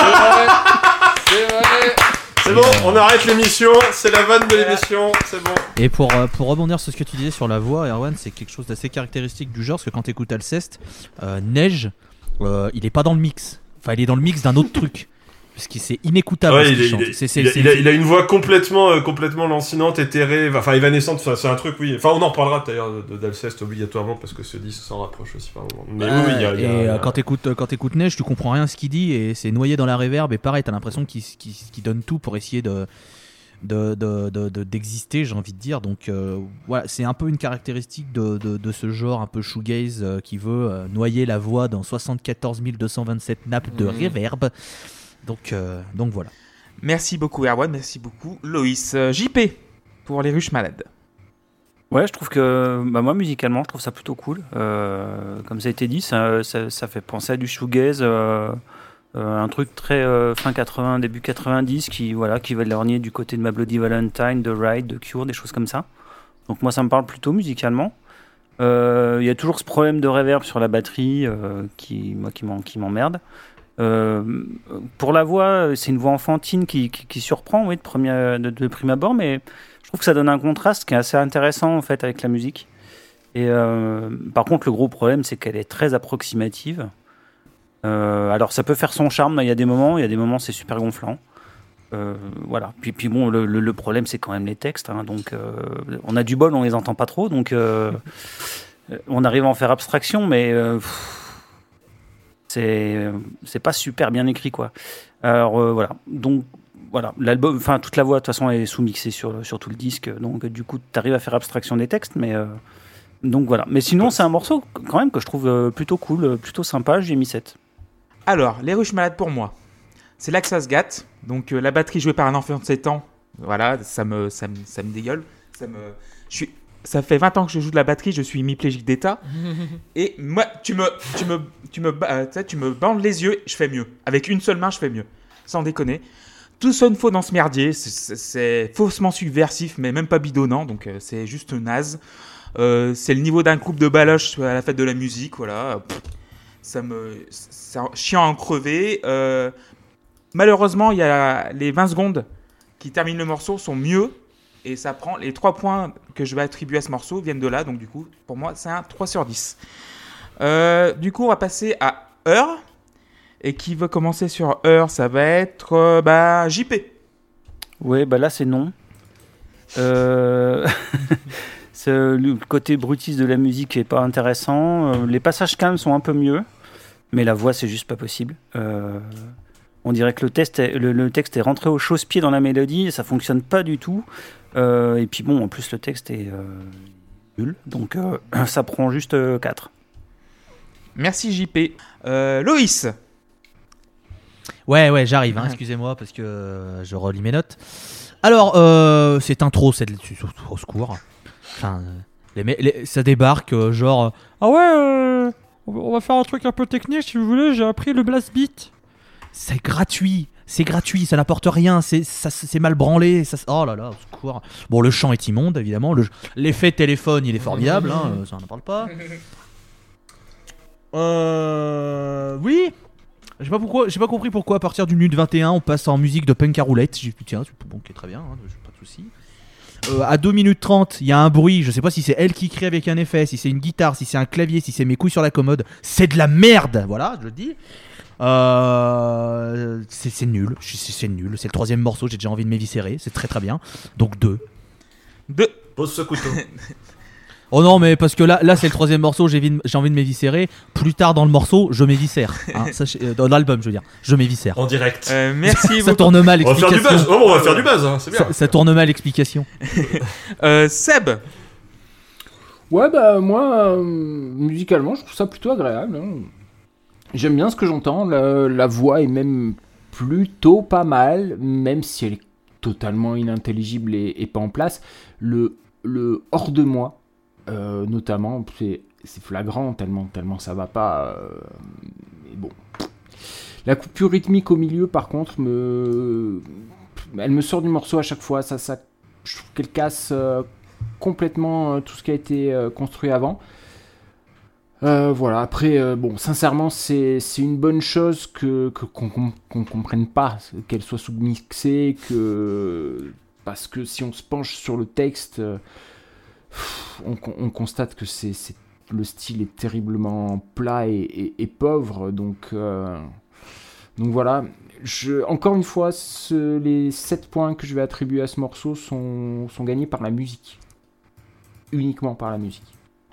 Speaker 2: C'est vrai.
Speaker 4: C'est bon, on arrête l'émission, c'est la vanne de l'émission, c'est bon.
Speaker 3: Et pour, euh, pour rebondir sur ce que tu disais sur la voix, Erwan, c'est quelque chose d'assez caractéristique du genre, parce que quand tu écoutes Alceste, euh, Neige, euh, il est pas dans le mix. Enfin, il est dans le mix d'un autre truc. Parce que c'est inécoutable
Speaker 4: Ouais,
Speaker 3: ce
Speaker 4: il,
Speaker 3: qu'il
Speaker 4: est-
Speaker 3: chante.
Speaker 4: il est-
Speaker 3: C'est- c'est-
Speaker 4: il a,
Speaker 3: c'est-
Speaker 4: il a- il a une voix complètement, euh, complètement lancinante, éthérée, enfin évanescente, enfin, c'est un truc, oui. Enfin, on en reparlera d'ailleurs de, de- d'Alceste obligatoirement parce que ce disque s'en rapproche aussi par moment. Mais oui, oui, il y a. il y
Speaker 3: Et
Speaker 4: a-
Speaker 3: euh,
Speaker 4: il y a-
Speaker 3: quand t'écoutes quand t'écoutes Neige, tu comprends rien à ce qu'il dit et c'est noyé dans la réverb. Et pareil, t'as l'impression qu'il, qu'il, qu'il donne tout pour essayer de, de, de, de- de- d'exister, j'ai envie de dire. Donc euh, voilà, c'est un peu une caractéristique de, de, de ce genre un peu shoegaze euh, qui veut euh, noyer la voix dans soixante-quatorze mille deux cent vingt-sept nappes de
Speaker 2: Mmh.
Speaker 3: réverb. Donc, euh, donc voilà.
Speaker 1: Merci beaucoup Erwan, merci beaucoup Loïs. Euh, J P pour les ruches malades.
Speaker 5: Ouais, je trouve que, bah moi musicalement, je trouve ça plutôt cool. Euh, comme ça a été dit, ça, ça, ça fait penser à du shoegaze, euh, euh, un truc très euh, fin quatre-vingts, début quatre-vingt-dix, qui voilà, qui va lorgner du côté de My Bloody Valentine, de Ride, de Cure, des choses comme ça. Donc moi, ça me parle plutôt musicalement. Euh, Il y a toujours ce problème de reverb sur la batterie euh, qui, moi, qui, m'en, qui m'emmerde. Euh, pour la voix, c'est une voix enfantine qui, qui, qui surprend, oui, de, premier, de, de prime abord, mais je trouve que ça donne un contraste qui est assez intéressant en fait avec la musique. Et euh, par contre, le gros problème, c'est qu'elle est très approximative. Euh, alors, ça peut faire son charme. Il y a des moments, il y a des moments, c'est super gonflant. Euh, voilà. Puis, puis bon, le, le, le problème, c'est quand même les textes. Hein, donc, euh, on a du bol, on les entend pas trop. Donc, euh, on arrive à en faire abstraction, mais euh, pff, c'est c'est pas super bien écrit, quoi. Alors euh, voilà. Donc voilà, l'album, enfin toute la voix de toute façon est sous-mixée sur sur tout le disque. Donc du coup, tu arrives à faire abstraction des textes, mais euh, donc voilà. Mais sinon, c'est un morceau quand même que je trouve plutôt cool, plutôt sympa. J'ai mis sept.
Speaker 1: Alors, Les Ruches Malades pour moi, c'est là que ça se gâte. Donc, euh, la batterie jouée par un enfant de sept ans, voilà, ça me, ça me, ça me dégueule. Ça, me, je suis, ça fait vingt ans que je joue de la batterie, je suis hémiplégique d'état. Et moi, tu me, tu me, tu me, euh, tu sais, tu me bandes les yeux, je fais mieux. Avec une seule main, je fais mieux. Sans déconner. Tout sonne faux dans ce merdier. C'est, c'est, c'est faussement subversif, mais même pas bidonnant. Donc, euh, c'est juste naze. Euh, c'est le niveau d'un groupe de baloches à la fête de la musique, voilà. Pff, ça me, c'est chiant à en crever. Euh, malheureusement, il y a les vingt secondes qui terminent le morceau sont mieux et ça prend les trois points que je vais attribuer à ce morceau viennent de là. Donc du coup, pour moi, c'est un trois sur dix. Euh, du coup, on va passer à Heure et qui veut commencer sur Heure, ça va être euh, bah, J P.
Speaker 5: Ouais, bah là c'est non. Euh... C'est le côté brutiste de la musique qui est pas intéressant. Les passages calmes sont un peu mieux, mais la voix c'est juste pas possible. Euh, on dirait que le texte, est, le, le texte est rentré au chausse-pied dans la mélodie, et ça fonctionne pas du tout. Euh, et puis bon, en plus le texte est euh, nul, donc euh, ça prend juste euh, quatre.
Speaker 1: Merci J P. Euh, Loïs.
Speaker 3: Ouais, ouais, j'arrive, hein, excusez-moi parce que euh, je relis mes notes. Alors, euh, c'est un trop, c'est au secours. Enfin, les, les, ça débarque euh, genre euh, ah ouais, euh, on va faire un truc un peu technique si vous voulez. J'ai appris le blast beat. C'est gratuit, c'est gratuit, ça n'apporte rien. C'est ça, c'est mal branlé. Ça, oh là là, au secours. Bon, le chant est immonde évidemment. Le, l'effet téléphone, il est formidable. Hein, ça on n'en parle pas. Euh, oui. J'ai pas pourquoi, j'ai pas compris pourquoi à partir du minute vingt et un on passe en musique de punk à roulette. J'ai dit tiens, bon, ok, très bien, hein, pas de soucis. Euh, à deux minutes trente, il y a un bruit, je sais pas si c'est elle qui crie avec un effet, si c'est une guitare, si c'est un clavier, si c'est mes couilles sur la commode, c'est de la merde, voilà, je le dis. Euh, c'est, c'est nul, c'est, c'est nul, c'est le troisième morceau, j'ai déjà envie de m'éviscérer, c'est très très bien. Donc deux. Deux.
Speaker 4: Pose ce couteau.
Speaker 3: Oh non, mais parce que là, là c'est le troisième morceau, j'ai envie de, j'ai envie de m'éviscérer. Plus tard dans le morceau, je m'éviscère. Hein, ça, dans l'album, je veux dire, je m'éviscère.
Speaker 4: En direct.
Speaker 1: Euh, merci.
Speaker 3: Ça, ça tourne mal
Speaker 4: l'explication. On va faire du buzz. Oh, on va faire du buzz, hein, c'est bien.
Speaker 3: Ça, ça tourne mal l'explication.
Speaker 1: euh, Seb.
Speaker 6: Ouais, bah moi, euh, musicalement, je trouve ça plutôt agréable. Hein. J'aime bien ce que j'entends. La, la voix est même plutôt pas mal, même si elle est totalement inintelligible et, et pas en place. Le, le hors de moi. Euh, notamment, c'est, c'est flagrant tellement, tellement ça va pas. Euh, mais bon. La coupure rythmique au milieu, par contre, me, elle me sort du morceau à chaque fois. Ça, ça, je trouve qu'elle casse euh, complètement euh, tout ce qui a été euh, construit avant. Euh, voilà. Après, euh, bon, sincèrement, c'est, c'est une bonne chose que, que qu'on, qu'on, qu'on comprenne pas qu'elle soit sous-mixée, que parce que si on se penche sur le texte. Euh, On, on constate que c'est, c'est, le style est terriblement plat et, et, et pauvre, donc, euh, donc voilà. Je, encore une fois, ce, les sept points que je vais attribuer à ce morceau sont, sont gagnés par la musique. Uniquement par la musique.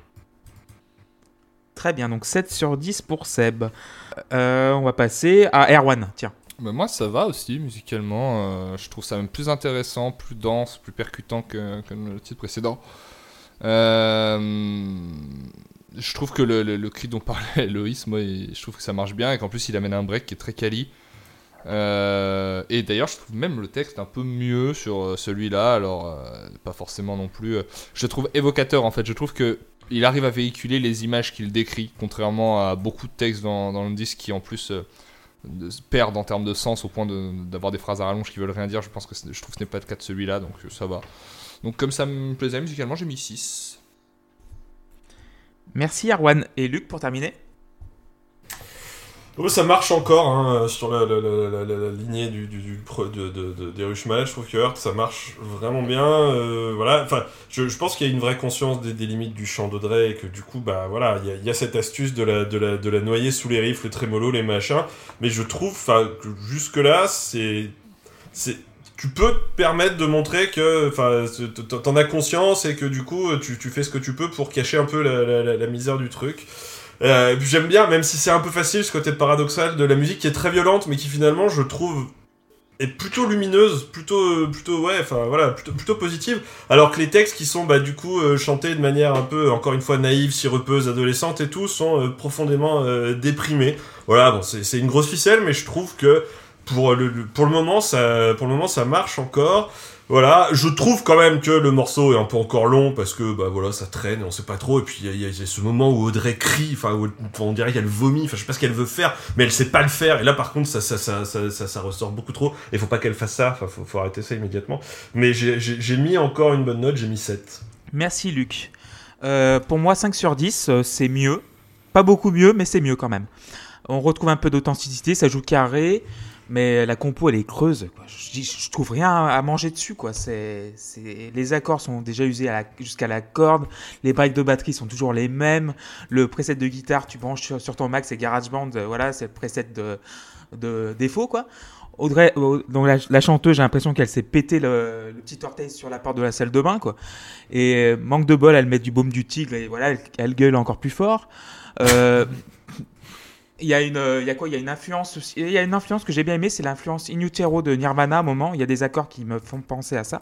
Speaker 1: Très bien, donc sept sur dix pour Seb. Euh, on va passer à Erwan, tiens.
Speaker 2: Bah moi ça va aussi musicalement, euh, je trouve ça même plus intéressant, plus dense, plus percutant que, que le titre précédent. Euh, je trouve que le, le, le cri dont parlait Loïs, moi je trouve que ça marche bien et qu'en plus il amène un break qui est très quali. Euh, et d'ailleurs je trouve même le texte un peu mieux sur celui-là, alors euh, pas forcément non plus. Euh, je le trouve évocateur en fait, je trouve que il arrive à véhiculer les images qu'il décrit, contrairement à beaucoup de textes dans, dans le disque qui en plus euh, de, perdent en termes de sens au point de, d'avoir des phrases à rallonge qui veulent rien dire. Je pense que je trouve que ce n'est pas le cas de celui-là, donc ça va. Donc comme ça me plaisait musicalement, j'ai mis six.
Speaker 1: Merci Erwan. Et Luc pour terminer.
Speaker 4: Oh, ça marche encore hein, sur la, la, la, la, la, la lignée du, du, du, de, de, de, des Rush Malade. Je trouve que Hurt ça marche vraiment bien. Euh, voilà, enfin, je, je pense qu'il y a une vraie conscience des, des limites du chant d'Audrey et que du coup, bah voilà, il y a, il y a cette astuce de la, de, la, de la noyer sous les riffs, le trémolo, les machins. Mais je trouve, enfin, que jusque là, c'est, c'est, tu peux te permettre de montrer que, enfin, t'en as conscience et que du coup, tu, tu fais ce que tu peux pour cacher un peu la, la, la, la misère du truc. Euh, et puis j'aime bien, même si c'est un peu facile, ce côté paradoxal de la musique qui est très violente, mais qui finalement, je trouve, est plutôt lumineuse, plutôt, plutôt ouais, enfin voilà, plutôt, plutôt positive. Alors que les textes qui sont, bah du coup, euh, chantés de manière un peu, encore une fois, naïve, sirupeuse, adolescente et tout, sont euh, profondément euh, déprimés. Voilà, bon, c'est, c'est une grosse ficelle, mais je trouve que pour le, le, pour le moment, ça, pour le moment, ça marche encore. Voilà, je trouve quand même que le morceau est un peu encore long parce que bah voilà, ça traîne et on sait pas trop. Et puis il y, y, y a ce moment où Audrey crie, enfin où on dirait qu'elle vomit, enfin je sais pas ce qu'elle veut faire, mais elle sait pas le faire. Et là par contre ça ça ça ça ça, ça ressort beaucoup trop. Et faut pas qu'elle fasse ça, enfin faut, faut arrêter ça immédiatement. Mais j'ai, j'ai, j'ai mis encore une bonne note, j'ai mis sept.
Speaker 1: Merci Luc. Euh, pour moi cinq sur dix, euh, c'est mieux. Pas beaucoup mieux, mais c'est mieux quand même. On retrouve un peu d'authenticité, ça joue carré. Mais la compo, elle est creuse, quoi. Je, je trouve rien à manger dessus, quoi. C'est, c'est... Les accords sont déjà usés à la... jusqu'à la corde. Les breaks de batterie sont toujours les mêmes. Le preset de guitare, tu branches sur, sur ton Mac, c'est GarageBand. Voilà, c'est le preset de, de défaut, quoi. Audrey, donc la, la chanteuse, j'ai l'impression qu'elle s'est pété le, le petit orteil sur la porte de la salle de bain, quoi. Et manque de bol, elle met du baume du tigre et voilà, elle, elle gueule encore plus fort. Euh... Il y a une, il y a quoi? Il y a une influence aussi. Il y a une influence que j'ai bien aimée, c'est l'influence In Utero de Nirvana à un moment. Il y a des accords qui me font penser à ça.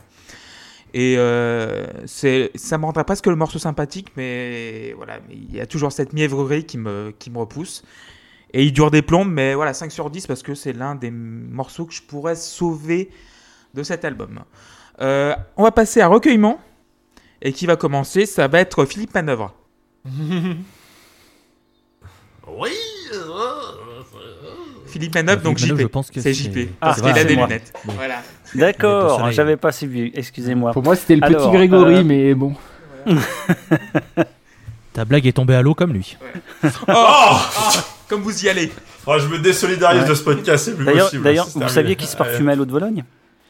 Speaker 1: Et euh, c'est, ça me rendra presque le morceau sympathique, mais voilà, il y a toujours cette mièvrerie qui me, qui me repousse. Et il dure des plombes, mais voilà, cinq sur dix parce que c'est l'un des morceaux que je pourrais sauver de cet album. Euh, on va passer à Recueillement. Et qui va commencer, ça va être Philippe Manœuvre.
Speaker 4: Oui.
Speaker 1: Philippe Manœuvre, donc
Speaker 3: Philippe Manœuvre,
Speaker 1: J P.
Speaker 3: je pense que
Speaker 1: c'est
Speaker 3: c'est-
Speaker 1: J P.
Speaker 5: Ah,
Speaker 1: Parce qu'il a
Speaker 5: c'est
Speaker 1: des
Speaker 5: moi.
Speaker 1: lunettes.
Speaker 3: Bon.
Speaker 1: Voilà.
Speaker 3: Il est au
Speaker 5: D'accord,
Speaker 3: soleil.
Speaker 5: j'avais pas suivi, excusez-moi.
Speaker 6: Pour moi, c'était le
Speaker 5: Alors,
Speaker 6: petit Grégory,
Speaker 5: euh,
Speaker 6: mais bon.
Speaker 3: Ta blague est tombée à l'eau comme lui.
Speaker 1: Oh, oh, comme vous y allez.
Speaker 4: Oh, je me désolidarise
Speaker 5: Ouais.
Speaker 4: de ce podcast, c'est plus
Speaker 5: D'ailleurs,
Speaker 4: possible.
Speaker 5: d'ailleurs
Speaker 4: c'est
Speaker 5: vous
Speaker 4: terminé.
Speaker 5: saviez qu'il se parfumait à l'eau de Vologne?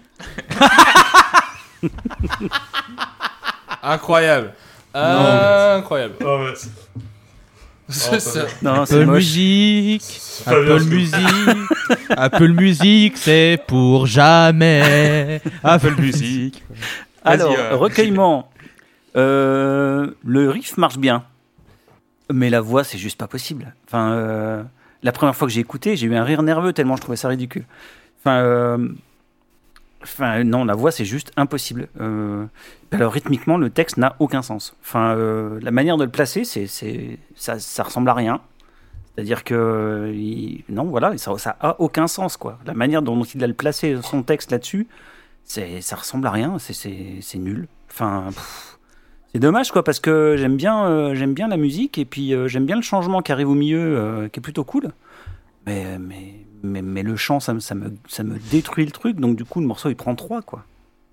Speaker 2: Incroyable. Incroyable.
Speaker 4: Ah ouais.
Speaker 2: C'est ça.
Speaker 5: Non, non, c'est
Speaker 3: Apple
Speaker 5: moche.
Speaker 3: Music,
Speaker 4: C'est pas bien
Speaker 3: Apple
Speaker 4: ce que-
Speaker 3: Music, Apple Music, c'est pour jamais.
Speaker 1: Apple Music.
Speaker 5: Alors,
Speaker 1: Vas-y, euh,
Speaker 5: recueillement. Euh, le riff marche bien, mais la voix, c'est juste pas possible. Enfin, euh, la première fois que j'ai écouté, j'ai eu un rire nerveux tellement je trouvais ça ridicule. Enfin, euh, enfin non, la voix, c'est juste impossible. Euh, alors, rythmiquement, le texte n'a aucun sens. Enfin, euh, la manière de le placer, c'est, c'est, ça, ça ressemble à rien. C'est-à-dire que il- non, voilà, ça, ça a aucun sens, quoi. La manière dont il a le placé son texte là-dessus, c'est, ça ressemble à rien. C'est, c'est, c'est nul. Enfin. Pff. C'est dommage, quoi, parce que j'aime bien, euh, j'aime bien la musique et puis euh, j'aime bien le changement qui arrive au milieu, euh, qui est plutôt cool. Mais, mais, mais, mais le chant, ça me, ça, me, ça me détruit le truc, donc du coup, le morceau, il prend trois, quoi.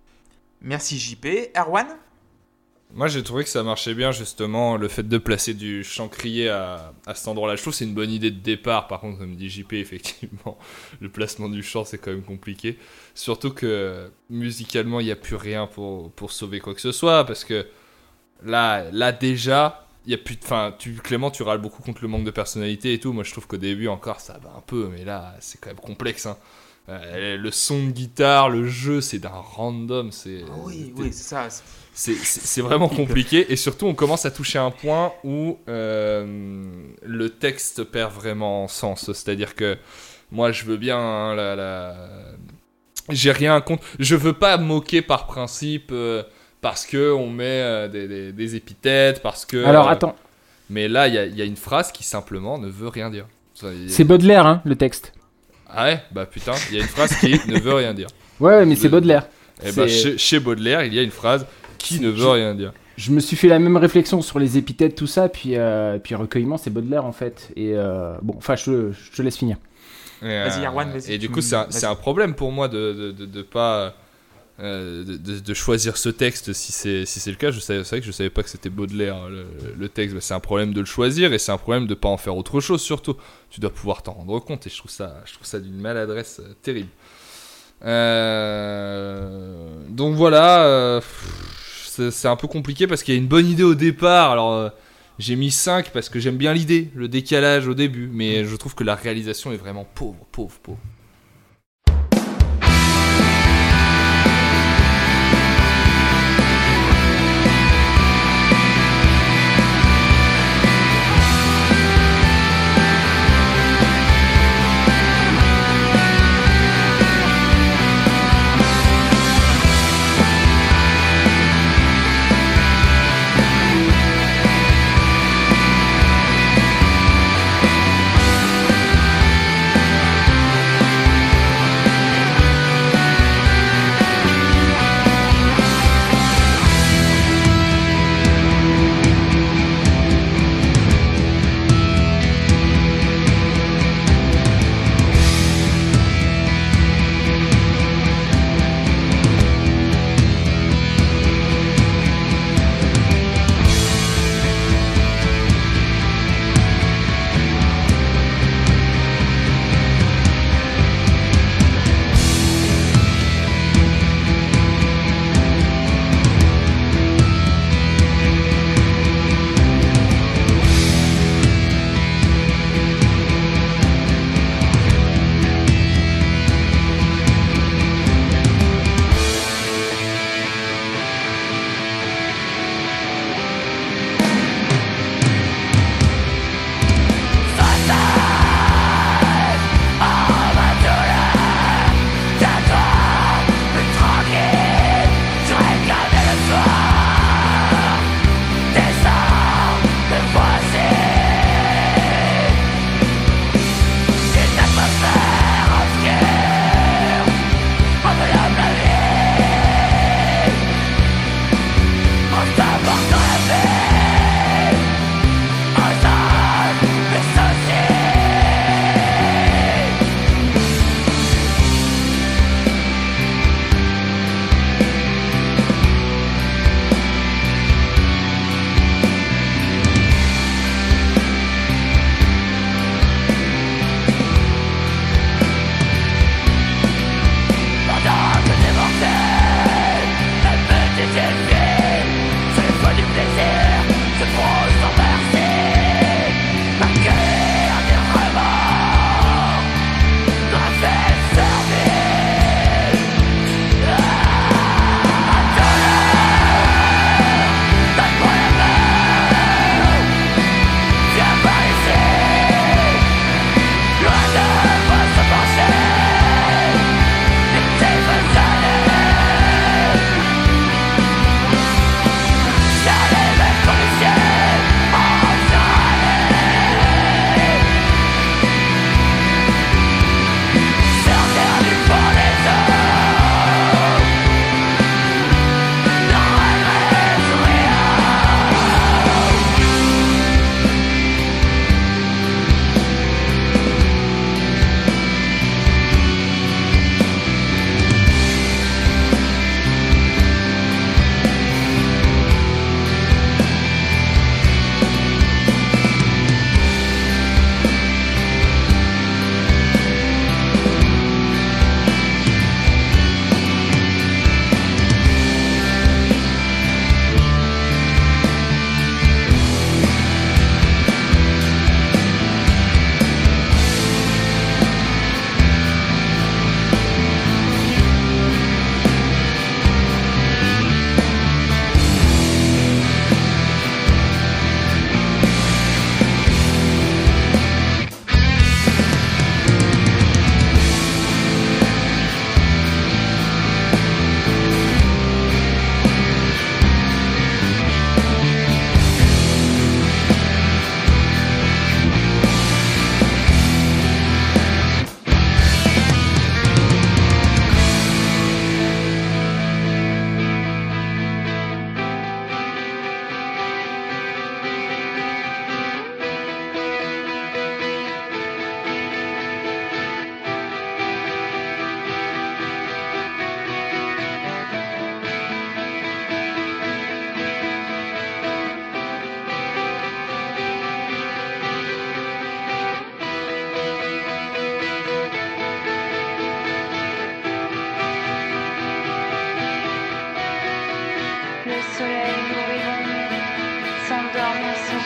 Speaker 1: Merci J P. Erwan.
Speaker 2: Moi, j'ai trouvé que ça marchait bien, justement, le fait de placer du chant crié à, à cet endroit-là. Je trouve que c'est une bonne idée de départ. Par contre, comme dit J P, effectivement, le placement du chant, c'est quand même compliqué. Surtout que, musicalement, il n'y a plus rien pour, pour sauver quoi que ce soit, parce que là, là déjà, il y a plus de... Enfin, tu, Clément, tu râles beaucoup contre le manque de personnalité et tout. Moi, je trouve qu'au début, encore, ça va un peu, mais là, c'est quand même complexe, hein. Euh, le son de guitare, le jeu, c'est d'un random, c'est...
Speaker 1: Ah oui, oui, c'est ça. c'est-
Speaker 2: C'est, c'est, c'est vraiment compliqué et surtout on commence à toucher un point où euh, le texte perd vraiment sens. C'est-à-dire que moi je veux bien hein, la, la... j'ai rien contre. Je veux pas moquer par principe euh, parce que on met euh, des, des, des épithètes, parce que.
Speaker 6: Alors
Speaker 2: euh,
Speaker 6: attends,
Speaker 2: Mais là il y a, y a une phrase qui simplement ne veut rien dire. Ça, y a-
Speaker 6: c'est Baudelaire, hein, le texte.
Speaker 2: Ah ouais, bah putain, il y a une phrase qui ne veut rien dire.
Speaker 6: Ouais, ouais, mais c'est Baudelaire.
Speaker 2: Et bah
Speaker 6: C'est-
Speaker 2: chez, chez Baudelaire il y a une phrase qui ne veut rien dire.
Speaker 6: Je me suis fait la même réflexion sur les épithètes, tout ça, puis, euh, puis recueillement, c'est Baudelaire en fait. Et euh, bon, enfin, je, je te laisse finir.
Speaker 2: Et,
Speaker 1: Vas-y,
Speaker 2: euh,
Speaker 1: Erwan, vas-y,
Speaker 2: Et du
Speaker 1: tu
Speaker 2: coup,
Speaker 1: me-
Speaker 2: c'est un,
Speaker 1: vas-y.
Speaker 2: c'est un problème pour moi de de, de, de pas euh, de, de, de choisir ce texte si c'est si c'est le cas. Je savais, c'est vrai que je savais pas que c'était Baudelaire le, le texte. Bah, c'est un problème de le choisir et c'est un problème de pas en faire autre chose surtout. Tu dois pouvoir t'en rendre compte et je trouve ça je trouve ça d'une maladresse euh, terrible. Euh, donc voilà, euh, c'est, c'est un peu compliqué parce qu'il y a une bonne idée au départ. Alors euh, j'ai mis cinq parce que j'aime bien l'idée, le décalage au début, mais je trouve que la réalisation est vraiment pauvre, pauvre, pauvre.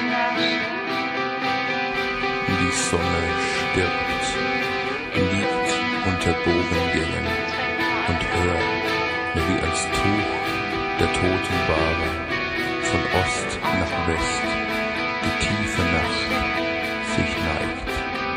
Speaker 8: Die Sonne stirbt, liegt unter Bogengängen und hört, wie als Tuch der Totenware von Ost nach West die tiefe Nacht sich neigt.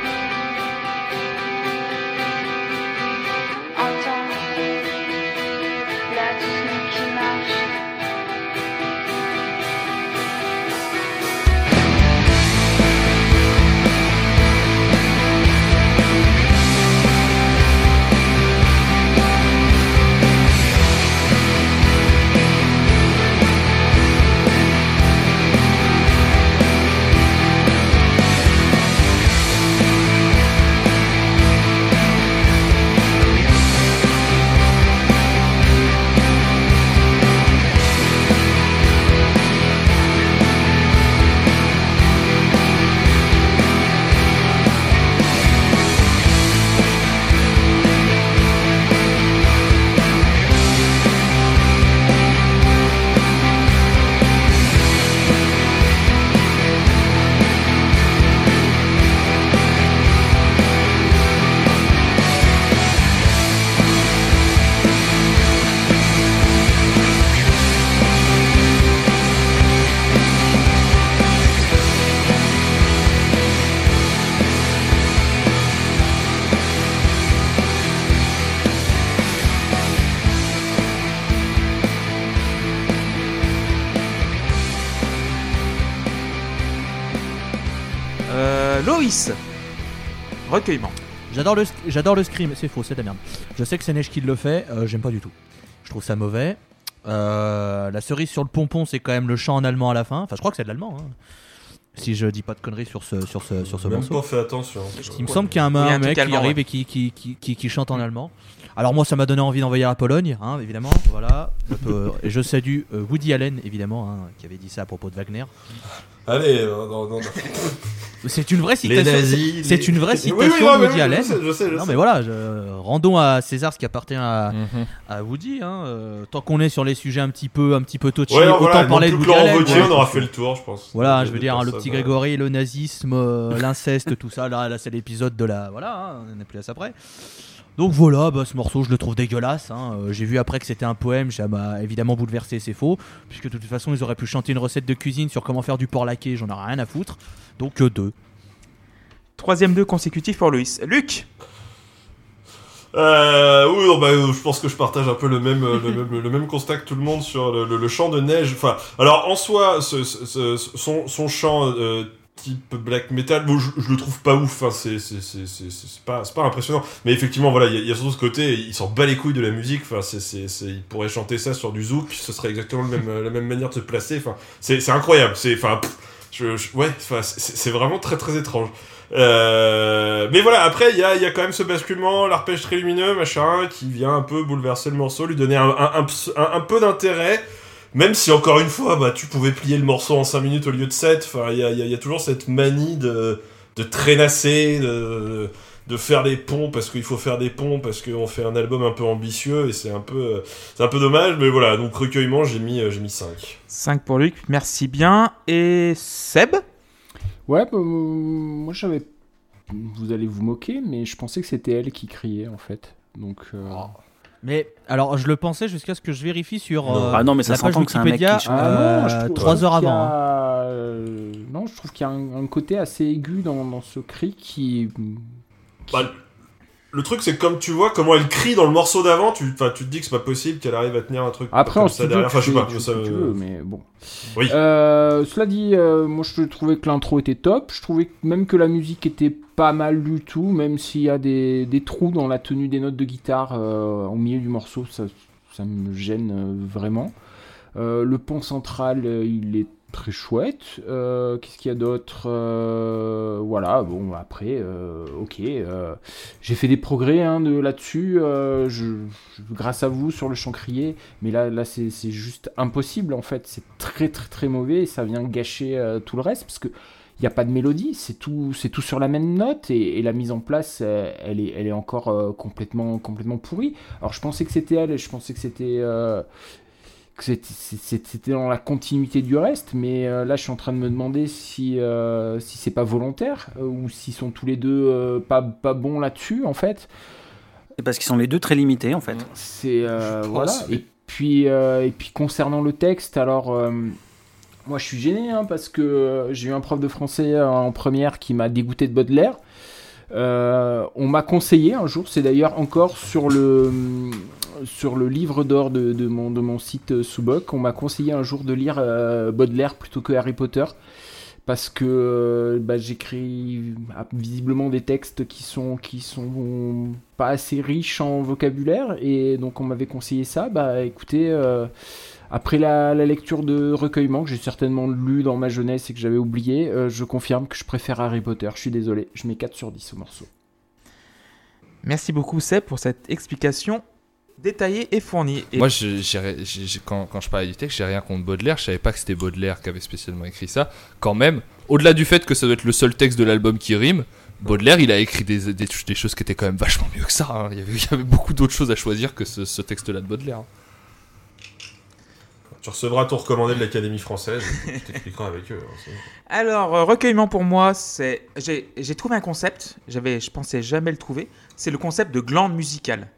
Speaker 1: Euh, Loïs, recueillement.
Speaker 3: J'adore le, j'adore le scream, c'est faux, c'est de la merde. Je sais que c'est Neige qui le fait, euh, j'aime pas du tout. Je trouve ça mauvais. Euh, la cerise sur le pompon, c'est quand même le chant en allemand à la fin. Enfin, je crois que c'est de l'allemand. Hein. Si je dis pas de conneries sur ce, sur ce, sur ce
Speaker 4: Même
Speaker 3: morceau.
Speaker 4: pas fait attention.
Speaker 3: Il me semble qu'il y a un,
Speaker 1: Oui, un
Speaker 3: un mec
Speaker 1: truc
Speaker 3: qui
Speaker 1: allemand,
Speaker 3: arrive
Speaker 1: ouais.
Speaker 3: et qui, qui, qui, qui, qui chante en allemand. Alors moi, ça m'a donné envie d'envahir la Pologne, hein, évidemment. Voilà. Euh, et je salue euh, Woody Allen, évidemment, hein, qui avait dit ça à propos de Wagner.
Speaker 4: Allez, non, non, non.
Speaker 3: C'est une vraie
Speaker 9: Les
Speaker 3: citation.
Speaker 9: nazis.
Speaker 3: C'est
Speaker 9: les-
Speaker 3: une vraie
Speaker 4: Oui,
Speaker 3: citation
Speaker 4: oui, non,
Speaker 3: de
Speaker 4: mais
Speaker 3: Woody
Speaker 4: oui,
Speaker 3: Allen.
Speaker 4: Je sais, je sais, je
Speaker 3: Non
Speaker 4: sais.
Speaker 3: mais voilà, je- rendons à César ce qui appartient à,
Speaker 2: Mhm.
Speaker 3: à Woody. Hein. Euh, tant qu'on est sur les sujets un petit peu, un petit peu touchy,
Speaker 4: Ouais, non,
Speaker 3: autant
Speaker 4: voilà, non
Speaker 3: parler de
Speaker 4: plus que
Speaker 3: Woody
Speaker 4: Laurent
Speaker 3: Allen.
Speaker 4: Wauquiez,
Speaker 3: ouais.
Speaker 4: on aura fait le tour, je pense.
Speaker 3: Voilà,
Speaker 4: Des-
Speaker 3: je veux
Speaker 4: des
Speaker 3: dire, hein, le
Speaker 4: personnes,
Speaker 3: petit
Speaker 4: ouais.
Speaker 3: Grégory, le nazisme, euh, l'inceste, tout ça. Là, là c'est l'épisode de la. Voilà, hein, on n'est plus à ça près. Donc voilà, bah, ce morceau, je le trouve dégueulasse. Hein. Euh, j'ai vu après que c'était un poème, ça m'a évidemment bouleversé, c'est faux. Puisque de toute façon, ils auraient pu chanter une recette de cuisine sur comment faire du porc laqué, j'en aurais rien à foutre. Donc euh, deux.
Speaker 1: Troisième deux consécutif pour Loïs. Luc,
Speaker 4: Euh, oui, non, bah, euh, je pense que je partage un peu le même, euh, le, même, le même constat que tout le monde sur le, le, le chant de neige. Enfin, alors en soi, ce, ce, ce- son, son chant euh, type black metal, bon, je, je le trouve pas ouf. Enfin, c'est, c'est, c'est, c'est, c'est pas, c'est pas impressionnant. Mais effectivement, voilà, il y, a- il y a surtout ce côté, il s'en bat les couilles de la musique. Enfin, c'est, c'est, c'est, il pourrait chanter ça sur du zouk, ce serait exactement le même, la même manière de se placer. Enfin, c'est, c'est incroyable. C'est, enfin, pff, je, je- ouais, enfin, c'est, c'est vraiment très, très étrange. Euh, mais voilà, après il y a, il y a quand même ce basculement, l'arpège très lumineux, machin, qui vient un peu bouleverser le morceau, lui donner un, un, un, un- un peu d'intérêt, même si encore une fois, bah, tu pouvais plier le morceau en cinq minutes au lieu de sept. Enfin, il y a, il y a- il y a toujours cette manie de, de traînasser, de, de faire des ponts parce qu'il faut faire des ponts, parce qu'on fait un album un peu ambitieux, et c'est un peu, c'est un peu dommage, mais voilà, donc recueillement, j'ai mis, j'ai mis cinq.
Speaker 1: cinq pour Luc, merci bien. Et Seb,
Speaker 6: Ouais, bah, euh, moi j'avais. Vous allez vous moquer, mais je pensais que c'était elle qui criait en fait. Donc. euh,
Speaker 3: Mais alors, je le pensais jusqu'à ce que je vérifie sur euh,
Speaker 5: Ah non, mais ça
Speaker 3: la page
Speaker 5: s'entend que c'est un mec
Speaker 3: Wikipédia
Speaker 5: qui chante.
Speaker 6: Ah non, je
Speaker 3: euh,
Speaker 6: trouve-
Speaker 3: trois
Speaker 6: je
Speaker 3: heures
Speaker 6: trouve qu'il y
Speaker 3: avant. hein.
Speaker 6: a, euh, Non, je trouve qu'il y a un, un côté assez aigu dans, dans ce cri qui. qui-
Speaker 4: Bah, le truc, c'est que comme tu vois comment elle crie dans le morceau d'avant, tu, enfin, tu te dis que c'est pas possible qu'elle arrive à tenir un truc
Speaker 6: Après,
Speaker 4: comme
Speaker 6: en
Speaker 4: ça
Speaker 6: studio,
Speaker 4: derrière.
Speaker 6: tu
Speaker 4: Enfin, je sais
Speaker 6: fais-
Speaker 4: pas,
Speaker 6: tu
Speaker 4: ça,
Speaker 6: fais ce que tu
Speaker 4: euh,
Speaker 6: veux, mais bon.
Speaker 4: Oui.
Speaker 6: Euh, cela dit, euh, moi je trouvais que l'intro était top. Je trouvais même que la musique était pas mal du tout, même s'il y a des, des trous dans la tenue des notes de guitare euh, au milieu du morceau, ça, ça me gêne euh, vraiment. Euh, le pont central, euh, il est très chouette. Euh, Qu'est-ce qu'il y a d'autre Euh, Voilà, bon, après, euh, ok. euh, J'ai fait des progrès hein, de, là-dessus, euh, je, je- grâce à vous sur le chant crié, mais là, là c'est c'est juste impossible en fait. C'est très, très, très mauvais et ça vient gâcher euh, tout le reste parce que. Il n'y a pas de mélodie, c'est tout, c'est tout sur la même note et, et la mise en place, euh, elle est, elle est encore euh, complètement, complètement pourrie. Alors je pensais que c'était elle, et je pensais que c'était, euh, que c'était, c'était dans la continuité du reste, mais euh, là je suis en train de me demander si, euh, si c'est pas volontaire euh, ou s'ils sont tous les deux euh, pas, pas bons là-dessus en fait.
Speaker 5: C'est parce qu'ils sont les deux très limités en fait.
Speaker 6: C'est euh,
Speaker 2: Je pense,
Speaker 6: voilà.
Speaker 2: oui.
Speaker 6: Et puis euh, et puis concernant le texte, alors euh, moi je suis gêné hein, parce que euh, j'ai eu un prof de français euh, en première qui m'a dégoûté de Baudelaire. Euh, on m'a conseillé un jour, c'est d'ailleurs encore sur le sur le livre d'or de, de mon de mon site euh, Subok, on m'a conseillé un jour de lire euh, Baudelaire plutôt que Harry Potter. Parce que euh, bah, j'écris visiblement des textes qui sont, qui sont pas assez riches en vocabulaire, et donc on m'avait conseillé ça. Bah écoutez, euh, après la, la lecture de Recueillement, que j'ai certainement lu dans ma jeunesse et que j'avais oublié, euh, je confirme que je préfère Harry Potter. Je suis désolé, je mets quatre sur dix au morceau.
Speaker 1: Merci beaucoup Seb pour cette explication détaillée et fournie. Et
Speaker 2: Moi, je- j'ai- j'ai- j'ai- quand, quand je parlais du texte, j'ai rien contre Baudelaire. Je savais pas que c'était Baudelaire qui avait spécialement écrit ça. Quand même, au-delà du fait que ça doit être le seul texte de l'album qui rime, Baudelaire, il a écrit des, des, des choses qui étaient quand même vachement mieux que ça. hein. Il, y avait, il y avait beaucoup d'autres choses à choisir que ce, ce texte-là de Baudelaire.
Speaker 4: Tu recevras ton recommandé de l'Académie française, je t'expliquerai avec eux. hein, c'est-
Speaker 1: alors, euh, recueillement pour moi, c'est j'ai j'ai trouvé un concept. J'avais, je pensais jamais le trouver. C'est le concept de glande musicale.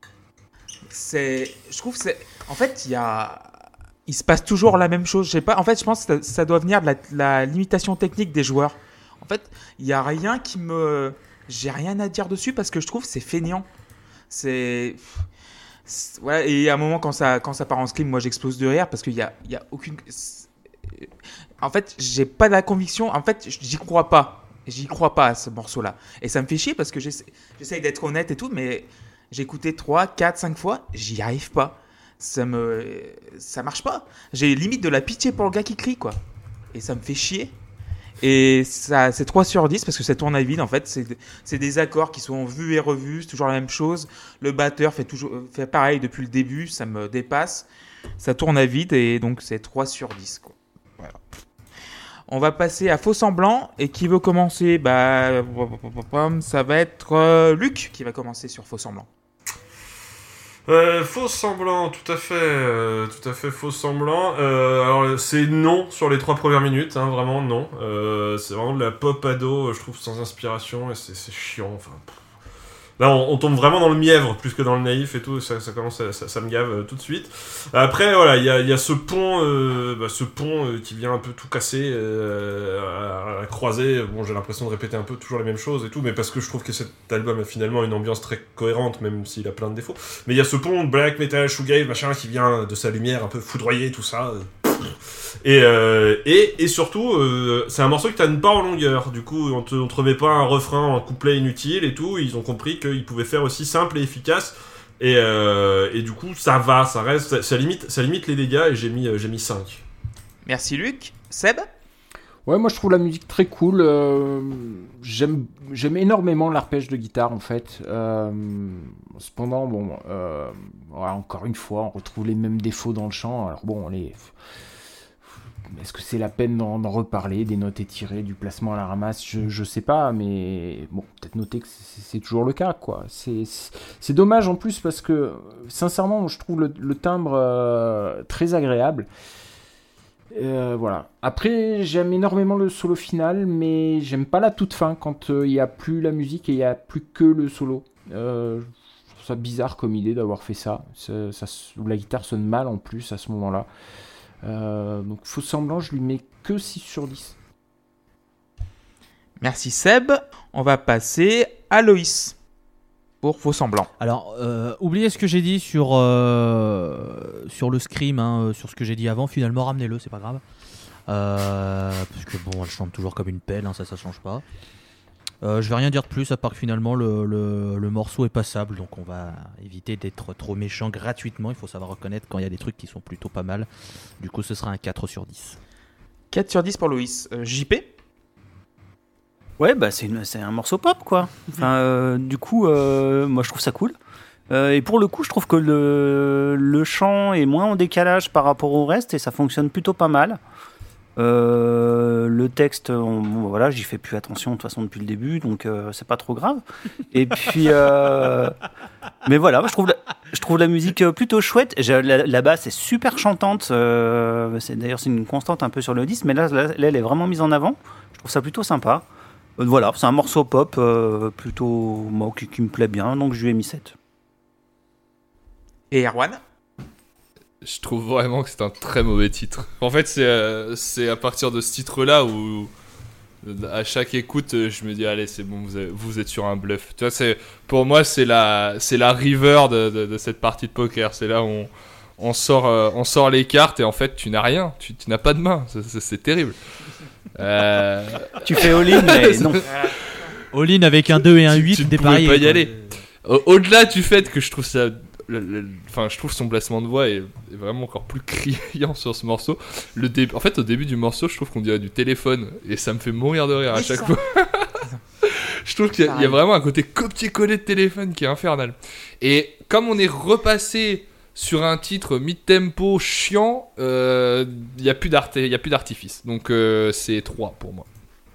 Speaker 1: C'est, je trouve, que c'est, en fait, il y a, il se passe toujours la même chose. Je sais pas. En fait, je pense que ça, ça doit venir de la, la limitation technique des joueurs. En fait, il y a rien qui me, j'ai rien à dire dessus parce que je trouve que c'est feignant. C'est, c'est- ouais. Et à un moment quand ça, quand ça part en scream, moi j'explose de rire parce qu'il y a, il y a aucune. c'est- En fait, j'ai pas la conviction. En fait, j'y crois pas. J'y crois pas à ce morceau-là. Et ça me fait chier parce que j'essa- j'essaye d'être honnête et tout, mais j'ai écouté trois, quatre, cinq fois, j'y arrive pas. Ça me, ça marche pas. J'ai limite de la pitié pour le gars qui crie, quoi. Et ça me fait chier. Et ça, c'est trois sur dix parce que ça tourne à vide, en fait. C'est, c'est des accords qui sont vus et revus, c'est toujours la même chose. Le batteur fait toujours, fait pareil depuis le début, ça me dépasse. Ça tourne à vide et donc c'est trois sur dix, quoi. Voilà. On va passer à Faux Semblant. Et qui veut commencer? Bah, ça va être euh, Luc qui va commencer sur Faux Semblant.
Speaker 4: Euh, faux semblant, tout à fait, euh, tout à fait faux semblant. Euh, alors c'est non sur les trois premières minutes, hein, vraiment non. Euh, c'est vraiment de la pop ado, je trouve, sans inspiration et c'est, c'est chiant. Enfin, pff. Là, on, on tombe vraiment dans le mièvre plus que dans le naïf et tout. Ça, ça commence, à, ça, ça me gave euh, tout de suite. Après, voilà, il y a, il y a ce pont, euh, bah, ce pont euh, qui vient un peu tout casser, euh, à, à la croisée. Bon, j'ai l'impression de répéter un peu toujours les mêmes choses et tout, mais parce que je trouve que cet album a finalement une ambiance très cohérente, même s'il a plein de défauts. Mais il y a ce pont black metal, shoegaze, machin, qui vient de sa lumière un peu foudroyée, tout ça. Et, euh, et, et surtout, euh, c'est un morceau qui t'amène pas en longueur. Du coup, on te, on te remet pas un refrain, un couplet inutile et tout. Ils ont compris qu'ils pouvaient faire aussi simple et efficace. Et, euh, et du coup, ça va, ça reste, ça, ça limite, ça limite les dégâts. Et j'ai mis, euh, j'ai mis cinq.
Speaker 1: Merci Luc. Seb?
Speaker 6: Ouais, moi je trouve la musique très cool. euh, j'aime, j'aime énormément l'arpège de guitare en fait. Euh, cependant, bon, euh, voilà, encore une fois, on retrouve les mêmes défauts dans le chant. Alors bon, les, est-ce que c'est la peine d'en, d'en reparler, des notes étirées, du placement à la ramasse, je, je sais pas, mais bon, peut-être noter que c'est, c'est toujours le cas, quoi. C'est, c'est, c'est dommage en plus parce que, sincèrement, je trouve le, le timbre euh, très agréable. Euh, voilà. Après, j'aime énormément le solo final, mais j'aime pas la toute fin quand il euh, n'y a plus la musique et il n'y a plus que le solo. Euh, je trouve ça bizarre comme idée d'avoir fait ça. ça, ça la guitare sonne mal en plus à ce moment-là. Euh, donc, Faux Semblant, je lui mets que six sur dix.
Speaker 1: Merci Seb. On va passer à Loïs pour Faux Semblant.
Speaker 3: Alors, euh, oubliez ce que j'ai dit sur, euh, sur le scream, hein, euh, sur ce que j'ai dit avant. Finalement, ramenez-le, c'est pas grave. Euh, parce que bon, elle chante toujours comme une pelle, hein, ça, ça change pas. Euh, je vais rien dire de plus, à part que finalement, le, le, le morceau est passable. Donc, on va éviter d'être trop méchant gratuitement. Il faut savoir reconnaître quand il y a des trucs qui sont plutôt pas mal. Du coup, ce sera un quatre sur dix.
Speaker 1: quatre sur dix pour Loïs. Euh, J P?
Speaker 5: Ouais, bah c'est, une, c'est un morceau pop, quoi. Enfin, euh, du coup, euh, moi je trouve ça cool. Euh, et pour le coup, je trouve que le, le chant est moins en décalage par rapport au reste et ça fonctionne plutôt pas mal. Euh, le texte, on- bon, voilà, j'y fais plus attention de toute façon depuis le début, donc euh, c'est pas trop grave. Et puis, euh, mais voilà, moi, je trouve la, je trouve la musique euh, plutôt chouette. J'ai- La, la basse est super chantante. euh, c'est d'ailleurs c'est une constante un peu sur le disque, mais là, là, là, elle est vraiment mise en avant. Je trouve ça plutôt sympa. Euh, voilà, c'est un morceau pop euh, plutôt moi, qui, qui me plaît bien, donc je lui ai mis sept.
Speaker 1: Et Erwan?
Speaker 2: Je trouve vraiment que c'est un très mauvais titre. En fait, c'est euh, c'est à partir de ce titre-là où, euh, à chaque écoute, euh, je me dis, allez, c'est bon, vous, avez- vous êtes sur un bluff. Tu vois, c'est, pour moi, c'est la, c'est la river de, de, de cette partie de poker. C'est là où on, on, sort, euh, on sort les cartes et en fait, tu n'as rien. Tu, tu n'as pas de main. C'est, c'est, c'est terrible. Euh,
Speaker 5: Tu fais all-in, mais non.
Speaker 3: All-in avec un deux et un
Speaker 2: tu-
Speaker 3: huit,
Speaker 2: tu ne
Speaker 3: dépareillé.
Speaker 2: pouvais pas y
Speaker 3: quoi.
Speaker 2: aller. Au- Au-delà du fait que je trouve ça. le- le- Enfin, je trouve son placement de voix est, est vraiment encore plus criant sur ce morceau. Le dé- en fait, au début du morceau, je trouve qu'on dirait du téléphone et ça me fait mourir de rire à
Speaker 1: Oui,
Speaker 2: chaque
Speaker 1: ça.
Speaker 2: fois. Je trouve qu'il y, a- il y a
Speaker 1: Pareil.
Speaker 2: vraiment un côté copier-coller de téléphone qui est infernal. Et comme on est repassé sur un titre mid-tempo chiant, euh, il n'y a plus d'art- il y a plus d'artifice. Donc euh, c'est trois pour moi.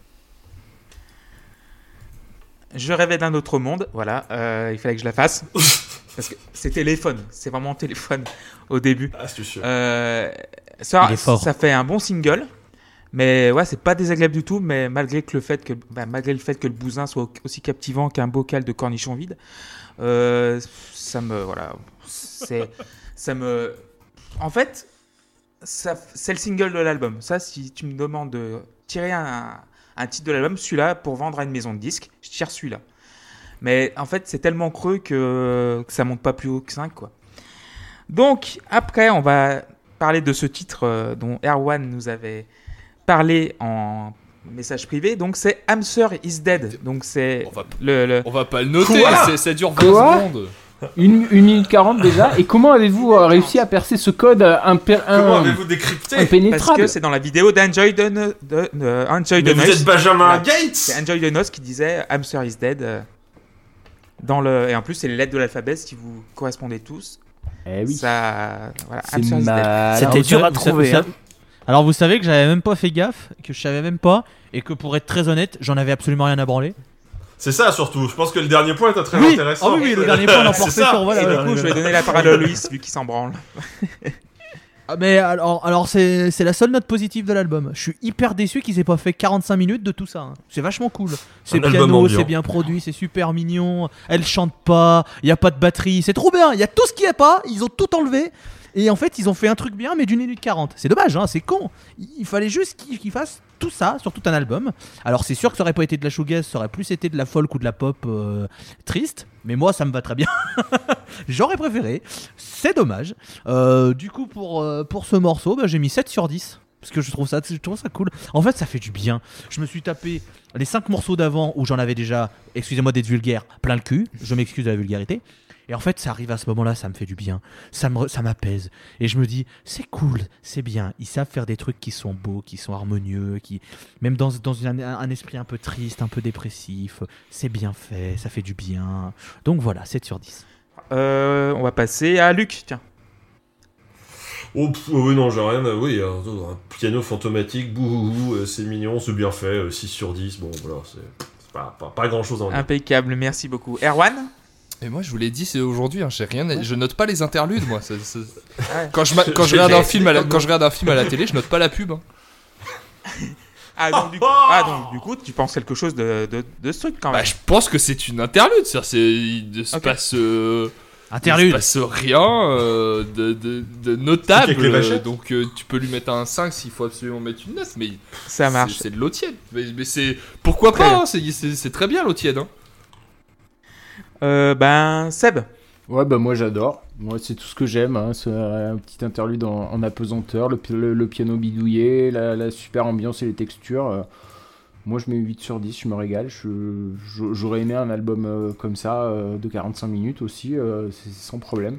Speaker 1: Je rêvais d'un autre monde, voilà, euh, il fallait que je la fasse. Parce que c'est téléphone, c'est vraiment téléphone au début.
Speaker 4: Ah, c'est sûr.
Speaker 1: Euh, ça,
Speaker 3: Il est fort.
Speaker 1: ça fait un bon single, mais ouais, c'est pas désagréable du tout. Mais malgré que le fait que, bah, malgré le fait que le bousin soit aussi captivant qu'un bocal de cornichons vide, euh, ça me, voilà, c'est, ça me, en fait, ça, c'est le single de l'album. Ça, si tu me demandes de tirer un, un titre de l'album, celui-là pour vendre à une maison de disques, je tire celui-là. Mais en fait, c'est tellement creux que, que ça monte pas plus haut que cinq, quoi. Donc, après, on va parler de ce titre euh, dont Erwan nous avait parlé en message privé. Donc, c'est Hamster is Dead. Donc, c'est
Speaker 2: On va,
Speaker 1: le, le-
Speaker 2: on va pas le noter,
Speaker 4: Quoi
Speaker 2: c'est- ça dure vingt
Speaker 6: Quoi
Speaker 2: secondes.
Speaker 6: Une, une minute quarante déjà. Et comment avez-vous euh, réussi à percer ce code euh, impé-
Speaker 4: Comment
Speaker 6: un-
Speaker 4: avez-vous décrypté?
Speaker 1: parce
Speaker 6: impénétrable
Speaker 1: que c'est dans la vidéo d'Enjoy the, No- de, de- Enjoy
Speaker 4: Mais
Speaker 1: the
Speaker 4: vous
Speaker 1: Noise.
Speaker 4: êtes Benjamin
Speaker 1: Voilà.
Speaker 4: Gates.
Speaker 1: C'est Enjoy the Noise qui disait Hamster is Dead. euh, dans le... Et en plus, c'est les lettres de l'alphabet, si vous correspondez tous.
Speaker 6: Eh oui.
Speaker 1: Ça, voilà,
Speaker 6: C'est
Speaker 1: Hamster is Dead.
Speaker 6: mal.
Speaker 5: C'était
Speaker 3: Alors, vous
Speaker 5: dur
Speaker 3: savez-
Speaker 5: à
Speaker 3: vous savez-
Speaker 5: trouver,
Speaker 3: vous
Speaker 5: hein.
Speaker 3: savez- Alors vous savez que j'avais même pas fait gaffe, que je savais même pas, et que pour être très honnête, j'en avais absolument rien à branler.
Speaker 4: C'est ça surtout. Je pense que le dernier point est très
Speaker 3: Oui.
Speaker 4: intéressant.
Speaker 3: Ah oui, oui, le dernier point, on l'emportait
Speaker 4: C'est ça.
Speaker 3: sur- voilà.
Speaker 1: Et
Speaker 3: ouais,
Speaker 1: du coup,
Speaker 3: ouais,
Speaker 1: je vais
Speaker 3: ouais.
Speaker 1: donner la parole à Loïs, vu qu'il s'en branle.
Speaker 3: Ah, mais alors, alors c'est, c'est la seule note positive de l'album. Je suis hyper déçu qu'ils aient pas fait quarante-cinq minutes de tout ça. hein. C'est vachement cool. C'est
Speaker 4: Un album
Speaker 3: piano,
Speaker 4: ambiant.
Speaker 3: c'est bien produit, c'est super mignon. Elle chante pas, il y a pas de batterie, c'est trop bien. Il y a tout ce qu'il y a pas, ils ont tout enlevé. Et en fait, ils ont fait un truc bien, mais d'une minute quarante. C'est dommage, hein, c'est con. Il fallait juste qu'ils, qu'ils fassent tout ça sur tout un album. Alors, c'est sûr que ça aurait pas été de la shoegaze, ça aurait plus été de la folk ou de la pop euh, triste. Mais moi, ça me va très bien. J'aurais préféré. C'est dommage. Euh, du coup, pour, euh, pour ce morceau, bah, j'ai mis sept sur dix. Parce que je trouve, ça, je trouve ça cool. En fait, ça fait du bien. Je me suis tapé les cinq morceaux d'avant où j'en avais déjà, excusez-moi d'être vulgaire, plein le cul. Je m'excuse de la vulgarité. Et en fait, ça arrive à ce moment-là, ça me fait du bien. Ça me, ça m'apaise. Et je me dis, c'est cool, c'est bien. Ils savent faire des trucs qui sont beaux, qui sont harmonieux, qui, même dans, dans un, un esprit un peu triste, un peu dépressif, c'est bien fait, ça fait du bien. Donc voilà, sept sur dix.
Speaker 1: Euh, on va passer à Luc, tiens.
Speaker 4: Oh pff, oui, non, j'ai rien. à- Oui, un, un piano fantomatique, bouhouhou, euh, c'est mignon, c'est bien fait, euh, six sur dix. Bon, voilà, c'est c'est pas, pas, pas grand chose à en dire.
Speaker 1: Impeccable, merci beaucoup. Erwan?
Speaker 2: Et moi, je vous l'ai dit, c'est aujourd'hui. Hein, j'ai rien. à- Je note pas les interludes, moi. C'est- c'est-
Speaker 1: Ouais.
Speaker 2: Quand je, ma- quand je
Speaker 4: J'ai-
Speaker 2: regarde un
Speaker 4: j'ai-
Speaker 2: film, à la, quand je regarde un film à la télé, je note pas la pub. hein.
Speaker 1: Ah donc, du coup, ah, donc, du coup, tu penses quelque chose de, de, de ce truc quand même.
Speaker 2: Bah, je pense que c'est une interlude. C'est-à-dire, c'est il ne se
Speaker 1: Ok.
Speaker 2: passe. euh,
Speaker 3: Interlude.
Speaker 2: Il se passe rien euh, de, de, de notable.
Speaker 4: Avec les vachettes.
Speaker 2: euh, donc, euh, tu peux lui mettre un cinq s'il faut absolument mettre une neuf. Mais
Speaker 1: Ça marche.
Speaker 2: c'est, c'est de l'eau tiède. Mais, mais c'est pourquoi
Speaker 1: Très
Speaker 2: pas
Speaker 1: bien.
Speaker 2: hein, c'est, c'est, c'est très bien l'eau tiède. Hein.
Speaker 1: Euh, ben, Seb.
Speaker 6: Ouais, bah moi j'adore. Moi c'est tout ce que j'aime. Hein. C'est un petit interlude en, en apesanteur, le, pi- le, le piano bidouillé, la, la super ambiance et les textures. euh, Moi je mets huit sur dix, je me régale. Je, je- j'aurais aimé un album euh, comme ça euh, de quarante-cinq minutes aussi, euh, c'est sans problème.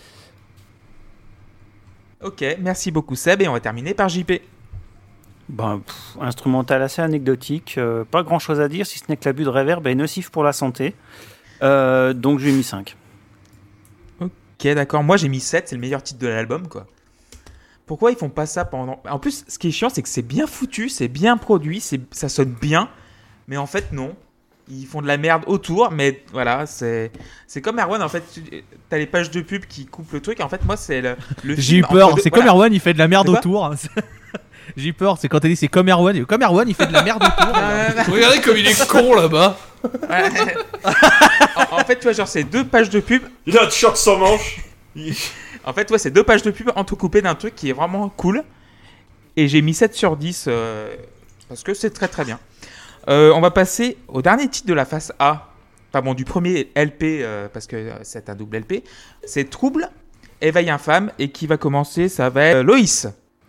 Speaker 1: Ok, merci beaucoup Seb et on va terminer par J P.
Speaker 5: Ben, pff, instrumental assez anecdotique, euh, pas grand chose à dire si ce n'est que l'abus de reverb est nocif pour la santé. Euh, donc j'ai mis cinq.
Speaker 1: Ok, d'accord. Moi j'ai mis sept, c'est le meilleur titre de l'album, quoi. pourquoi ils font pas ça pendant. En plus, ce qui est chiant, c'est que c'est bien foutu, c'est bien produit, c'est... ça sonne bien, mais en fait, non. Ils font de la merde autour, mais voilà, c'est, c'est comme Erwan, en fait, tu as les pages de pub qui coupent le truc, et en fait, moi, c'est le, le
Speaker 3: J'ai eu
Speaker 1: film
Speaker 3: peur,
Speaker 1: entre deux-
Speaker 3: c'est
Speaker 1: voilà.
Speaker 3: comme Erwan, il fait de la merde
Speaker 1: C'est quoi
Speaker 3: autour. J'ai eu peur, c'est quand t'as dit c'est comme Erwan. Comme Erwan, il fait de la merde autour.
Speaker 2: Regardez comme il est con là-bas.
Speaker 1: Ouais. en, en fait, tu vois, genre, c'est deux pages de pub.
Speaker 4: Il a un t-shirt sans manches. Il-
Speaker 1: En fait, ouais, c'est deux pages de pub entrecoupées d'un truc qui est vraiment cool. Et j'ai mis sept sur dix euh, parce que c'est très très bien. Euh, on va passer au dernier titre de la face A. Enfin bon, du premier L P, euh, parce que euh, c'est un double L P. C'est Trouble, Éveil infâme. Et qui va commencer, ça va être euh, Loïs.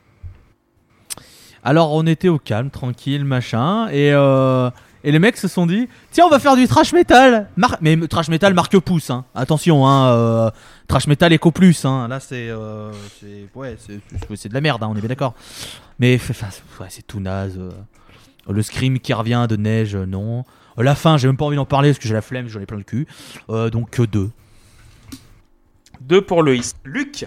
Speaker 3: Alors on était au calme, tranquille, machin, et euh, et les mecs se sont dit tiens on va faire du trash metal, Mar- mais trash metal marque pouce, hein. Attention, hein, euh, trash metal éco plus, hein. Là c'est euh, c'est ouais c'est, c'est, c'est de la merde, hein, on est bien d'accord. Mais enfin ouais, c'est tout naze. euh. Le scream qui revient de neige, euh, non. Euh, la fin, j'ai même pas envie d'en parler parce que j'ai la flemme, j'en ai plein le cul. Euh, donc que deux.
Speaker 1: Deux pour Loïs. Luc.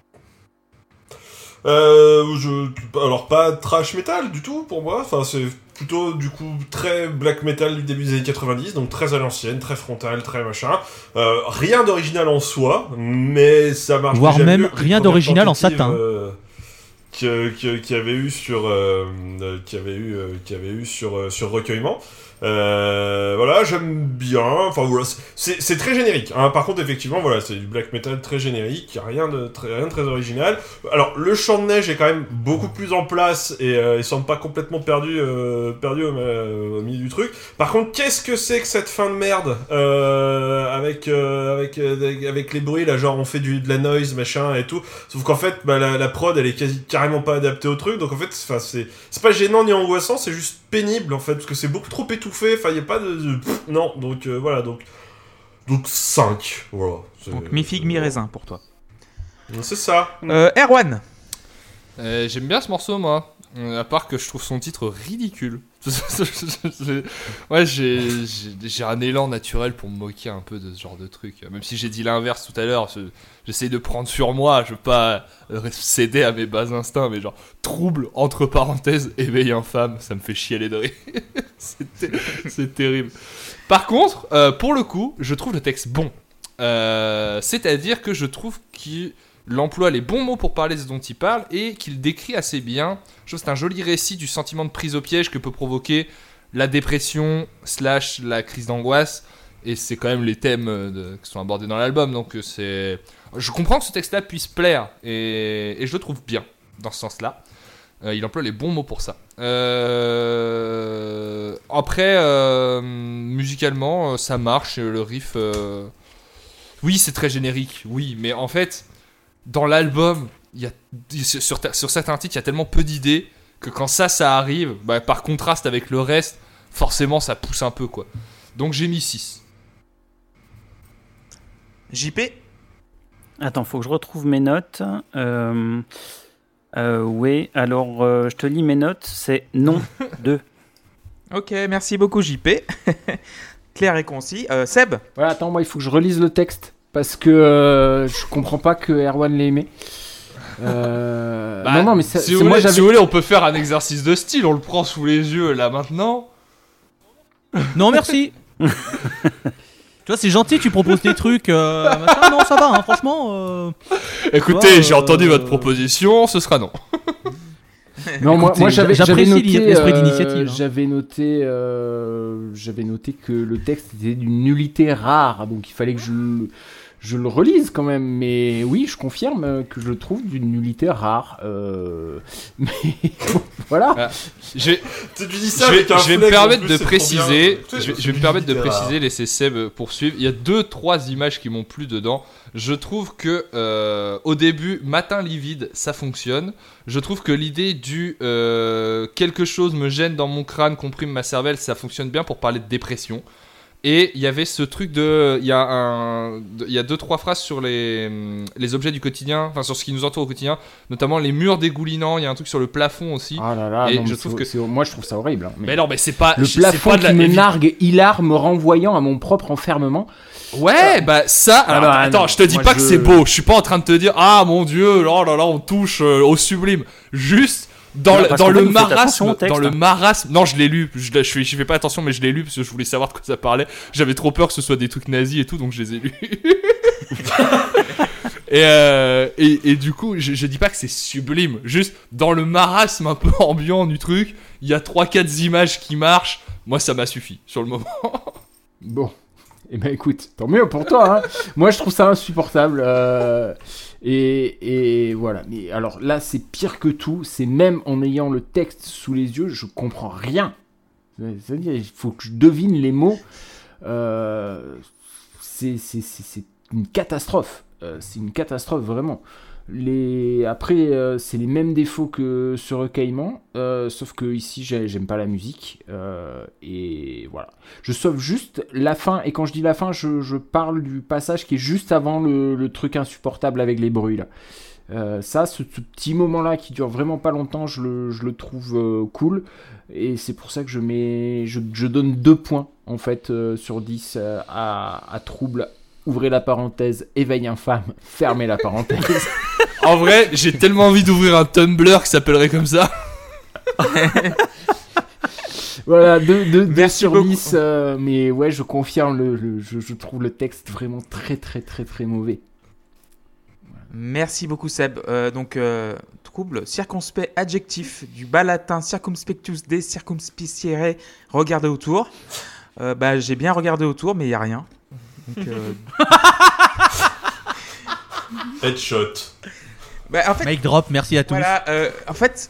Speaker 4: Euh, je, alors pas trash metal du tout pour moi, enfin c'est plutôt du coup très black metal du début des années quatre-vingt-dix, donc très à l'ancienne, très frontal, très machin. Euh, rien d'original en soi, mais ça marche
Speaker 3: Voire
Speaker 4: déjà
Speaker 3: même
Speaker 4: mieux que les
Speaker 3: rien
Speaker 4: premières
Speaker 3: d'original en
Speaker 4: tentatives,
Speaker 3: satin.
Speaker 4: euh, que, que, qu'il y avait eu sur euh, qu'il y avait eu euh, qu'il y avait eu sur euh, sur recueillement. Euh, voilà, j'aime bien. Enfin voilà, c'est c'est très générique. Hein. Par contre, effectivement, voilà, c'est du black metal très générique. Rien de très rien de très original. Alors, le chant de neige est quand même beaucoup plus en place et euh, ils semblent pas complètement perdus euh, perdus au, euh, au milieu du truc. Par contre, qu'est-ce que c'est que cette fin de merde euh, avec euh, avec euh, avec les bruits là, genre on fait du de la noise machin et tout. Sauf qu'en fait, bah, la, la prod, elle est quasi carrément pas adaptée au truc. Donc en fait, enfin c'est c'est pas gênant ni angoissant, c'est juste pénible en fait parce que c'est beaucoup trop étouffé, enfin il y a pas de, de pff, non, donc euh, voilà, donc donc cinq, voilà. C'est,
Speaker 1: Donc mi figue, mi raisin pour toi.
Speaker 4: c'est ça.
Speaker 1: Euh, Erwan.
Speaker 2: Euh, j'aime bien ce morceau, moi. Euh, à part que je trouve son titre ridicule. Ouais, j'ai, j'ai, j'ai un élan naturel pour me moquer un peu de ce genre de truc. Même si j'ai dit l'inverse tout à l'heure, je- j'essaye de prendre sur moi. Je veux pas euh, céder à mes bas instincts, mais genre trouble entre parenthèses, éveil infâme, ça me fait chialer de rire. c'est, ter- c'est terrible. Par contre, euh, pour le coup, je trouve le texte bon. Euh, c'est-à-dire que je trouve qu'il emploie les bons mots pour parler de ce dont il parle et qu'il décrit assez bien. Je trouve que c'est un joli récit du sentiment de prise au piège que peut provoquer la dépression slash la crise d'angoisse. Et c'est quand même les thèmes de, qui sont abordés dans l'album. Donc c'est... Je comprends que ce texte-là puisse plaire et, et je le trouve bien dans ce sens-là. Euh, il emploie les bons mots pour ça. Euh... Après, euh, musicalement, ça marche. Le riff... Euh... Oui, c'est très générique. Oui, mais en fait... Dans l'album, il y a, sur, sur certains titres, il y a tellement peu d'idées que quand ça, ça arrive, bah, par contraste avec le reste, forcément, ça pousse un peu, quoi. Donc j'ai mis six.
Speaker 1: J P.
Speaker 5: Attends, faut que je retrouve mes notes. Euh, euh, oui, alors euh, je te lis mes notes. C'est non, deux.
Speaker 1: Ok, merci beaucoup J P. Clair et concis. Euh, Seb.
Speaker 6: Voilà, attends, moi il faut que je relise le texte parce que euh, je comprends pas que Erwan l'ait aimé. Euh...
Speaker 2: Bah,
Speaker 6: non, non, mais ça,
Speaker 2: si,
Speaker 6: c'est
Speaker 2: vous
Speaker 6: moi
Speaker 2: voulez,
Speaker 6: j'avais.
Speaker 2: si vous voulez, on peut faire un exercice de style. On le prend sous les yeux là maintenant.
Speaker 3: Non, merci. Tu vois, c'est gentil, tu proposes des trucs. Euh, machin. Non, ça va, hein, franchement. Euh...
Speaker 2: Écoutez,
Speaker 3: Ouais,
Speaker 2: j'ai
Speaker 3: euh,
Speaker 2: entendu votre proposition, ce sera non.
Speaker 6: Non, moi,
Speaker 3: Écoutez,
Speaker 6: moi j'avais, j'avais
Speaker 3: j'apprécie
Speaker 6: noté,
Speaker 3: l'esprit
Speaker 6: euh,
Speaker 3: d'initiative, hein.
Speaker 6: J'avais noté, euh, j'avais noté que le texte était d'une nullité rare, donc il fallait que je, le- je le relise quand même. Mais oui, je confirme que je le trouve d'une nullité rare. Euh, mais bon, voilà.
Speaker 2: Ah, je vais,
Speaker 4: Tu dis ça
Speaker 2: je vais,
Speaker 4: avec un
Speaker 2: je vais me
Speaker 4: flegme, en
Speaker 2: permettre
Speaker 4: plus,
Speaker 2: de
Speaker 4: c'est trop bien.
Speaker 2: préciser.
Speaker 4: Tu sais,
Speaker 2: Je vais,
Speaker 4: c'est
Speaker 2: je vais me permettre de
Speaker 4: littéraire.
Speaker 2: préciser, laisser Seb poursuivre. Il y a deux, trois images qui m'ont plu dedans. Je trouve que euh, au début, matin livide, ça fonctionne. Je trouve que l'idée du euh, quelque chose me gêne dans mon crâne, comprime ma cervelle, ça fonctionne bien pour parler de dépression. Et il y avait ce truc de, il y a un, il y a deux trois phrases sur les les objets du quotidien, enfin sur ce qui nous entoure au quotidien, notamment les murs dégoulinants. Il y a un truc sur le plafond aussi.
Speaker 6: Ah là là,
Speaker 2: Et
Speaker 6: non,
Speaker 2: je
Speaker 6: mais
Speaker 2: trouve
Speaker 6: c'est-
Speaker 2: que-
Speaker 6: c'est- moi je trouve ça horrible. hein, mais
Speaker 2: Mais non, mais c'est pas
Speaker 6: le
Speaker 2: c'est
Speaker 6: plafond
Speaker 2: pas de la
Speaker 6: qui me
Speaker 2: évi-
Speaker 6: nargue hilar me renvoyant à mon propre enfermement.
Speaker 2: Ouais, bah ça. Alors,
Speaker 6: Ah bah,
Speaker 2: attends,
Speaker 6: non,
Speaker 2: je te dis
Speaker 6: moi,
Speaker 2: pas que
Speaker 6: je-
Speaker 2: c'est beau. Je suis pas en train de te dire ah mon dieu, oh là là, on touche euh, au sublime. Juste dans
Speaker 5: Non,
Speaker 2: le,
Speaker 5: parce
Speaker 2: dans
Speaker 5: qu'en
Speaker 2: le
Speaker 5: fait, vous faites attention
Speaker 2: marasme,
Speaker 5: au texte,
Speaker 2: dans le
Speaker 5: hein.
Speaker 2: marasme. Non, je l'ai lu. Je, je, suis- je fais pas attention, mais je l'ai lu parce que je voulais savoir de quoi ça parlait. J'avais trop peur que ce soit des trucs nazis et tout, donc je les ai lus. et, euh, et et du coup, je, je dis pas que c'est sublime. Juste dans le marasme un peu ambiant du truc, il y a trois quatre images qui marchent. Moi, ça m'a suffi sur le moment.
Speaker 6: Bon, eh ben écoute, tant mieux pour toi. Hein. Moi je trouve ça insupportable. euh, et, et voilà. Mais alors là, c'est pire que tout. C'est même en ayant le texte sous les yeux, je comprends rien. C'est-à-dire, il faut que je devine les mots. Euh, c'est, c'est, c'est, c'est une catastrophe. Euh, c'est une catastrophe vraiment. Les... Après, euh, c'est les mêmes défauts que sur Recueillement, euh, sauf que ici, j'ai- j'aime pas la musique. euh, et voilà. Je sauve juste la fin, et quand je dis la fin, je, je parle du passage qui est juste avant le, le truc insupportable avec les bruits là. Euh, ça, ce, ce petit moment-là qui dure vraiment pas longtemps, je le, je le trouve euh, cool, et c'est pour ça que je mets, je, je donne deux points en fait euh, sur dix euh, à, à Trouble. Ouvrez la parenthèse, éveil infâme, fermez la parenthèse.
Speaker 2: En vrai, j'ai tellement envie d'ouvrir un Tumblr qui s'appellerait comme ça.
Speaker 6: Voilà, deux, deux, deux
Speaker 1: Merci
Speaker 6: sur
Speaker 1: beaucoup.
Speaker 6: dix, euh, mais ouais, je confirme, le, le- je, je trouve le texte vraiment très très très très mauvais.
Speaker 1: Merci beaucoup Seb. Euh, donc euh, trouble, circonspect, adjectif du bas latin circumspectus de circumspiciere, regarder autour. Euh, bah j'ai bien regardé autour mais il y a rien. Donc, euh,
Speaker 4: Headshot.
Speaker 1: bah, en fait,
Speaker 3: Mic drop, merci à tous.
Speaker 1: voilà, euh, en fait,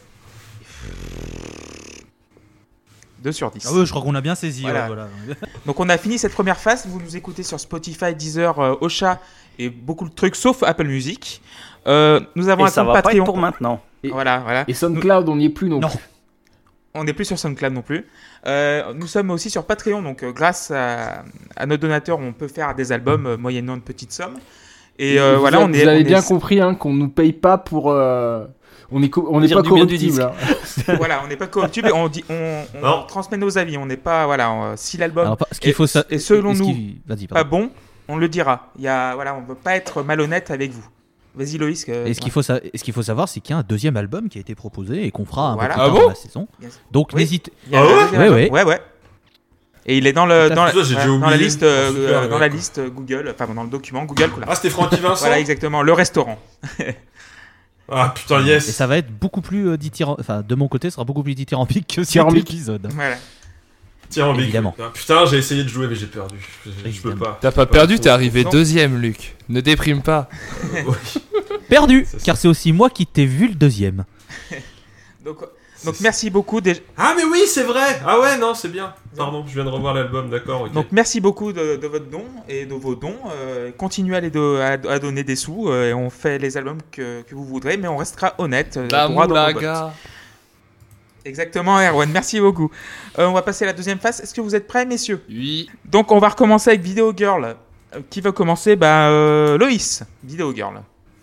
Speaker 1: deux sur dix.
Speaker 3: Ah ouais, je crois qu'on a bien saisi.
Speaker 1: Voilà.
Speaker 3: ouais, voilà.
Speaker 1: Donc on a fini cette première phase. Vous nous écoutez sur Spotify, Deezer, euh, Ocha et beaucoup de trucs sauf Apple Music. Euh, nous avons
Speaker 5: Et
Speaker 1: un
Speaker 5: ça
Speaker 1: compte
Speaker 5: va pas
Speaker 1: Patreon.
Speaker 5: être pour maintenant.
Speaker 1: Voilà, voilà.
Speaker 6: Et SoundCloud, on n'y est plus non,
Speaker 3: Non.
Speaker 6: plus.
Speaker 1: On n'est plus sur SoundCloud non plus. Euh, nous sommes aussi sur Patreon, donc euh, grâce à, à nos donateurs, on peut faire des albums euh, moyennant une petite somme. Et euh,
Speaker 6: vous
Speaker 1: voilà,
Speaker 6: avez,
Speaker 1: on est.
Speaker 6: vous avez
Speaker 1: on
Speaker 6: bien
Speaker 1: est-
Speaker 6: compris hein, qu'on nous paye pas pour. euh, On est, co- on n'est
Speaker 5: Dire
Speaker 6: pas
Speaker 5: du bien du
Speaker 6: corruptible.
Speaker 5: disque.
Speaker 6: hein.
Speaker 1: Voilà, on n'est pas corruptible. On dit, on, on
Speaker 4: Non.
Speaker 1: transmet nos avis. On n'est pas, voilà, on- si l'album
Speaker 3: Alors, pas- ce qu'il
Speaker 1: est-
Speaker 3: faut ça.
Speaker 1: et selon
Speaker 3: ce
Speaker 1: nous,
Speaker 3: qui- Vas-y,
Speaker 1: pas
Speaker 3: pardon.
Speaker 1: bon, on le dira. Il y a, voilà, on ne veut pas être malhonnête avec vous. Vas-y Loïs. que-
Speaker 3: Et ce qu'il faut, sa- et ce qu'il faut savoir, c'est qu'il y a un deuxième album qui a été proposé et qu'on fera un
Speaker 1: Voilà.
Speaker 3: peu plus
Speaker 2: Ah
Speaker 3: tard
Speaker 2: bon
Speaker 3: dans la saison.
Speaker 1: Yes.
Speaker 3: Donc
Speaker 1: Oui.
Speaker 3: n'hésite.
Speaker 1: Il y a
Speaker 4: Ah
Speaker 1: le
Speaker 4: ouais
Speaker 1: deuxième
Speaker 3: Ouais,
Speaker 1: album.
Speaker 3: ouais.
Speaker 1: ouais, ouais. Et il est dans le dans la,
Speaker 4: Putain, j'ai
Speaker 1: voilà,
Speaker 4: déjà
Speaker 1: dans la
Speaker 4: oublié.
Speaker 1: liste euh,
Speaker 4: Super,
Speaker 1: euh,
Speaker 4: ouais,
Speaker 1: dans la
Speaker 4: quoi.
Speaker 1: liste Google, enfin dans le document Google Colab.
Speaker 4: Ah, c'était Francky Vincent.
Speaker 1: Voilà exactement, le restaurant.
Speaker 4: Ah putain,
Speaker 3: Et
Speaker 4: yes.
Speaker 3: ça va être beaucoup plus euh, dithyrambique. Enfin, de mon côté, ce sera beaucoup plus dithyrambique que cet
Speaker 6: Dithyrambique.
Speaker 3: épisode.
Speaker 1: Voilà.
Speaker 4: Tiens, en bic.
Speaker 3: Évidemment.
Speaker 4: Ah, putain, j'ai essayé de jouer, mais j'ai perdu. Je, je- je peux
Speaker 3: Évidemment.
Speaker 4: pas.
Speaker 2: T'as
Speaker 4: Je
Speaker 2: pas
Speaker 4: peux
Speaker 2: perdu, t'es
Speaker 4: Faut-
Speaker 2: arrivé
Speaker 1: non.
Speaker 2: deuxième, Luc. Ne déprime pas.
Speaker 4: Oui.
Speaker 3: Perdu,
Speaker 4: C'est ça.
Speaker 3: car c'est aussi moi qui t'ai vu le deuxième.
Speaker 1: Donc, donc merci beaucoup. Déjà.
Speaker 4: Ah, mais oui, c'est vrai. Ah ouais, non, c'est bien. Pardon, je viens de revoir l'album, d'accord. ok.
Speaker 1: Donc merci beaucoup de, de votre don et de vos dons. Euh, continuez à, les do- à, à donner des sous euh, et on fait les albums que, que vous voudrez, mais on restera honnête. euh,
Speaker 2: La
Speaker 1: droit dans nos bottes.
Speaker 2: moulaga.
Speaker 1: Exactement, Erwan. Merci beaucoup. Euh, on va passer à la deuxième phase. Est-ce que vous êtes prêts, messieurs?
Speaker 2: Oui.
Speaker 1: Donc on va recommencer avec Video Girl. Euh, qui va commencer? Bah euh, Loïs, Video Girl.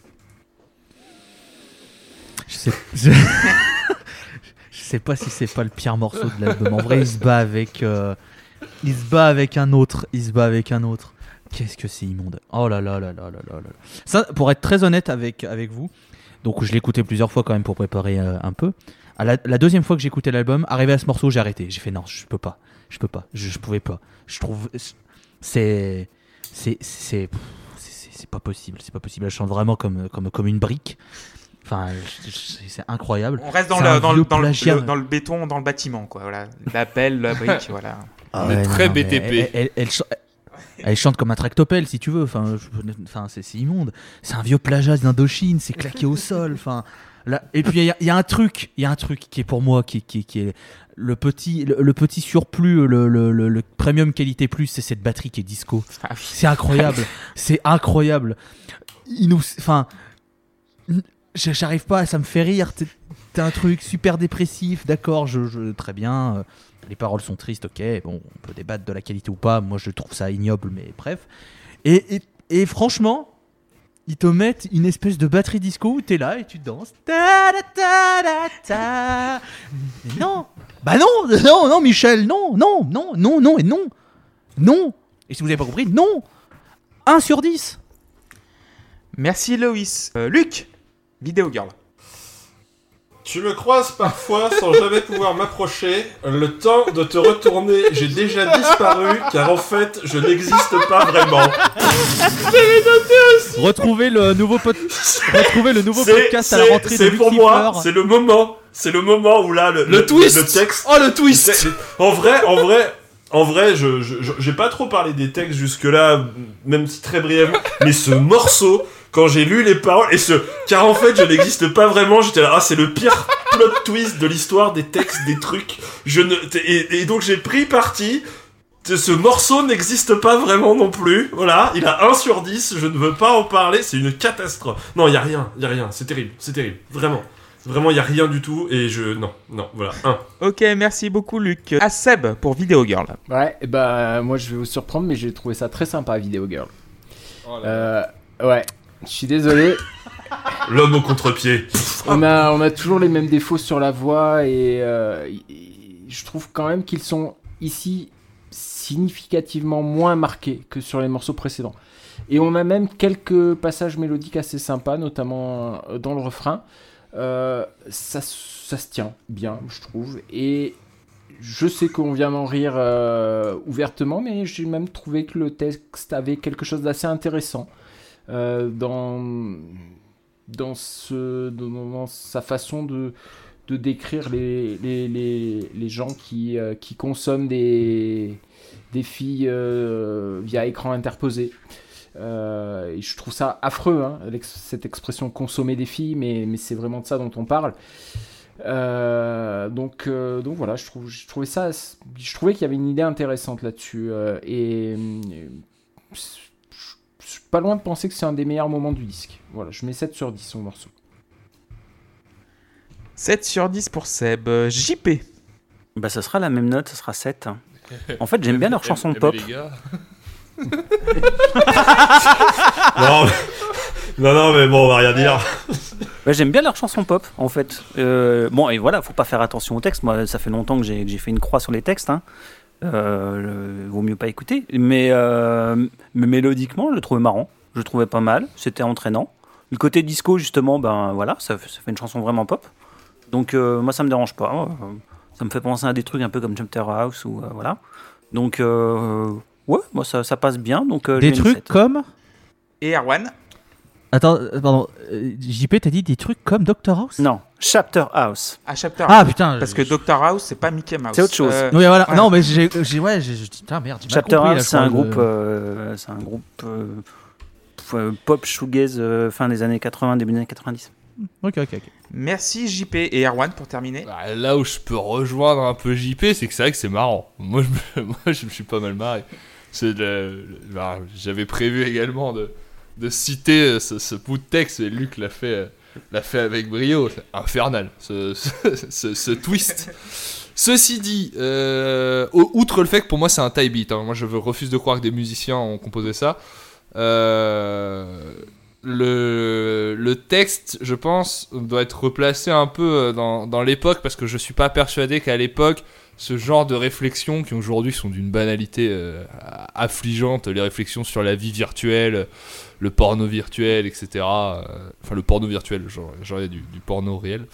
Speaker 3: Je sais, je... je sais pas si c'est pas le pire morceau de l'album. En vrai, il se bat avec, euh, il se bat avec un autre. Il se bat avec un autre. Qu'est-ce que c'est immonde. Oh là là là là là là là. Ça, pour être très honnête avec avec vous, donc je l'ai écouté plusieurs fois quand même pour préparer euh, un peu. À la, la deuxième fois que j'ai écouté l'album, arrivé à ce morceau, j'ai arrêté. J'ai fait non, je peux pas, je peux pas, je, je pouvais pas. Je trouve c'est c'est c'est c'est c'est pas possible, c'est pas possible. Elle chante vraiment comme comme comme une brique. Enfin, je- je- c'est incroyable.
Speaker 1: On reste dans
Speaker 3: C'est
Speaker 1: le
Speaker 3: un
Speaker 1: dans, le,
Speaker 3: vieux
Speaker 1: dans, le,
Speaker 3: plagiat.
Speaker 1: le- dans le béton, dans le bâtiment, quoi. Voilà, la pelle, la brique, voilà.
Speaker 3: Ah
Speaker 2: On est
Speaker 3: ouais,
Speaker 2: très
Speaker 3: mais
Speaker 2: B T P.
Speaker 3: Elle, elle- elle ch- elle chante comme un tractopelle, si tu veux. Enfin, je- enfin c'est c'est immonde. C'est un vieux plagiat d'Indochine, c'est claqué au sol. Enfin, là, et puis il y, a- il y a un truc, il y a un truc qui est pour moi, qui, qui, qui est le petit, le, le petit surplus, le, le, le, le premium qualité plus, c'est cette batterie qui est disco.
Speaker 1: Ah oui.
Speaker 3: C'est incroyable, c'est incroyable. Il nous, enfin, j'arrive pas, ça me fait rire. T'es t'es un truc super dépressif, d'accord, je, je, très bien. euh, les paroles sont tristes, ok, bon, on peut débattre de la qualité ou pas, moi je trouve ça ignoble, mais bref. Et, et, et franchement, ils te mettent une espèce de batterie disco où t'es là et tu danses. Ta, ta, ta, ta. Mais non, bah non, non, non, Michel, non, non, non, non, non et non, non. Et si vous n'avez pas compris, non, un sur dix.
Speaker 1: Merci Loïs. Euh, Luc, Vidéo Girl.
Speaker 4: Tu me croises parfois sans jamais pouvoir m'approcher. Le temps de te retourner, j'ai déjà disparu, car en fait, je n'existe pas vraiment.
Speaker 3: Retrouvez le nouveau, pod... Retrouvez le nouveau
Speaker 4: C'est-
Speaker 3: podcast à la
Speaker 4: c'est-
Speaker 3: rentrée de
Speaker 4: C'est
Speaker 3: Luc
Speaker 4: pour moi,
Speaker 3: Fleur.
Speaker 4: c'est le moment. C'est le moment où là, le,
Speaker 2: Le twist.
Speaker 4: le texte.
Speaker 2: Oh, le twist.
Speaker 4: C'est- En vrai, en vrai, en vrai, je, je, je- j'ai pas trop parlé des textes jusque-là, même si très brièvement. Mais ce morceau, quand j'ai lu les paroles, et ce, car en fait, je n'existe pas vraiment. J'étais là, ah, c'est le pire plot twist de l'histoire des textes, des trucs. Je ne, et, et donc j'ai pris parti. Ce morceau n'existe pas vraiment non plus. Voilà, il a un sur dix. Je ne veux pas en parler. C'est une catastrophe. Non, il y a rien, il y a rien. C'est terrible, c'est terrible, vraiment. Vraiment, il y a rien du tout et je non, non, voilà, un.
Speaker 1: Ok, merci beaucoup Luc. À Seb pour Vidéo Girl.
Speaker 6: Ouais, et bah moi je vais vous surprendre, mais j'ai trouvé ça très sympa, Video Girl.
Speaker 2: Oh là là.
Speaker 6: Euh, ouais, je suis désolé.
Speaker 4: L'homme au contre-pied.
Speaker 6: On a, on a toujours les mêmes défauts sur la voix et euh, y- y- je trouve quand même qu'ils sont ici significativement moins marqués que sur les morceaux précédents. Et on a même quelques passages mélodiques assez sympas, notamment euh, dans le refrain. Euh, ça, ça se tient bien, je trouve. Et je sais qu'on vient d'en rire euh, ouvertement, mais j'ai même trouvé que le texte avait quelque chose d'assez intéressant euh, dans, dans, ce, dans, dans sa façon de, de décrire les, les, les, les gens qui, euh, qui consomment des, des filles euh, via écran interposé. Euh, et je trouve ça affreux, hein, l'ex- cette expression consommer des filles, mais, mais c'est vraiment de ça dont on parle. Euh, donc, euh, donc voilà, je, trouve, je trouvais ça, je trouvais qu'il y avait une idée intéressante là-dessus, euh, et euh, je je suis pas loin de penser que c'est un des meilleurs moments du disque. Voilà, je mets sept sur dix au morceau.
Speaker 1: sept sur dix pour Seb. Euh, J P.
Speaker 5: Bah, ça sera la même note, ça sera sept. En fait, j'aime bien leurs chansons
Speaker 2: Eh ben,
Speaker 5: pop.
Speaker 2: les gars.
Speaker 4: Non, mais... non, non, mais bon, on va rien dire.
Speaker 5: Bah, j'aime bien leurs chansons pop, en fait. Euh, bon, et voilà, faut pas faire attention aux textes. Moi, ça fait longtemps que j'ai, que j'ai fait une croix sur les textes. Hein. Euh, le- vaut mieux pas écouter. Mais, euh, mais mélodiquement, je le trouvais marrant. Je le trouvais pas mal. C'était entraînant. Le côté disco, justement, ben voilà, ça, ça fait une chanson vraiment pop. Donc, euh, moi, ça me dérange pas. Euh, ça me fait penser à des trucs un peu comme Chapter House ou euh, voilà. Donc, euh, ouais, moi, ça, ça passe bien. Donc, euh, je
Speaker 3: Des
Speaker 5: mets une
Speaker 3: trucs
Speaker 5: sept.
Speaker 3: comme.
Speaker 1: Et Erwan.
Speaker 3: Attends, euh, pardon. euh, J P, t'as dit des trucs comme Doctor House?
Speaker 5: Non, Chapter House.
Speaker 1: À Chapter
Speaker 3: Ah
Speaker 1: House.
Speaker 3: putain.
Speaker 1: Parce
Speaker 3: je-
Speaker 1: que Doctor House, c'est pas Mickey Mouse.
Speaker 5: C'est autre chose.
Speaker 1: Euh,
Speaker 3: Oui, voilà.
Speaker 1: Ouais.
Speaker 3: Non, mais j'ai, j'ai ouais, j'ai, j'ai- putain merde. J'ai mal
Speaker 5: Chapter
Speaker 3: compris, là,
Speaker 5: House,
Speaker 3: je
Speaker 5: c'est un
Speaker 3: crois,
Speaker 5: groupe,
Speaker 3: de-
Speaker 5: euh, c'est un groupe euh, euh, pop shoegaze euh, fin des années quatre-vingts, début des années quatre-vingt-dix.
Speaker 3: Ok, ok, ok.
Speaker 1: Merci J P et Erwan pour terminer.
Speaker 2: Bah, là où je peux rejoindre un peu J P, c'est que c'est vrai que c'est marrant. Moi, je me, moi, je me suis pas mal marré. C'est de- bah, j'avais prévu également de, de citer ce, ce bout de texte, et Luc l'a fait, euh, l'a fait avec brio. C'est infernal, ce, ce, ce- ce twist. Ceci dit, euh, au- outre le fait que pour moi c'est un tie beat, hein, moi je refuse de croire que des musiciens ont composé ça. Euh, le, le texte, je pense, doit être replacé un peu dans, dans l'époque, parce que je suis pas persuadé qu'à l'époque, ce genre de réflexions qui aujourd'hui sont d'une banalité euh, affligeante, les réflexions sur la vie virtuelle, le porno virtuel, et cetera. euh, Enfin, le porno virtuel, genre, genre il y a du, du porno réel.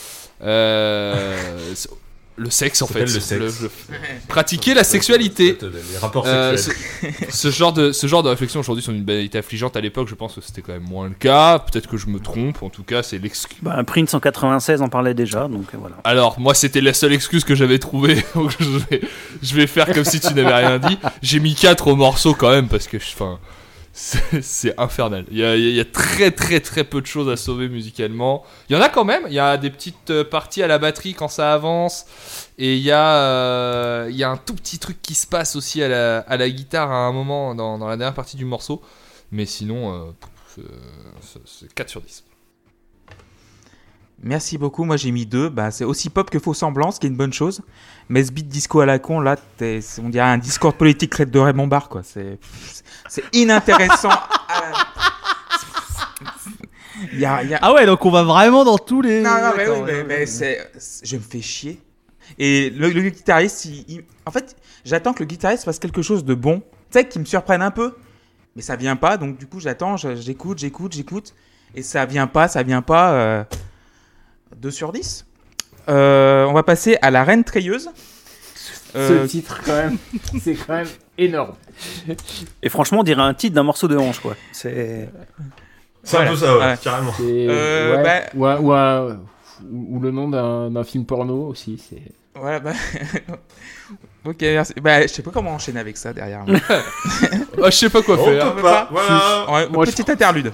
Speaker 2: Euh, c'est- le sexe, en
Speaker 4: Ça
Speaker 2: fait.
Speaker 4: s'appelle le sexe.
Speaker 2: le- pratiquer la sexualité.
Speaker 4: Les rapports
Speaker 2: Euh,
Speaker 4: sexuels.
Speaker 2: ce, ce genre de, ce genre de réflexion aujourd'hui sont d'une banalité affligeante. À l'époque, je pense que c'était quand même moins le cas. Peut-être que je me trompe. En tout cas, c'est l'excuse.
Speaker 5: Bah, Prince en quatre-vingt-seize en parlait déjà, donc euh, voilà.
Speaker 2: Alors, moi, c'était la seule excuse que j'avais trouvée. Donc, je vais, je vais faire comme si tu n'avais rien dit. J'ai mis quatre au morceau quand même parce que, enfin, c'est, c'est infernal. Il y, a, il y a très, très, très peu de choses à sauver musicalement. Il y en a quand même. Il y a des petites euh, parties à la batterie quand ça avance. Et il y, a, euh, il y a un tout petit truc qui se passe aussi à la, à la guitare à un moment dans, dans la dernière partie du morceau. Mais sinon, euh, c'est, c'est quatre sur dix.
Speaker 1: Merci beaucoup. Moi, j'ai mis deux. Bah, c'est aussi pop que faux semblant, ce qui est une bonne chose. Mais ce beat disco à la con, là, t'es, c'est- on dirait un discours politique de Raymond Barre, quoi. C'est, c'est inintéressant. à la- Il y a, il y a-
Speaker 3: Ah ouais, donc on va vraiment dans tous les.
Speaker 1: Non, non, mais oui,
Speaker 3: D'accord,
Speaker 1: mais,
Speaker 3: ouais,
Speaker 1: mais
Speaker 3: ouais.
Speaker 1: c'est, c'est- je me fais chier. Et le, le guitariste, il, il- en fait, j'attends que le guitariste fasse quelque chose de bon, tu sais, qui me surprenne un peu. Mais ça vient pas, donc du coup, j'attends, je- j'écoute, j'écoute, j'écoute. Et ça vient pas, ça vient pas. euh, deux sur dix. Euh, on va passer à La Reine Treilleuse. Euh,
Speaker 6: Ce titre, quand même, c'est quand même énorme.
Speaker 5: Et franchement, on dirait un titre d'un morceau de hanche, quoi. C'est.
Speaker 4: C'est
Speaker 1: Voilà.
Speaker 4: un peu ça, ouais,
Speaker 1: Ouais.
Speaker 4: carrément.
Speaker 6: C'est-
Speaker 1: Euh,
Speaker 6: ouais,
Speaker 1: bah-
Speaker 6: ou, un- ou, un- ou le nom d'un d'un film porno aussi. C'est...
Speaker 1: Voilà, bah... ok, merci. Bah, je sais pas comment enchaîner avec ça derrière. moi.
Speaker 2: Ah, je sais pas quoi
Speaker 4: On
Speaker 2: faire.
Speaker 4: peut pas, voilà.
Speaker 1: Ouais,
Speaker 6: Moi, je
Speaker 1: petite interlude.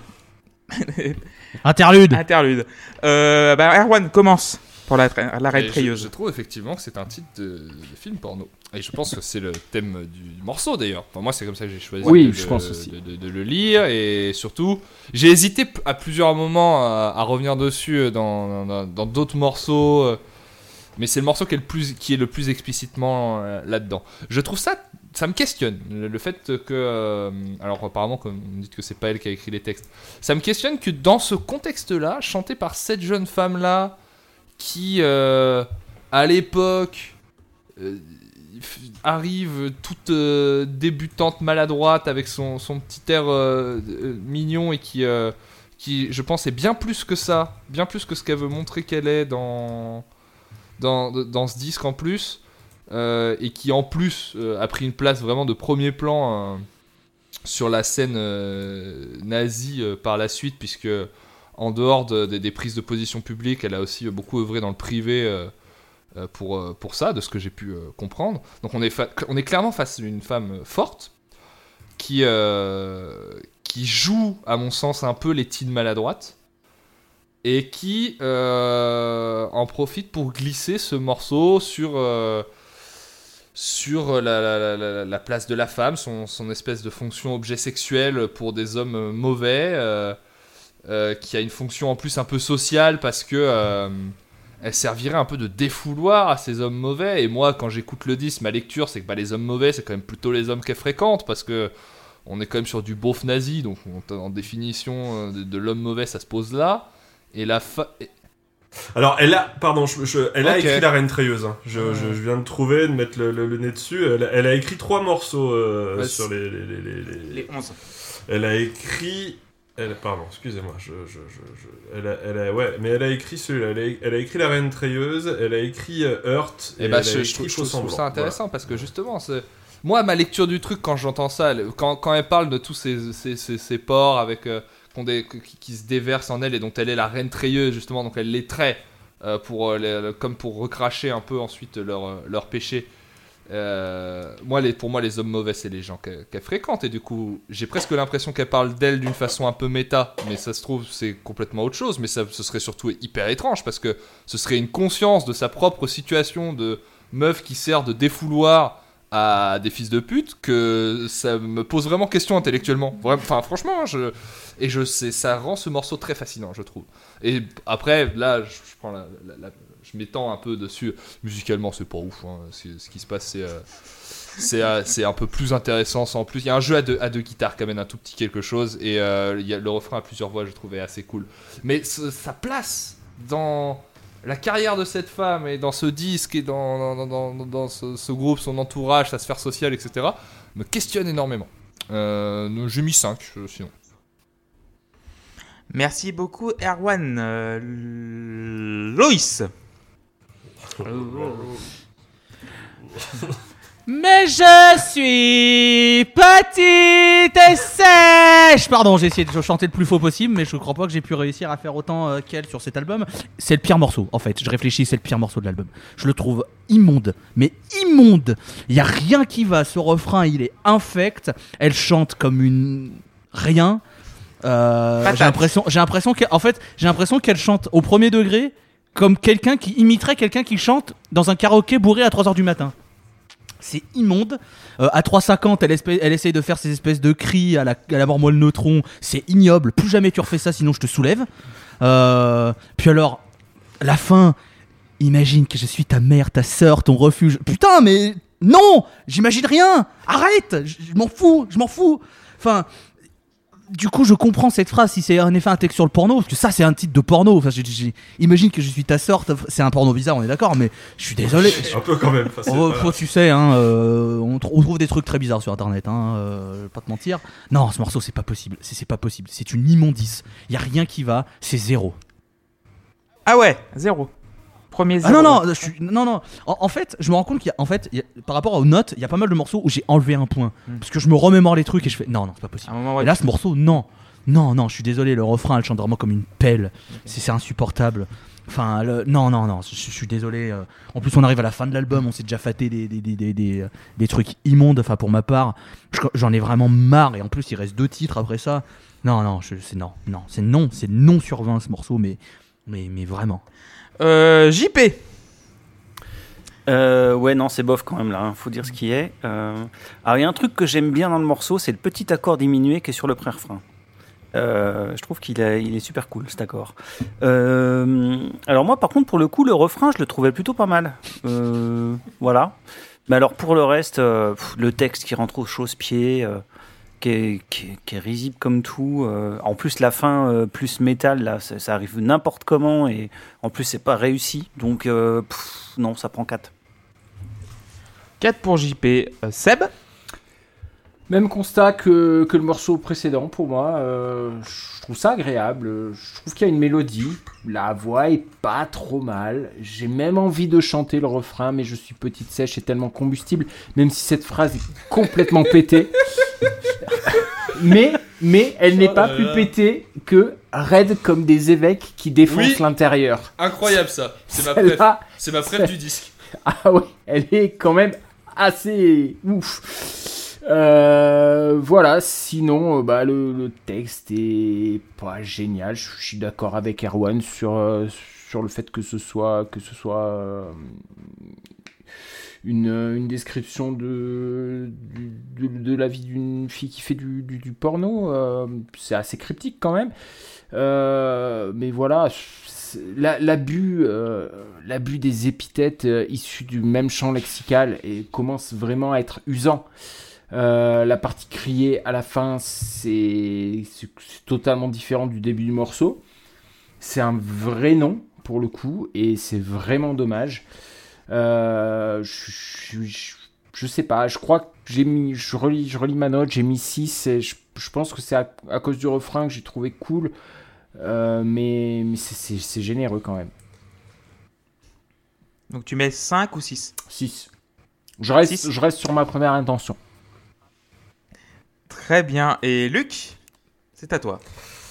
Speaker 3: Interlude.
Speaker 1: Interlude. Euh, bah, Erwan, commence pour la, tra- la
Speaker 2: Et
Speaker 1: Reine
Speaker 2: je,
Speaker 1: Treilleuse.
Speaker 2: je trouve effectivement que c'est un titre de, de film porno. Et je pense que c'est le thème du morceau d'ailleurs. Enfin, moi, c'est comme ça que j'ai choisi
Speaker 6: Oui,
Speaker 2: de,
Speaker 6: je
Speaker 2: de-
Speaker 6: pense aussi.
Speaker 2: de, de- de le lire. Et surtout, j'ai hésité p- à plusieurs moments à, à revenir dessus dans, dans, dans d'autres morceaux. euh, Mais c'est le morceau qui est le plus, qui est le plus explicitement euh, là-dedans. Je trouve ça, ça me questionne. Le, le fait que, euh, alors apparemment, comme vous me dites que c'est pas elle qui a écrit les textes, ça me questionne que dans ce contexte-là, chanté par cette jeune femme-là, qui euh, à l'époque euh, f- arrive toute euh, débutante, maladroite, avec son, son petit air euh, euh, mignon et qui, euh, qui, je pense, est bien plus que ça, bien plus que ce qu'elle veut montrer qu'elle est dans dans, dans ce disque en plus, euh, et qui en plus euh, a pris une place vraiment de premier plan euh, sur la scène euh, nazie euh, par la suite, puisque en dehors de- de- des prises de position publiques, elle a aussi beaucoup œuvré dans le privé euh, euh, pour, euh, pour ça, de ce que j'ai pu euh, comprendre. Donc on est, fa- on est clairement face à une femme forte, qui, euh, qui joue, à mon sens, un peu les teens maladroites, et qui euh, en profite pour glisser ce morceau sur, euh, sur la, la, la- la- la place de la femme, son, son espèce de fonction objet sexuel pour des hommes mauvais, euh, euh, qui a une fonction en plus un peu sociale parce que euh, elle servirait un peu de défouloir à ces hommes mauvais. Et moi, quand j'écoute le disque, ma lecture, c'est que bah, les hommes mauvais, c'est quand même plutôt les hommes qu'elle fréquente, parce que on est quand même sur du beauf nazi, donc on- en définition euh, de, de l'homme mauvais, ça se pose là. Et la fa... et-
Speaker 4: Alors, elle a, pardon, je, je- elle a
Speaker 2: Ok.
Speaker 4: écrit La Reine Treilleuse. hein. Je, je, je viens de trouver, de mettre le, le- le nez dessus. Elle, a- elle a écrit trois morceaux euh,
Speaker 2: Ouais,
Speaker 4: sur
Speaker 2: c'est-
Speaker 4: les, les, les, les- les-
Speaker 1: Les onze.
Speaker 4: Elle a écrit. Elle, pardon, excusez-moi. Je, je, je, je- elle, a, elle a, ouais, mais elle a écrit celui-là. Elle a, elle a écrit La Reine Treilleuse. Elle a écrit euh, Heurt.
Speaker 2: Et bah,
Speaker 4: elle a
Speaker 2: je,
Speaker 4: écrit
Speaker 2: je trouve, je
Speaker 4: Faux
Speaker 2: trouve
Speaker 4: Semblant.
Speaker 2: ça intéressant parce que justement, c'est... moi, ma lecture du truc, quand j'entends ça, elle- quand, quand elle parle de tous ces, ces, ces, ces porcs avec, euh, qui, ont des- qui, qui se déversent en elle et dont elle est la reine treilleuse, justement, donc elle les traite euh, pour, euh, les- comme pour recracher un peu ensuite leur, euh, leur péché. Euh, moi, les, pour moi, les hommes mauvais, c'est les gens qu'elle qu'elle fréquente, et du coup, j'ai presque l'impression qu'elle parle d'elle d'une façon un peu méta, mais ça se trouve, c'est complètement autre chose, mais ça, ce serait surtout hyper étrange, parce que ce serait une conscience de sa propre situation de meuf qui sert de défouloir à des fils de pute, que ça me pose vraiment question intellectuellement. Vraiment, enfin, franchement, je, et je sais, ça rend ce morceau très fascinant, je trouve. Et après, là, je, je prends la, la- la- je m'étends un peu dessus. Musicalement, c'est pas ouf. Hein. C'est- Ce qui se passe, c'est, euh, c'est, euh, c'est un peu plus intéressant sans plus. Il y a un jeu à deux, à deux guitares qui amène un tout petit quelque chose, et euh, il y a le refrain à plusieurs voix, je trouvais assez cool. Mais ce- sa place dans la carrière de cette femme et dans ce disque et dans, dans, dans, dans- dans ce, ce groupe, son entourage, sa sphère sociale, et cetera, me questionne énormément. Euh, j'ai mis cinq, euh, sinon.
Speaker 1: Merci beaucoup, Erwan. Euh, Loïs.
Speaker 3: Mais je suis petite et sèche. Pardon, j'ai essayé de chanter le plus faux possible, mais je crois pas que j'ai pu réussir à faire autant euh, qu'elle sur cet album. C'est le pire morceau, en fait. Je réfléchis, c'est le pire morceau de l'album. Je le trouve immonde, mais immonde. Il y a rien qui va. Ce refrain, il est infect. Elle chante comme une rien. Euh,
Speaker 1: Patate.
Speaker 3: j'ai l'impression, j'ai l'impression qu'en en fait, j'ai l'impression qu'elle chante au premier degré comme quelqu'un qui imiterait quelqu'un qui chante dans un karaoké bourré à trois heures du matin. C'est immonde. Euh, à trois cinquante, elle, espè- elle essaye de faire ces espèces de cris à la, à la mort-moelle neutron. C'est ignoble. Plus jamais tu refais ça, sinon je te soulève. Euh, puis alors, la fin. Imagine que je suis ta mère, ta sœur, ton refuge. Putain, mais non, j'imagine rien. Arrête, je je m'en fous, je m'en fous. Enfin, du coup, je comprends cette phrase si c'est en effet un texte sur le porno, parce que ça, c'est un titre de porno. Enfin, j'ai- j'ai- imagine que je suis ta sœur, ta fr- c'est un porno bizarre, on est d'accord, mais je suis désolé.
Speaker 4: Un peu quand même. Enfin, c'est
Speaker 3: Oh,
Speaker 4: pas-
Speaker 3: faut, tu sais, hein, euh, on, tr- on trouve des trucs très bizarres sur internet, hein, euh, je vais pas te mentir. Non, ce morceau, c'est pas possible. C'est c'est pas possible. C'est une immondice. Y a rien qui va. C'est zéro.
Speaker 1: Ah ouais, zéro. Premier
Speaker 3: Ah
Speaker 1: zéro.
Speaker 3: non, non, je suis, non, non. En, en fait, je me rends compte qu'il y a, en fait, il y a- par rapport aux notes, il y a pas mal de morceaux où j'ai enlevé un point.
Speaker 1: Hmm.
Speaker 3: Parce que je me remémore les trucs et je fais, non, non, c'est pas
Speaker 1: À
Speaker 3: possible.
Speaker 1: un moment, ouais,
Speaker 3: Et là,
Speaker 1: tu-
Speaker 3: ce morceau, non. Non, non, je suis désolé, le refrain, elle chante vraiment comme une pelle. C'est c'est insupportable. Enfin, le- non, non, non, je, je suis désolé. euh. En plus, on arrive à la fin de l'album, on s'est déjà faté des, des, des, des, des, euh, des trucs immondes. Enfin, pour ma part, je- j'en ai vraiment marre. Et en plus, il reste deux titres après ça. Non, non, je- c'est non, non, c'est non, c'est non sur vingt ce morceau, mais, mais, mais vraiment.
Speaker 1: Euh, J P.
Speaker 5: Euh, ouais, non, c'est bof quand même là, hein, faut dire ce qui est. Euh, Alors, il y a un truc que j'aime bien dans le morceau, c'est le petit accord diminué qui est sur le pré-refrain. Euh, je trouve qu'il est, il est super cool cet accord. Euh, alors, moi, par contre, pour le coup, le refrain, je le trouvais plutôt pas mal. Euh, voilà. Mais alors, pour le reste, euh, pff, le texte qui rentre au chausse-pied, euh, qui, est, qui, est, qui est risible comme tout. euh, en plus, la fin, euh, plus métal, là, ça, ça arrive n'importe comment et en plus, c'est pas réussi. Donc, euh, pff, non, ça prend quatre.
Speaker 1: quatre pour J P. Euh, Seb.
Speaker 6: Même constat que, que le morceau précédent pour moi. Euh, je trouve ça agréable. Je trouve qu'il y a une mélodie. La voix est pas trop mal. J'ai même envie de chanter le refrain, mais je suis petite sèche et tellement combustible, même si cette phrase est complètement pétée. mais, mais elle n'est
Speaker 2: Oh
Speaker 6: pas
Speaker 2: là
Speaker 6: plus
Speaker 2: là.
Speaker 6: pétée que raide comme des évêques qui défoncent
Speaker 2: Oui.
Speaker 6: l'intérieur.
Speaker 2: Incroyable ça. C'est ma préf.
Speaker 6: Celle-là,
Speaker 2: C'est ma préf du disque.
Speaker 6: ah ouais, elle est quand même assez ouf. Euh, voilà, sinon, euh, bah, le, le texte est pas génial. Je suis d'accord avec Erwan sur, euh, sur le fait que ce soit, que ce soit euh, une, une description de, du- de, de la vie d'une fille qui fait du, du, du porno. Euh, c'est assez cryptique quand même. Euh, mais voilà, c'est- la- l'abus, euh, l'abus des épithètes euh, issues du même champ lexical et commence vraiment à être usant. Euh, la partie criée à la fin, c'est, c'est, c'est totalement différent du début du morceau. C'est un vrai nom pour le coup et c'est vraiment dommage. Euh, je, je, je, je sais pas, je crois que j'ai mis, je relis, je relis ma note, j'ai mis six et je, je pense que c'est à, à cause du refrain que j'ai trouvé cool. Euh, mais mais c'est, c'est, c'est généreux quand même.
Speaker 1: Donc tu mets cinq ou six.
Speaker 6: six. Je reste,
Speaker 1: Six.
Speaker 6: je reste sur ma première intention.
Speaker 1: Très bien. Et Luc, c'est à toi.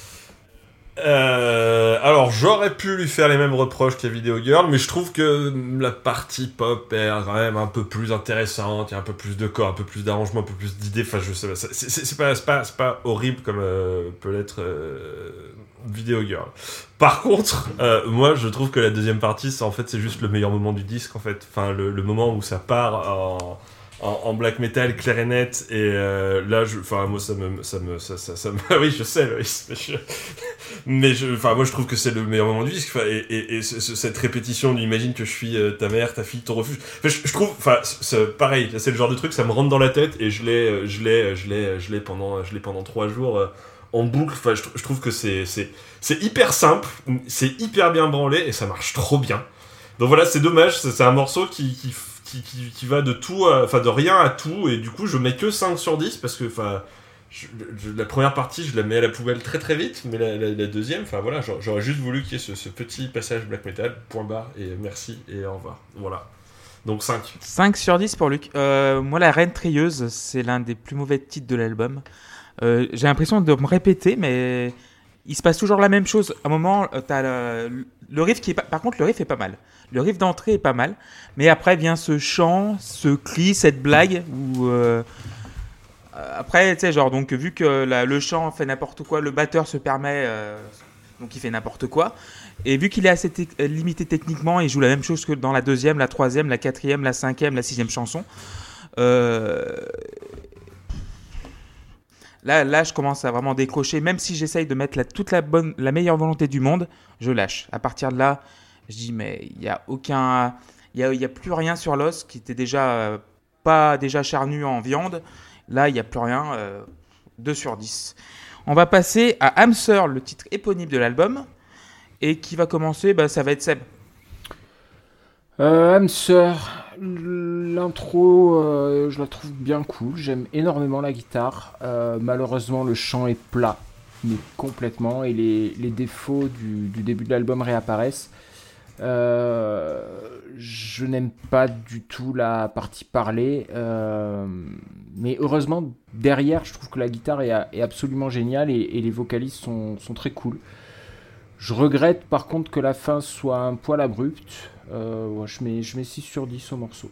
Speaker 4: Euh, alors j'aurais pu lui faire les mêmes reproches qu'à Video Girl, mais je trouve que la partie pop est quand même un peu plus intéressante, il y a un peu plus de corps, un peu plus d'arrangement, un peu plus d'idées, enfin je sais pas, c'est, c'est, c'est, pas, c'est, pas, c'est pas horrible comme euh, peut l'être euh, Video Girl. Par contre, euh, moi je trouve que la deuxième partie, c'est, en fait c'est juste le meilleur moment du disque en fait, enfin le, le moment où ça part en... En, en black metal clair et net et euh, là je enfin moi ça me ça me ça ça, ça me oui je sais Loïs, mais je mais je enfin moi je trouve que c'est le meilleur moment du disque enfin, et et, et ce, ce, cette répétition d'imagine que je suis euh, ta mère ta fille ton refuge enfin, je, je trouve enfin c'est pareil là, c'est le genre de truc ça me rentre dans la tête et je l'ai je l'ai je l'ai je l'ai pendant je l'ai pendant trois jours euh, en boucle enfin je, je trouve que c'est c'est c'est hyper simple c'est hyper bien branlé et ça marche trop bien donc voilà c'est dommage c'est, c'est un morceau qui qui Qui, qui, qui va de tout, enfin de rien à tout, et du coup je mets que cinq sur dix parce que enfin la première partie je la mets à la poubelle très très vite, mais la, la, la deuxième, enfin voilà, j'aurais juste voulu qu'il y ait ce, ce petit passage black metal, point barre, et merci et au revoir. Voilà. Donc cinq.
Speaker 1: cinq sur dix pour Luc. Euh, moi, La Reine Trieuse, c'est l'un des plus mauvais titres de l'album. Euh, j'ai l'impression de me répéter, mais il se passe toujours la même chose. À un moment, euh, t'as le, le riff qui est pas... Par contre, le riff est pas mal. Le riff d'entrée est pas mal. Mais après vient ce chant, ce cri, cette blague. Où, euh... Après, tu sais, genre, donc, vu que la, le chant fait n'importe quoi, le batteur se permet. Euh... Donc, il fait n'importe quoi. Et vu qu'il est assez te- limité techniquement, il joue la même chose que dans la deuxième, la troisième, la quatrième, la cinquième, la sixième chanson. Euh... Là, là, je commence à vraiment décrocher. Même si j'essaye de mettre la, toute la bonne, la meilleure volonté du monde, je lâche. À partir de là, Je dis mais il y a aucun, il y a, il y a plus rien sur l'os qui était déjà euh, pas déjà charnu en viande. Là il y a plus rien. Euh, deux sur dix. On va passer à Hamster, le titre éponyme de l'album, et qui va commencer. Bah, ça va être Seb.
Speaker 6: Euh, Hamster, l'intro, euh, je la trouve bien cool. J'aime énormément la guitare. Euh, malheureusement, le chant est plat, mais complètement, et les, les défauts du, du début de l'album réapparaissent. Euh, je n'aime pas du tout la partie parlée, euh, mais heureusement, derrière, je trouve que la guitare est, est absolument géniale et, et les vocalistes sont, sont très cool. Je regrette par contre que la fin soit un poil abrupte. Euh, ouais, je mets, je mets six sur dix au morceau.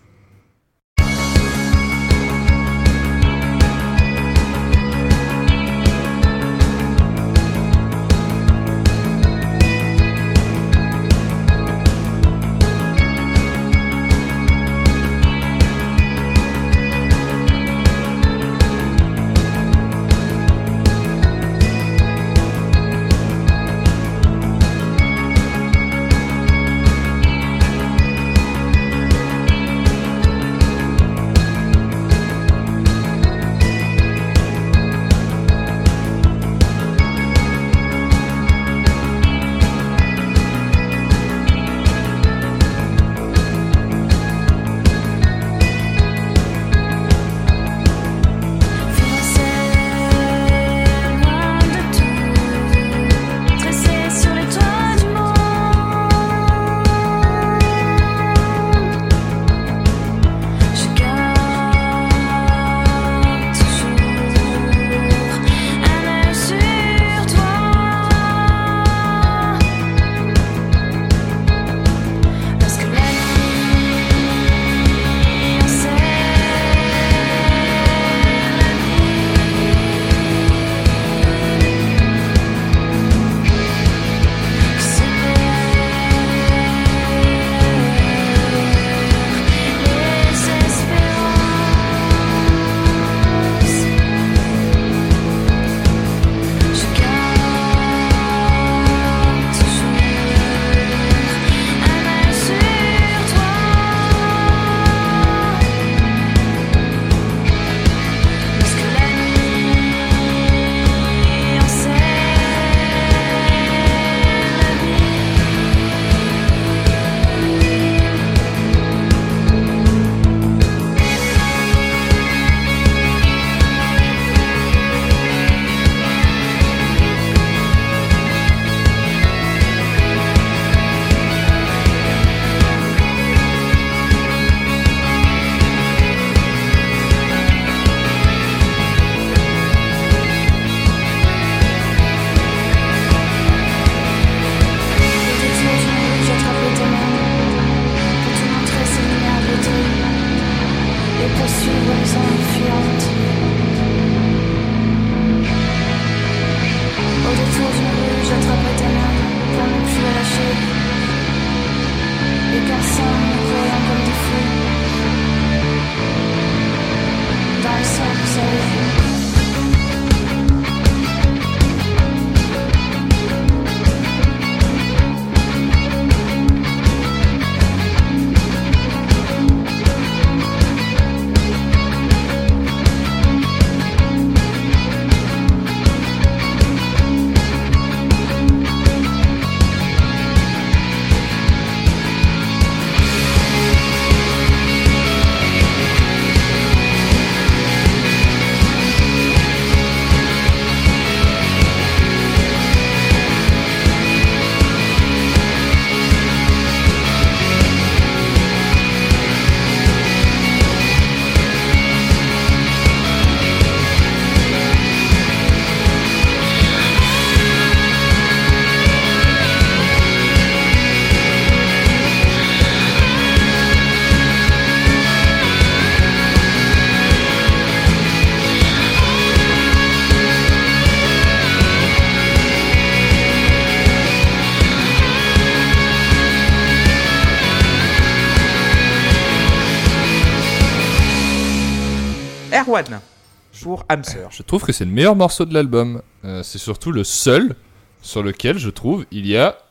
Speaker 1: Erwan pour Hamster.
Speaker 2: Je trouve que c'est le meilleur morceau de l'album. Euh, c'est surtout le seul sur lequel je trouve il y a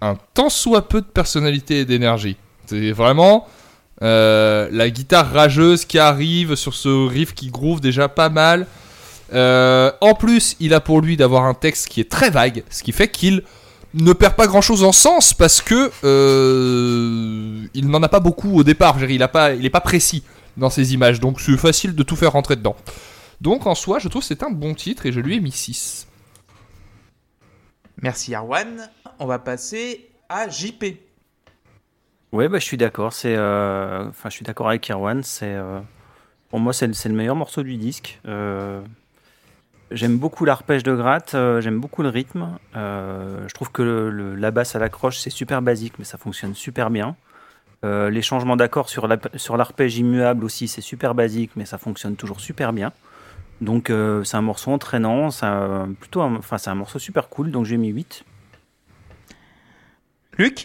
Speaker 2: un tant soit peu de personnalité et d'énergie. C'est vraiment euh, la guitare rageuse qui arrive sur ce riff qui groove déjà pas mal. Euh, en plus, il a pour lui d'avoir un texte qui est très vague, ce qui fait qu'il ne perd pas grand chose en sens parce que euh, il n'en a pas beaucoup au départ. Je veux dire, il a pas, il est pas précis dans ses images, donc c'est facile de tout faire rentrer dedans. Donc en soi, je trouve que c'est un bon titre et je lui ai mis six.
Speaker 1: Merci Arwan. On va passer à J P.
Speaker 5: Ouais, bah, je suis d'accord. C'est, euh, enfin, je suis d'accord avec Irwan. C'est, euh, pour moi, c'est, le- c'est le meilleur morceau du disque. Euh, j'aime beaucoup l'arpège de gratte. euh, j'aime beaucoup le rythme. Euh, je trouve que le- le- la basse à la croche, c'est super basique, mais ça fonctionne super bien. Euh, les changements d'accords sur, la, sur l'arpège immuable aussi, c'est super basique, mais ça fonctionne toujours super bien. Donc, euh, c'est un morceau entraînant. C'est un, plutôt, un- enfin, c'est un morceau super cool. Donc, j'ai mis huit.
Speaker 1: Luc.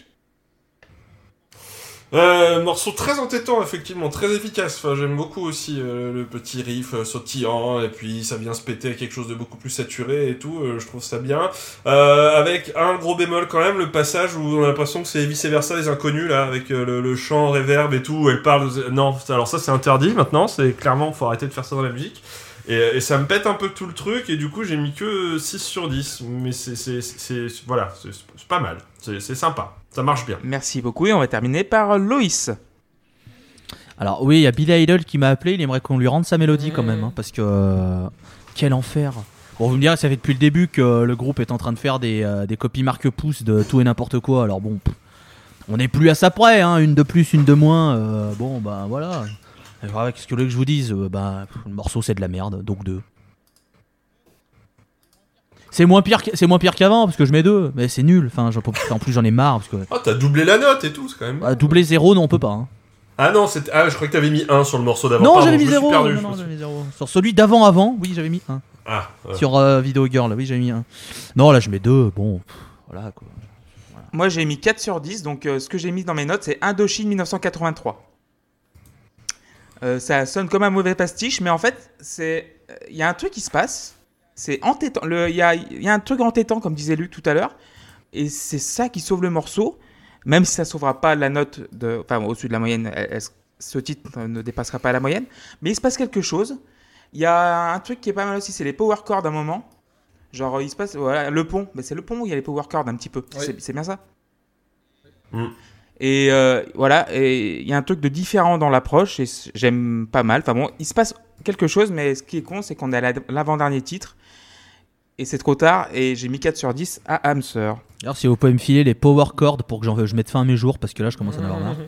Speaker 4: Euh, morceau très entêtant, effectivement, très efficace. Enfin, j'aime beaucoup aussi euh, le petit riff euh, sautillant, et puis ça vient se péter à quelque chose de beaucoup plus saturé et tout. Euh, je trouve ça bien. Euh, avec un gros bémol quand même, le passage où on a l'impression que c'est vice versa les inconnus là, avec euh, le, le chant reverb et tout. Où elle parle. De... Non, alors ça c'est interdit maintenant. C'est clairement, faut arrêter de faire ça dans la musique. Et, et ça me pète un peu tout le truc, et du coup j'ai mis que six sur dix. Mais c'est, c'est, c'est, c'est voilà, c'est, c'est pas mal. C'est, c'est sympa. Ça marche bien.
Speaker 1: Merci beaucoup et on va terminer par Loïs.
Speaker 3: Alors oui, il y a Billy Idol qui m'a appelé, il aimerait qu'on lui rende sa mélodie quand même, hein, parce que euh, quel enfer. Bon, vous me direz, ça fait depuis le début que le groupe est en train de faire des, euh, des copies marque-pouce de tout et n'importe quoi, alors bon, pff, on n'est plus à ça près, hein, une de plus, une de moins, euh, bon bah voilà. Alors, qu'est-ce que vous voulez que je vous dise, euh, bah, pff, le morceau c'est de la merde, donc deux. C'est moins pire, qu'- c'est moins pire qu'avant parce que je mets deux, mais c'est nul. Enfin, j'en peux- en plus j'en ai marre parce que
Speaker 4: Oh, t'as doublé la note et tout, c'est quand même.
Speaker 3: bah, doubler zéro, non on peut pas. Hein.
Speaker 4: Ah non, c'était... ah, je crois que t'avais mis un sur le morceau d'avant.
Speaker 3: Non,
Speaker 4: Pardon,
Speaker 3: j'avais
Speaker 4: je
Speaker 3: mis
Speaker 4: me suis
Speaker 3: zéro.
Speaker 4: perdu,
Speaker 3: Non,
Speaker 4: je
Speaker 3: non,
Speaker 4: me suis-
Speaker 3: j'avais mis zéro. Sur celui d'avant avant, oui j'avais mis un.
Speaker 4: Ah, ouais.
Speaker 3: Sur euh, Video Girl, oui j'avais mis un. Non là je mets deux, bon, pff, voilà quoi.
Speaker 1: Moi j'ai mis quatre sur dix, donc euh, ce que j'ai mis dans mes notes c'est Indochine dix-neuf cent quatre-vingt-trois. Euh, ça sonne comme un mauvais pastiche, mais en fait, c'est il y a un truc qui se passe, c'est entêtant. Le- Il y a, il y a un truc entêtant, comme disait Luc tout à l'heure, et c'est ça qui sauve le morceau, même si ça sauvera pas la note de, enfin au-dessus de la moyenne. elle- elle- ce titre ne dépassera pas la moyenne, mais il se passe quelque chose. Il y a un truc qui est pas mal aussi, c'est les power chords à un moment. Genre il se passe, voilà, le pont, mais c'est le pont où il y a les power chords un petit peu.
Speaker 2: Oui.
Speaker 1: C'est, c'est bien ça.
Speaker 4: Mm.
Speaker 1: Et euh, voilà, et il y a un truc de différent dans l'approche et c- j'aime pas mal. Enfin bon, il se passe quelque chose, mais ce qui est con, c'est qu'on est à la- l'avant-dernier titre et c'est trop tard. Et j'ai mis quatre sur dix à Hamster.
Speaker 3: Alors si vous pouvez me filer les power chords pour que j'en, je mette fin à mes jours parce que là je commence à en avoir marre.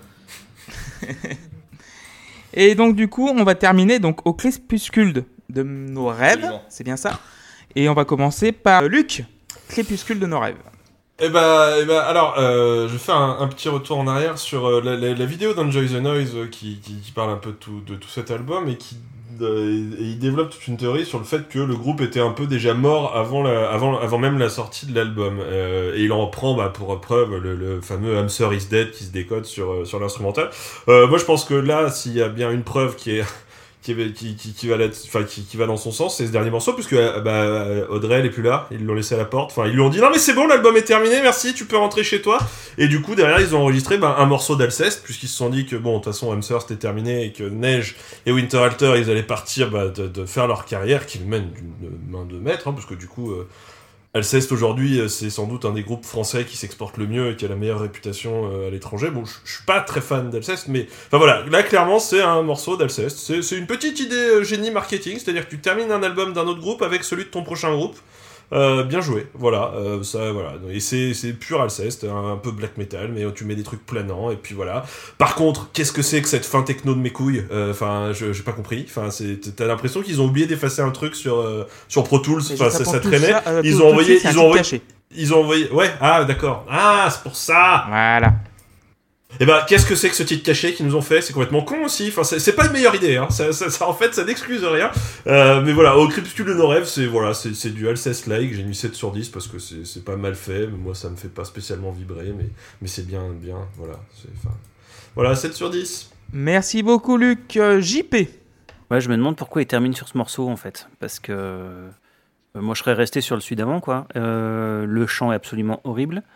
Speaker 1: Et donc du coup, on va terminer donc au crépuscule de, de nos rêves,
Speaker 2: Absolument.
Speaker 1: c'est bien ça. Et on va commencer par Luc, crépuscule de nos rêves.
Speaker 4: Eh bah, eh bah, alors, euh, je vais faire un, un petit retour en arrière sur euh, la, la, la vidéo d'Enjoy the Noise euh, qui, qui, qui parle un peu de tout, de tout cet album et qui euh, et il développe toute une théorie sur le fait que le groupe était un peu déjà mort avant, la, avant, avant même la sortie de l'album. Euh, et il en prend bah, pour preuve le, le fameux Hamster is Dead qui se décode sur, euh, sur l'instrumental. Euh, moi, je pense que là, s'il y a bien une preuve qui est... Qui, qui, qui, qui, va là- enfin, qui, qui va dans son sens, c'est ce dernier morceau, puisque euh, bah, Audrey elle est plus là, ils l'ont laissé à la porte, enfin ils lui ont dit non mais c'est bon, l'album est terminé, merci, tu peux rentrer chez toi. Et du coup derrière ils ont enregistré bah, un morceau d'Alceste, puisqu'ils se sont dit que bon de toute façon Hamster c'était terminé et que Neige et Winterhalter ils allaient partir bah, de, de faire leur carrière qu'ils mènent d'une main de maître, hein, parce que du coup euh, Alceste aujourd'hui euh, c'est sans doute un des groupes français qui s'exporte le mieux et qui a la meilleure réputation euh, à l'étranger. Bon je je suis pas très fan d'Alceste, mais enfin voilà, là clairement c'est un morceau d'Alceste, c'est c'est une petite idée euh, génie marketing, c'est-à-dire que tu termines un album d'un autre groupe avec celui de ton prochain groupe. Euh, bien joué, voilà, euh, ça, voilà, et c'est, c'est pur Alceste, un, un peu black metal, mais tu mets des trucs planants, et puis voilà. Par contre, qu'est-ce que c'est que cette fin techno de mes couilles? Enfin, je, j'ai pas compris, enfin, c'est, t'as l'impression qu'ils ont oublié d'effacer un truc sur, euh, sur Pro Tools,
Speaker 1: Et
Speaker 4: enfin,
Speaker 1: juste
Speaker 4: ça,
Speaker 1: pour
Speaker 4: ça
Speaker 1: tout
Speaker 4: traînait,
Speaker 1: ça, euh,
Speaker 4: ils
Speaker 1: tout-
Speaker 4: ont
Speaker 1: tout de
Speaker 4: envoyé,
Speaker 1: suite, c'est un
Speaker 4: ils ont
Speaker 1: titre
Speaker 4: envoyé,
Speaker 1: caché.
Speaker 4: ils ont envoyé, ouais, ah, d'accord, ah, c'est pour ça!
Speaker 1: Voilà.
Speaker 4: Et bah, qu'est-ce que c'est que ce titre caché qu'ils nous ont fait? C'est complètement con aussi. Enfin, c'est, c'est pas une meilleure idée. Hein. Ça, ça, ça, en fait, ça n'excuse rien. Euh, mais voilà, au crépuscule de nos rêves, c'est voilà, c'est, c'est du Alceste-like. J'ai mis sept sur dix parce que c'est, c'est pas mal fait. Mais moi, ça me fait pas spécialement vibrer, mais, mais c'est bien, bien. Voilà, c'est, enfin, voilà, sept sur dix.
Speaker 1: Merci beaucoup Luc. Euh, J P.
Speaker 5: Ouais, je me demande pourquoi il termine sur ce morceau en fait. Parce que euh, moi je serais resté sur le celui d'avant quoi. Euh, le chant est absolument horrible.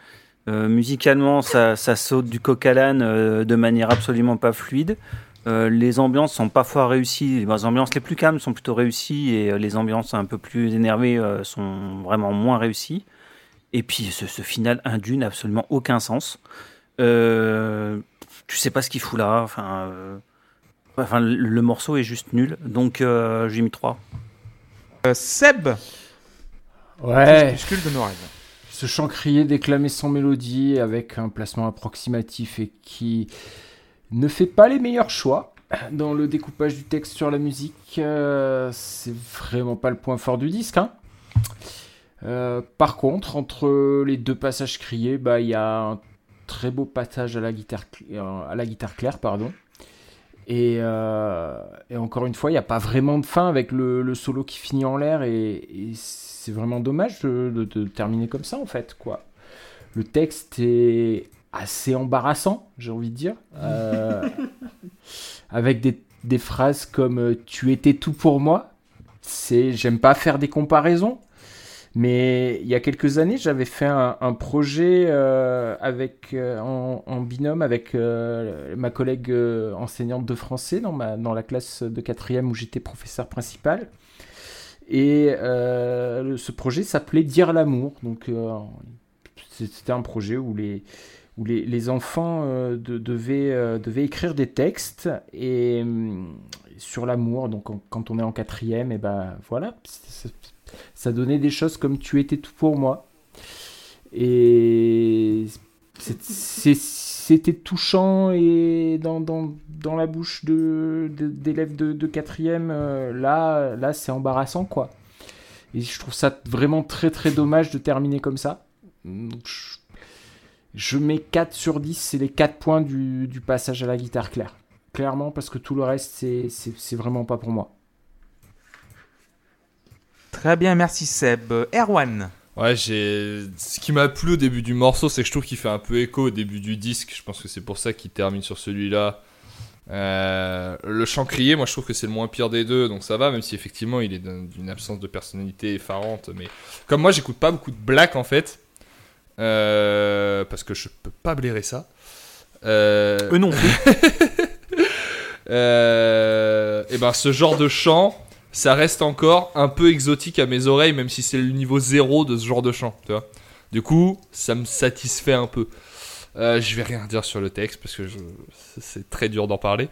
Speaker 5: Euh, musicalement, ça, ça saute du coq à l'âne euh, de manière absolument pas fluide. Euh, les ambiances sont parfois réussies. Les ambiances les plus calmes sont plutôt réussies et euh, les ambiances un peu plus énervées euh, sont vraiment moins réussies. Et puis ce, ce final induit n'a absolument aucun sens. Euh, tu sais pas ce qu'il fout là. Enfin, euh, enfin le, le morceau est juste nul. Donc euh, j'ai mis trois.
Speaker 1: Euh, Seb,
Speaker 6: Ouais.
Speaker 1: crépuscule de nos rêves.
Speaker 6: Ce chant crié déclamé sans mélodie avec un placement approximatif et qui ne fait pas les meilleurs choix dans le découpage du texte sur la musique. Euh, c'est vraiment pas le point fort du disque. Hein. Euh, par contre, entre les deux passages criés, bah, y a un très beau passage à la guitare, cl- à la guitare claire. Pardon. Et, euh, et encore une fois, il n'y a pas vraiment de fin avec le, le solo qui finit en l'air et, et c'est vraiment dommage de, de, de terminer comme ça en fait, quoi. Le texte est assez embarrassant, j'ai envie de dire, euh, avec des, des phrases comme euh, « tu étais tout pour moi ». C'est, j'aime pas faire des comparaisons, mais il y a quelques années, j'avais fait un, un projet euh, avec, euh, en, en binôme avec euh, ma collègue euh, enseignante de français dans, ma, dans la classe de quatrième où j'étais professeur principal. Et euh, ce projet s'appelait Dire l'amour. Donc, euh, c'était un projet où les, où les, les enfants euh, de, devaient, euh, devaient écrire des textes et, euh, sur l'amour. Donc, en, quand on est en quatrième, et ben voilà, c'est, c'est, ça donnait des choses comme tu étais tout pour moi. Et c'est, c'est, c'était touchant et dans, dans, dans la bouche de, de, d'élèves de, de quatrième, euh, là, là c'est embarrassant quoi. Et je trouve ça vraiment très très dommage de terminer comme ça. Donc, je, je mets quatre sur dix, c'est les quatre points du, du passage à la guitare claire. Clairement, parce que tout le reste, c'est, c'est, c'est vraiment pas pour moi.
Speaker 1: Très bien, merci Seb. Erwan.
Speaker 2: Ouais, j'ai. Ce qui m'a plu au début du morceau, c'est que je trouve qu'il fait un peu écho au début du disque. Je pense que c'est pour ça qu'il termine sur celui-là. Euh, le chant crié, moi je trouve que c'est le moins pire des deux, donc ça va, même si effectivement il est d'une absence de personnalité effarante. Mais comme moi j'écoute pas beaucoup de black en fait, euh, parce que je peux pas blairer ça. Euh,
Speaker 5: Eux non plus.
Speaker 2: euh, et ben ce genre de chant, ça reste encore un peu exotique à mes oreilles, même si c'est le niveau zéro de ce genre de chant, tu vois. Du coup, ça me satisfait un peu. Euh, je vais rien dire sur le texte parce que je, c'est très dur d'en parler.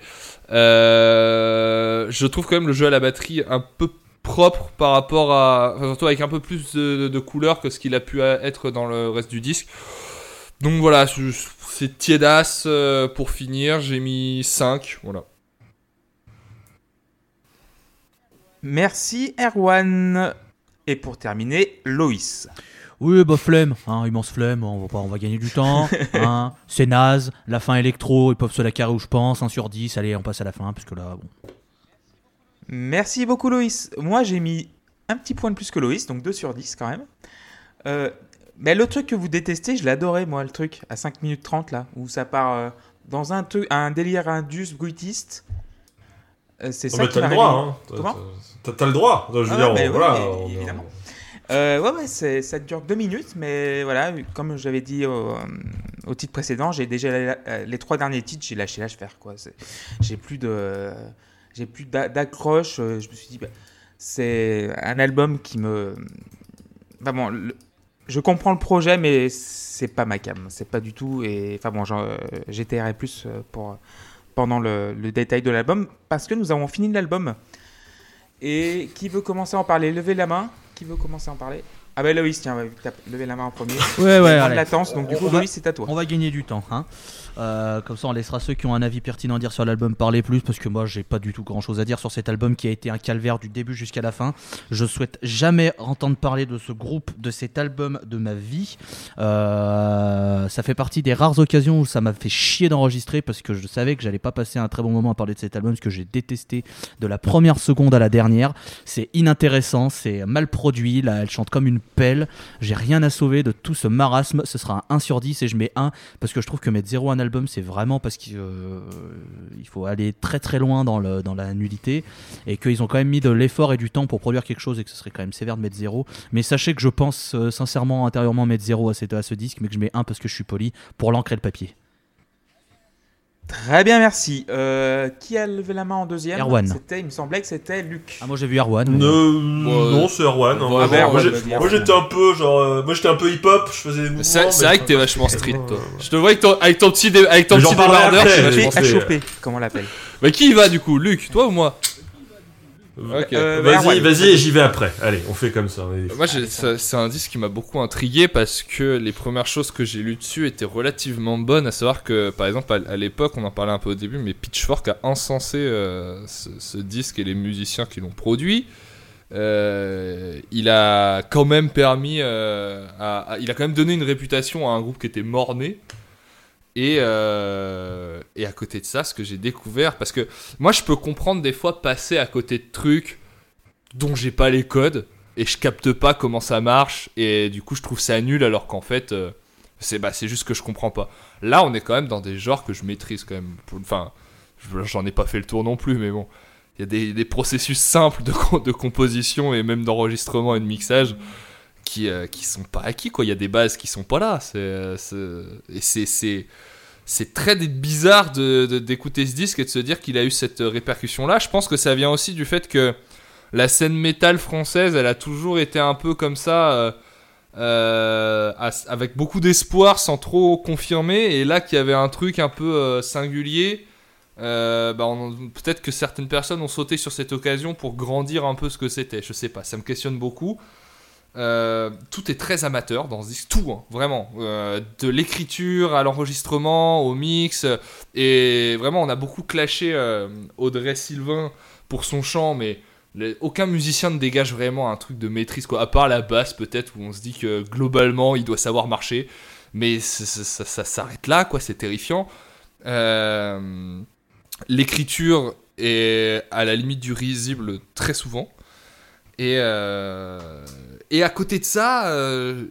Speaker 2: Euh, je trouve quand même le jeu à la batterie un peu propre par rapport à, enfin, surtout avec un peu plus de, de, de couleurs que ce qu'il a pu être dans le reste du disque. Donc voilà, c'est tiédasse. Pour finir, j'ai mis cinq, voilà.
Speaker 1: Merci Erwan. Et pour terminer, Loïs.
Speaker 3: Oui, bah flemme, hein, immense flemme, on va, pas, on va gagner du temps, hein, c'est naze, la fin électro, ils peuvent se la carrer où je pense, un sur dix, allez on passe à la fin, parce que là, bon.
Speaker 1: Merci beaucoup Loïs. Moi j'ai mis un petit point de plus que Loïs, donc deux sur dix quand même. Euh, mais le truc que vous détestez, je l'adorais moi, le truc, à cinq minutes trente là, où ça part euh, dans un, truc, un délire indus bruitiste. Euh, c'est
Speaker 4: non,
Speaker 1: ça
Speaker 4: mais
Speaker 1: qui
Speaker 4: t'as
Speaker 1: m'a
Speaker 4: le droit,
Speaker 1: réveillé.
Speaker 4: hein. T'as,
Speaker 1: Comment
Speaker 4: t'as, t'as le droit. Je veux
Speaker 1: ah,
Speaker 4: dire,
Speaker 1: mais
Speaker 4: on,
Speaker 1: oui,
Speaker 4: voilà.
Speaker 1: mais,
Speaker 4: On,
Speaker 1: évidemment.
Speaker 4: on...
Speaker 1: Euh, ouais, ouais, c'est, ça dure deux minutes, mais voilà, comme j'avais dit au, au titre précédent, j'ai déjà les, les trois derniers titres, j'ai lâché l'affaire, quoi. C'est, j'ai plus de, j'ai plus d'accroche. Je me suis dit, bah, c'est un album qui me, enfin bon, le, je comprends le projet, mais c'est pas ma cam, c'est pas du tout. Et enfin bon, genre, j'étayerai plus pour pendant le, le détail de l'album, parce que nous avons fini l'album. Et qui veut commencer à en parler? Levez la main. Qui veut commencer à en parler? Ah bah Loïs, tiens, levez la main en premier.
Speaker 3: Ouais, ouais,
Speaker 1: pas
Speaker 3: allez.
Speaker 1: de latence, donc du coup,
Speaker 3: On va-
Speaker 1: Loïs, c'est à toi.
Speaker 3: On va gagner du temps, hein. Euh, comme ça on laissera ceux qui ont un avis pertinent à dire sur l'album parler plus, parce que moi j'ai pas du tout grand chose à dire sur cet album qui a été un calvaire du début jusqu'à la fin. Je souhaite jamais entendre parler de ce groupe, de cet album de ma vie. Euh, ça fait partie des rares occasions où ça m'a fait chier d'enregistrer, parce que je savais que j'allais pas passer un très bon moment à parler de cet album, parce que j'ai détesté de la première seconde à la dernière. C'est inintéressant, c'est mal produit, là elle chante comme une pelle. J'ai rien à sauver de tout ce marasme. Ce sera un un sur dix et je mets un parce que je trouve que mettre zéro un album, c'est vraiment parce qu'il euh, il faut aller très très loin dans, le, dans la nullité et qu'ils ont quand même mis de l'effort et du temps pour produire quelque chose et que ce serait quand même sévère de mettre zéro. Mais sachez que je pense euh, sincèrement intérieurement mettre zéro à, cette, à ce disque, mais que je mets un parce que je suis poli pour l'encre et le papier.
Speaker 1: Très bien, merci. Euh, qui a levé la main en deuxième ?
Speaker 3: Erwan.
Speaker 1: C'était, il me semblait que c'était Luc.
Speaker 3: Ah, moi j'ai vu Erwan. Mais...
Speaker 4: Ne-
Speaker 2: Ouais.
Speaker 4: non, c'est Erwan. hein.
Speaker 2: Ouais,
Speaker 4: Moi,
Speaker 1: ouais,
Speaker 4: moi,
Speaker 1: ouais,
Speaker 4: j'ai-
Speaker 1: ouais,
Speaker 4: moi, j'étais un peu genre, euh, moi j'étais un peu hip-hop, je faisais des mouvements.
Speaker 2: C'est c'est
Speaker 4: mais-
Speaker 2: vrai que t'es vachement street, toi.
Speaker 4: Ouais.
Speaker 2: Je te vois avec ton, avec ton petit, dé- avec ton
Speaker 4: Mais j'en
Speaker 2: petit
Speaker 4: parlerai
Speaker 2: débardeur.
Speaker 4: après.
Speaker 2: t'es
Speaker 4: je
Speaker 2: vachement
Speaker 1: P
Speaker 4: pensais-
Speaker 2: street.
Speaker 1: H O P, comment on l'appelle.
Speaker 2: Mais qui y va du coup, Luc, toi ou moi? Ok.
Speaker 1: Euh,
Speaker 4: Vas-y,
Speaker 1: Erwan.
Speaker 4: vas-y, et j'y vais après. Allez, on fait comme ça. on est-
Speaker 2: Moi, j'ai- ça- c'est un disque qui m'a beaucoup intrigué parce que les premières choses que j'ai lues dessus étaient relativement bonnes. À savoir que, par exemple, à, à l'époque, on en parlait un peu au début, mais Pitchfork a encensé euh, ce, ce disque et les musiciens qui l'ont produit. Euh, il a quand même permis, euh, à, à- il a quand même donné une réputation à un groupe qui était mort-né. Et, euh, et à côté de ça, ce que j'ai découvert, parce que moi je peux comprendre des fois passer à côté de trucs dont j'ai pas les codes et je capte pas comment ça marche et du coup je trouve ça nul alors qu'en fait euh, c'est bah, c'est juste que je comprends pas. Là on est quand même dans des genres que je maîtrise quand même. Enfin, je- j'en ai pas fait le tour non plus, mais bon, il y a des, des processus simples de, co- de composition et même d'enregistrement et de mixage qui, euh, qui sont pas acquis, quoi. Il y a des bases qui sont pas là. C'est, c'est, et c'est, c'est, c'est très bizarre de, de- d'écouter ce disque et de se dire qu'il a eu cette répercussion-là. Je pense que ça vient aussi du fait que la scène métal française, elle a toujours été un peu comme ça, euh, euh, as- avec beaucoup d'espoir sans trop confirmer. Et là, qu'il y avait un truc un peu euh, singulier, euh, bah on- peut-être que certaines personnes ont sauté sur cette occasion pour grandir un peu ce que c'était. Je sais pas, ça me questionne beaucoup. Euh, tout est très amateur dans ce disque, tout, hein, vraiment, euh, de l'écriture à l'enregistrement, au mix, euh, et vraiment on a beaucoup clashé euh, Audrey Sylvain pour son chant, mais les- aucun musicien ne dégage vraiment un truc de maîtrise, quoi, à part la basse peut-être, où on se dit que globalement il doit savoir marcher, mais c'est- c'est- ça, ça s'arrête là, quoi, c'est terrifiant. Euh, l'écriture est à la limite du risible très souvent. Et, euh, et à côté de ça, euh,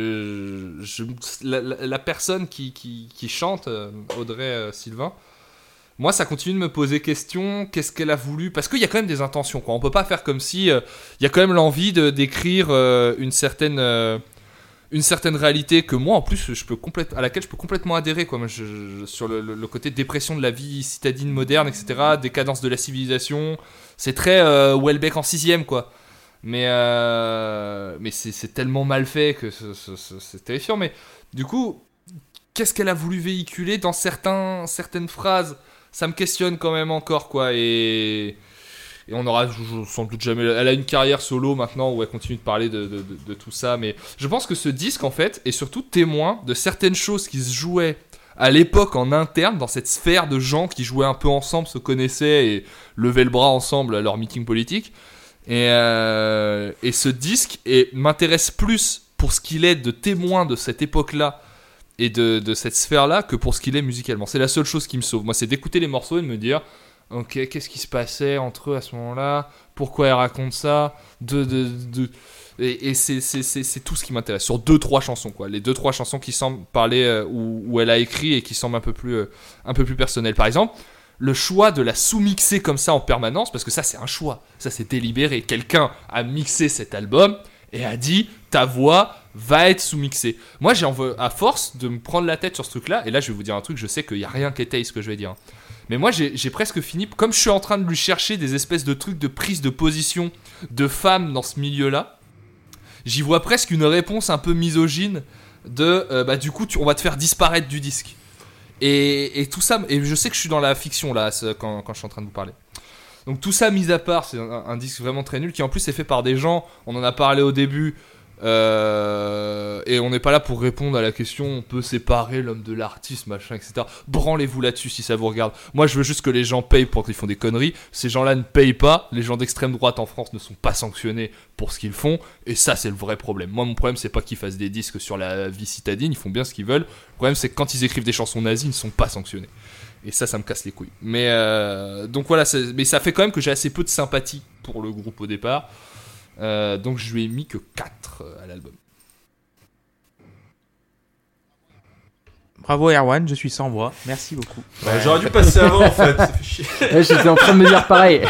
Speaker 2: je, je, la, la- la personne qui, qui, qui chante, euh, Audrey euh, Sylvain, moi ça continue de me poser question, qu'est-ce qu'elle a voulu, parce qu'il y a quand même des intentions, quoi. On peut pas faire comme si, euh, il y a quand même l'envie de, d'écrire euh, une, certaine, euh, une certaine réalité que moi en plus je peux complète, à laquelle je peux complètement adhérer, quoi. Moi, je, je- sur le, le- le côté dépression de la vie citadine moderne, et cetera, décadence de la civilisation, c'est très euh, Houellebecq en sixième, quoi. Mais, euh, mais c'est, c'est tellement mal fait que c'est, c'est- c'est- c'est terrifiant. Mais du coup, qu'est-ce qu'elle a voulu véhiculer dans certains, certaines phrases ? Ça me questionne quand même encore, quoi. Et, et on aura sans doute jamais. Elle a une carrière solo maintenant où elle continue de parler de, de, de, de tout ça. Mais je pense que ce disque, en fait, est surtout témoin de certaines choses qui se jouaient à l'époque en interne, dans cette sphère de gens qui jouaient un peu ensemble, se connaissaient et levaient le bras ensemble à leur meeting politique. Et, euh, et ce disque et m'intéresse plus pour ce qu'il est de témoin de cette époque-là et de, de cette sphère-là que pour ce qu'il est musicalement. C'est la seule chose qui me sauve. Moi, c'est d'écouter les morceaux et de me dire ok, qu'est-ce qui se passait entre eux à ce moment-là, pourquoi elle raconte ça, de, de, de... Et, et c'est, c'est, c'est, c'est tout ce qui m'intéresse. Sur deux, trois chansons, quoi. Les deux, trois chansons qui semblent parler, euh, où, où elle a écrit et qui semblent un peu plus, euh, un peu plus personnelles. Par exemple, le choix de la sous-mixer comme ça en permanence, parce que ça c'est un choix, ça c'est délibéré. Quelqu'un a mixé cet album et a dit ta voix va être sous-mixée. Moi j'ai envie, à force de me prendre la tête sur ce truc-là, et là je vais vous dire un truc, je sais qu'il n'y a rien qui étaye ce que je vais dire. Mais moi j'ai, j'ai presque fini, comme je suis en train de lui chercher des espèces de trucs de prise de position de femmes dans ce milieu-là, j'y vois presque une réponse un peu misogyne de euh, bah du coup tu, on va te faire disparaître du disque. Et, et tout ça, et je sais que je suis dans la fiction là quand, quand je suis en train de vous parler. Donc tout ça mis à part, c'est un, un disque vraiment très nul qui en plus est fait par des gens, on en a parlé au début, euh, et on n'est pas là pour répondre à la question on peut séparer l'homme de l'artiste, machin, et cetera. Branlez-vous là-dessus si ça vous regarde. Moi je veux juste que les gens payent pour qu'ils font des conneries. Ces gens-là ne payent pas, les gens d'extrême droite en France ne sont pas sanctionnés pour ce qu'ils font, et ça c'est le vrai problème. Moi mon problème c'est pas qu'ils fassent des disques sur la vie citadine, ils font bien ce qu'ils veulent. Le problème c'est que quand ils écrivent des chansons nazies, ils ne sont pas sanctionnés. Et ça, ça me casse les couilles. Mais euh, donc voilà, mais ça fait quand même que j'ai assez peu de sympathie pour le groupe au départ. Euh, donc je lui ai mis que quatre euh, à l'album.
Speaker 1: Bravo Erwan, je suis sans voix. Merci beaucoup.
Speaker 4: Bah, j'aurais dû passer avant en fait. Ça fait chier.
Speaker 6: Ouais, j'étais en train de me dire pareil.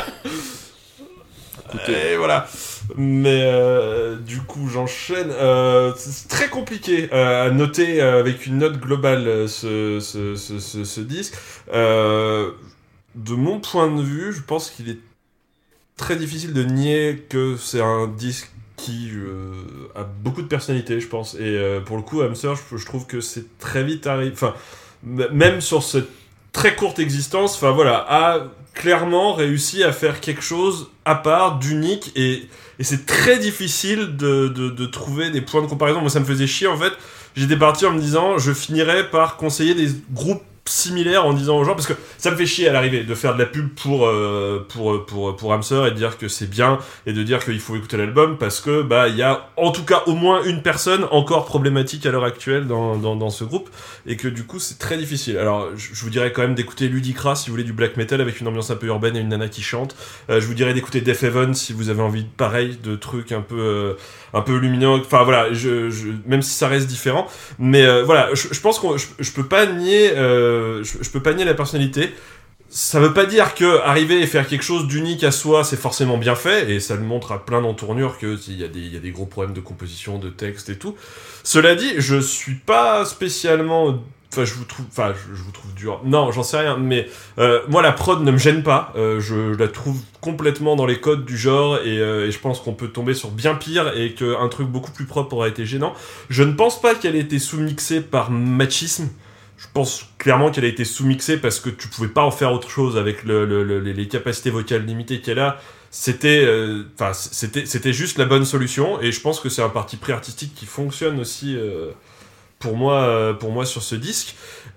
Speaker 4: Et voilà. Mais euh, du coup, j'enchaîne. Euh, c'est très compliqué euh, à noter euh, avec une note globale euh, ce, ce, ce, ce, ce disque. Euh, de mon point de vue, je pense qu'il est très difficile de nier que c'est un disque qui euh, a beaucoup de personnalité, je pense. Et euh, pour le coup, Hamster, je, je trouve que c'est très vite arrivé. Enfin, m- même sur cette très courte existence, enfin voilà, a clairement réussi à faire quelque chose à part, d'unique, et, et c'est très difficile de, de, de trouver des points de comparaison. Moi, ça me faisait chier, en fait. J'étais parti en me disant, je finirais par conseiller des groupes similaires en disant aux gens, parce que ça me fait chier à l'arrivée de faire de la pub pour euh, pour pour pour Hamster et de dire que c'est bien et de dire qu'il faut écouter l'album, parce que bah il y a en tout cas au moins une personne encore problématique à l'heure actuelle dans dans dans ce groupe, et que du coup c'est très difficile. Alors je, je vous dirais quand même d'écouter Ludicra si vous voulez du black metal avec une ambiance un peu urbaine et une nana qui chante. Euh, je vous dirais d'écouter Death Heaven si vous avez envie de pareil, de trucs un peu euh, un peu lumineux. Enfin voilà, je, je même si ça reste différent, mais euh, voilà, je, je pense qu'on je, je peux pas nier euh, Je, je peux pas nier la personnalité. Ça veut pas dire que arriver et faire quelque chose d'unique à soi, c'est forcément bien fait, et ça le montre à plein d'entournures que il y a des il y a des gros problèmes de composition, de texte et tout. Cela dit, je suis pas spécialement, enfin je vous trouve, enfin je, je vous trouve dur. Non, j'en sais rien, mais euh, moi la prod ne me gêne pas. Euh, je, je la trouve complètement dans les codes du genre, et, euh, et je pense qu'on peut tomber sur bien pire et qu'un truc beaucoup plus propre aurait été gênant. Je ne pense pas qu'elle ait été sous-mixée par machisme. Je pense clairement qu'elle a été sous-mixée parce que tu pouvais pas en faire autre chose avec le, le, le, les capacités vocales limitées qu'elle a. C'était, enfin, euh, c'était, c'était juste la bonne solution, et je pense que c'est un parti pris artistique qui fonctionne aussi euh, pour moi, euh, pour moi sur ce disque.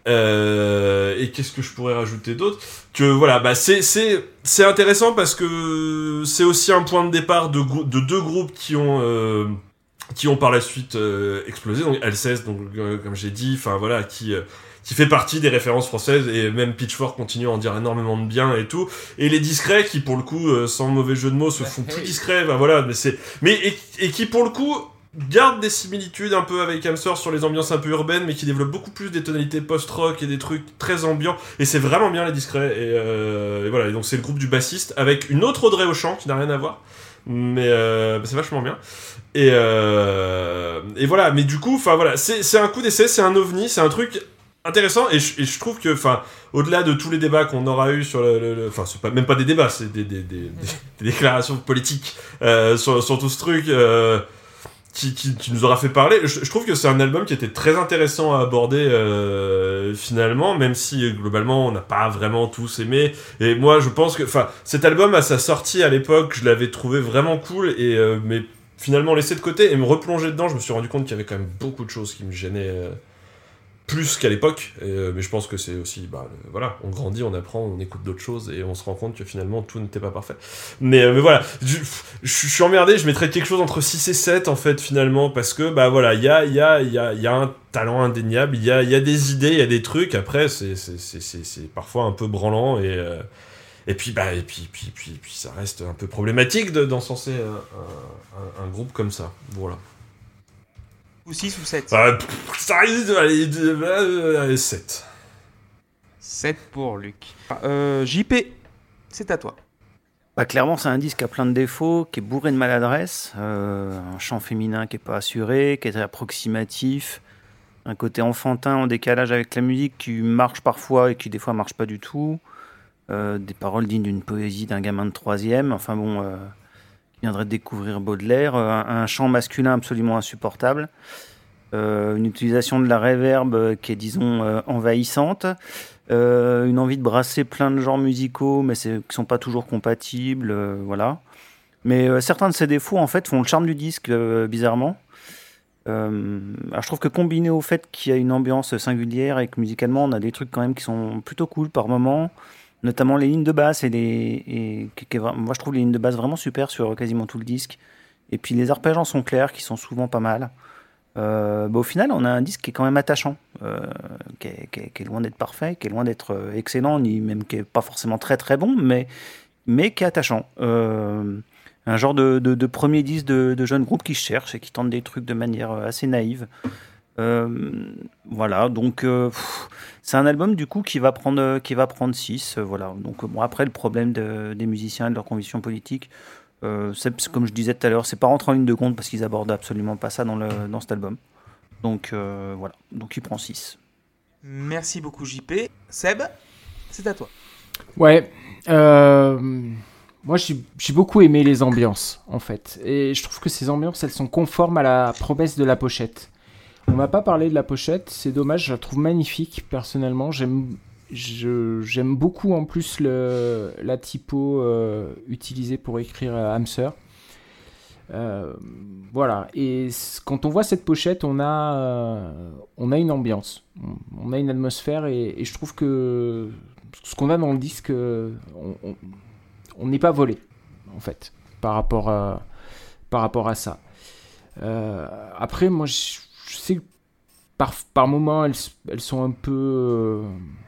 Speaker 4: Euh, et qu'est-ce que je pourrais rajouter d'autre ? Que voilà, bah c'est c'est c'est intéressant parce que c'est aussi un point de départ de de deux groupes qui ont euh, qui ont par la suite euh, explosé. Donc Alceste, donc euh, comme j'ai dit, enfin voilà, qui euh, qui fait partie des références françaises, et même Pitchfork continue à en dire énormément de bien et tout. Et les discrets qui, pour le coup, euh, sans mauvais jeu de mots, se font plus discrets. Ben voilà, mais c'est, mais et, et qui, pour le coup, gardent des similitudes un peu avec Hamster sur les ambiances un peu urbaines, mais qui développent beaucoup plus des tonalités post-rock et des trucs très ambiants. Et c'est vraiment bien les discrets. Et, euh, et voilà. Et donc c'est le groupe du bassiste avec une autre Audrey au chant qui n'a rien à voir. Mais euh, bah c'est vachement bien. Et euh, et voilà. Mais du coup, enfin voilà, c'est c'est un coup d'essai, c'est un ovni, c'est un truc intéressant, et je, et je trouve que, enfin, au-delà de tous les débats qu'on aura eu sur le, enfin, c'est pas même pas des débats, c'est des des, des, des, des déclarations politiques euh, sur sur tout ce truc euh, qui, qui qui nous aura fait parler. Je, je trouve que c'est un album qui était très intéressant à aborder euh, finalement, même si globalement on n'a pas vraiment tous aimé. Et moi, je pense que, enfin, cet album à sa sortie à l'époque, je l'avais trouvé vraiment cool, et euh, mais finalement laissé de côté et me replonger dedans, je me suis rendu compte qu'il y avait quand même beaucoup de choses qui me gênaient. Euh, plus qu'à l'époque, euh, mais je pense que c'est aussi, bah, euh, voilà, on grandit, on apprend, on écoute d'autres choses, et on se rend compte que finalement tout n'était pas parfait. Mais, euh, mais voilà, je, je suis emmerdé, je mettrais quelque chose entre six et sept en fait finalement, parce que bah voilà, il y a, y, a, y, a, y a un talent indéniable, il y a, y a des idées, il y a des trucs, après c'est, c'est, c'est, c'est, c'est parfois un peu branlant, et, euh, et, puis, bah, et puis, puis, puis, puis ça reste un peu problématique de, d'encenser un, un, un groupe comme ça, voilà.
Speaker 1: Ou six ou sept
Speaker 4: euh, Ça risque de sept.
Speaker 1: sept pour Luc. Euh, J P, c'est à toi.
Speaker 5: Bah, clairement, c'est un disque qui a plein de défauts, qui est bourré de maladresse, euh, un chant féminin qui n'est pas assuré, qui est très approximatif, un côté enfantin en décalage avec la musique qui marche parfois et qui des fois marche pas du tout, euh, des paroles dignes d'une poésie d'un gamin de troisième, enfin bon... Euh, viendrait de découvrir Baudelaire, un, un chant masculin absolument insupportable, euh, une utilisation de la reverb qui est, disons, euh, envahissante, euh, une envie de brasser plein de genres musicaux, mais c'est, qui ne sont pas toujours compatibles, euh, voilà. Mais euh, certains de ces défauts, en fait, font le charme du disque, euh, bizarrement. Euh, alors je trouve que combiné au fait qu'il y a une ambiance singulière et que musicalement, on a des trucs quand même qui sont plutôt cool par moments, notamment les lignes de basse, et les et, et, moi je trouve les lignes de basse vraiment super sur quasiment tout le disque, et puis les arpèges en son clair qui sont souvent pas mal. Euh, bah au final on a un disque qui est quand même attachant, euh, qui, est, qui, est, qui est loin d'être parfait, qui est loin d'être excellent, ni même qui est pas forcément très très bon, mais, mais qui est attachant. Euh, un genre de, de, de premier disque de, de jeunes groupes qui cherchent et qui tentent des trucs de manière assez naïve. Euh, voilà, donc euh, pff, c'est un album du coup qui va prendre qui va prendre six. Euh, voilà, donc bon, après le problème de, des musiciens et de leurs convictions politiques, euh, c'est comme je disais tout à l'heure, c'est pas rentré en ligne de compte parce qu'ils abordent absolument pas ça dans le dans cet album. Donc euh, voilà, donc il prend six.
Speaker 1: Merci beaucoup J P. Seb, c'est à toi.
Speaker 6: Ouais. Euh, moi, j'ai, j'ai beaucoup aimé les ambiances, en fait. Et je trouve que ces ambiances, elles sont conformes à la promesse de la pochette. On m'a pas parlé de la pochette, c'est dommage, je la trouve magnifique, personnellement. J'aime, je, j'aime beaucoup, en plus, le, la typo euh, utilisée pour écrire euh, Hamster. Euh, voilà, et quand on voit cette pochette, on a, euh, on a une ambiance, on, on a une atmosphère, et, et je trouve que ce qu'on a dans le disque, euh, on n'est pas volé, en fait, par rapport à, par rapport à ça. Euh, après, moi, je, je sais que par, par moments, elles, elles sont un peu, euh,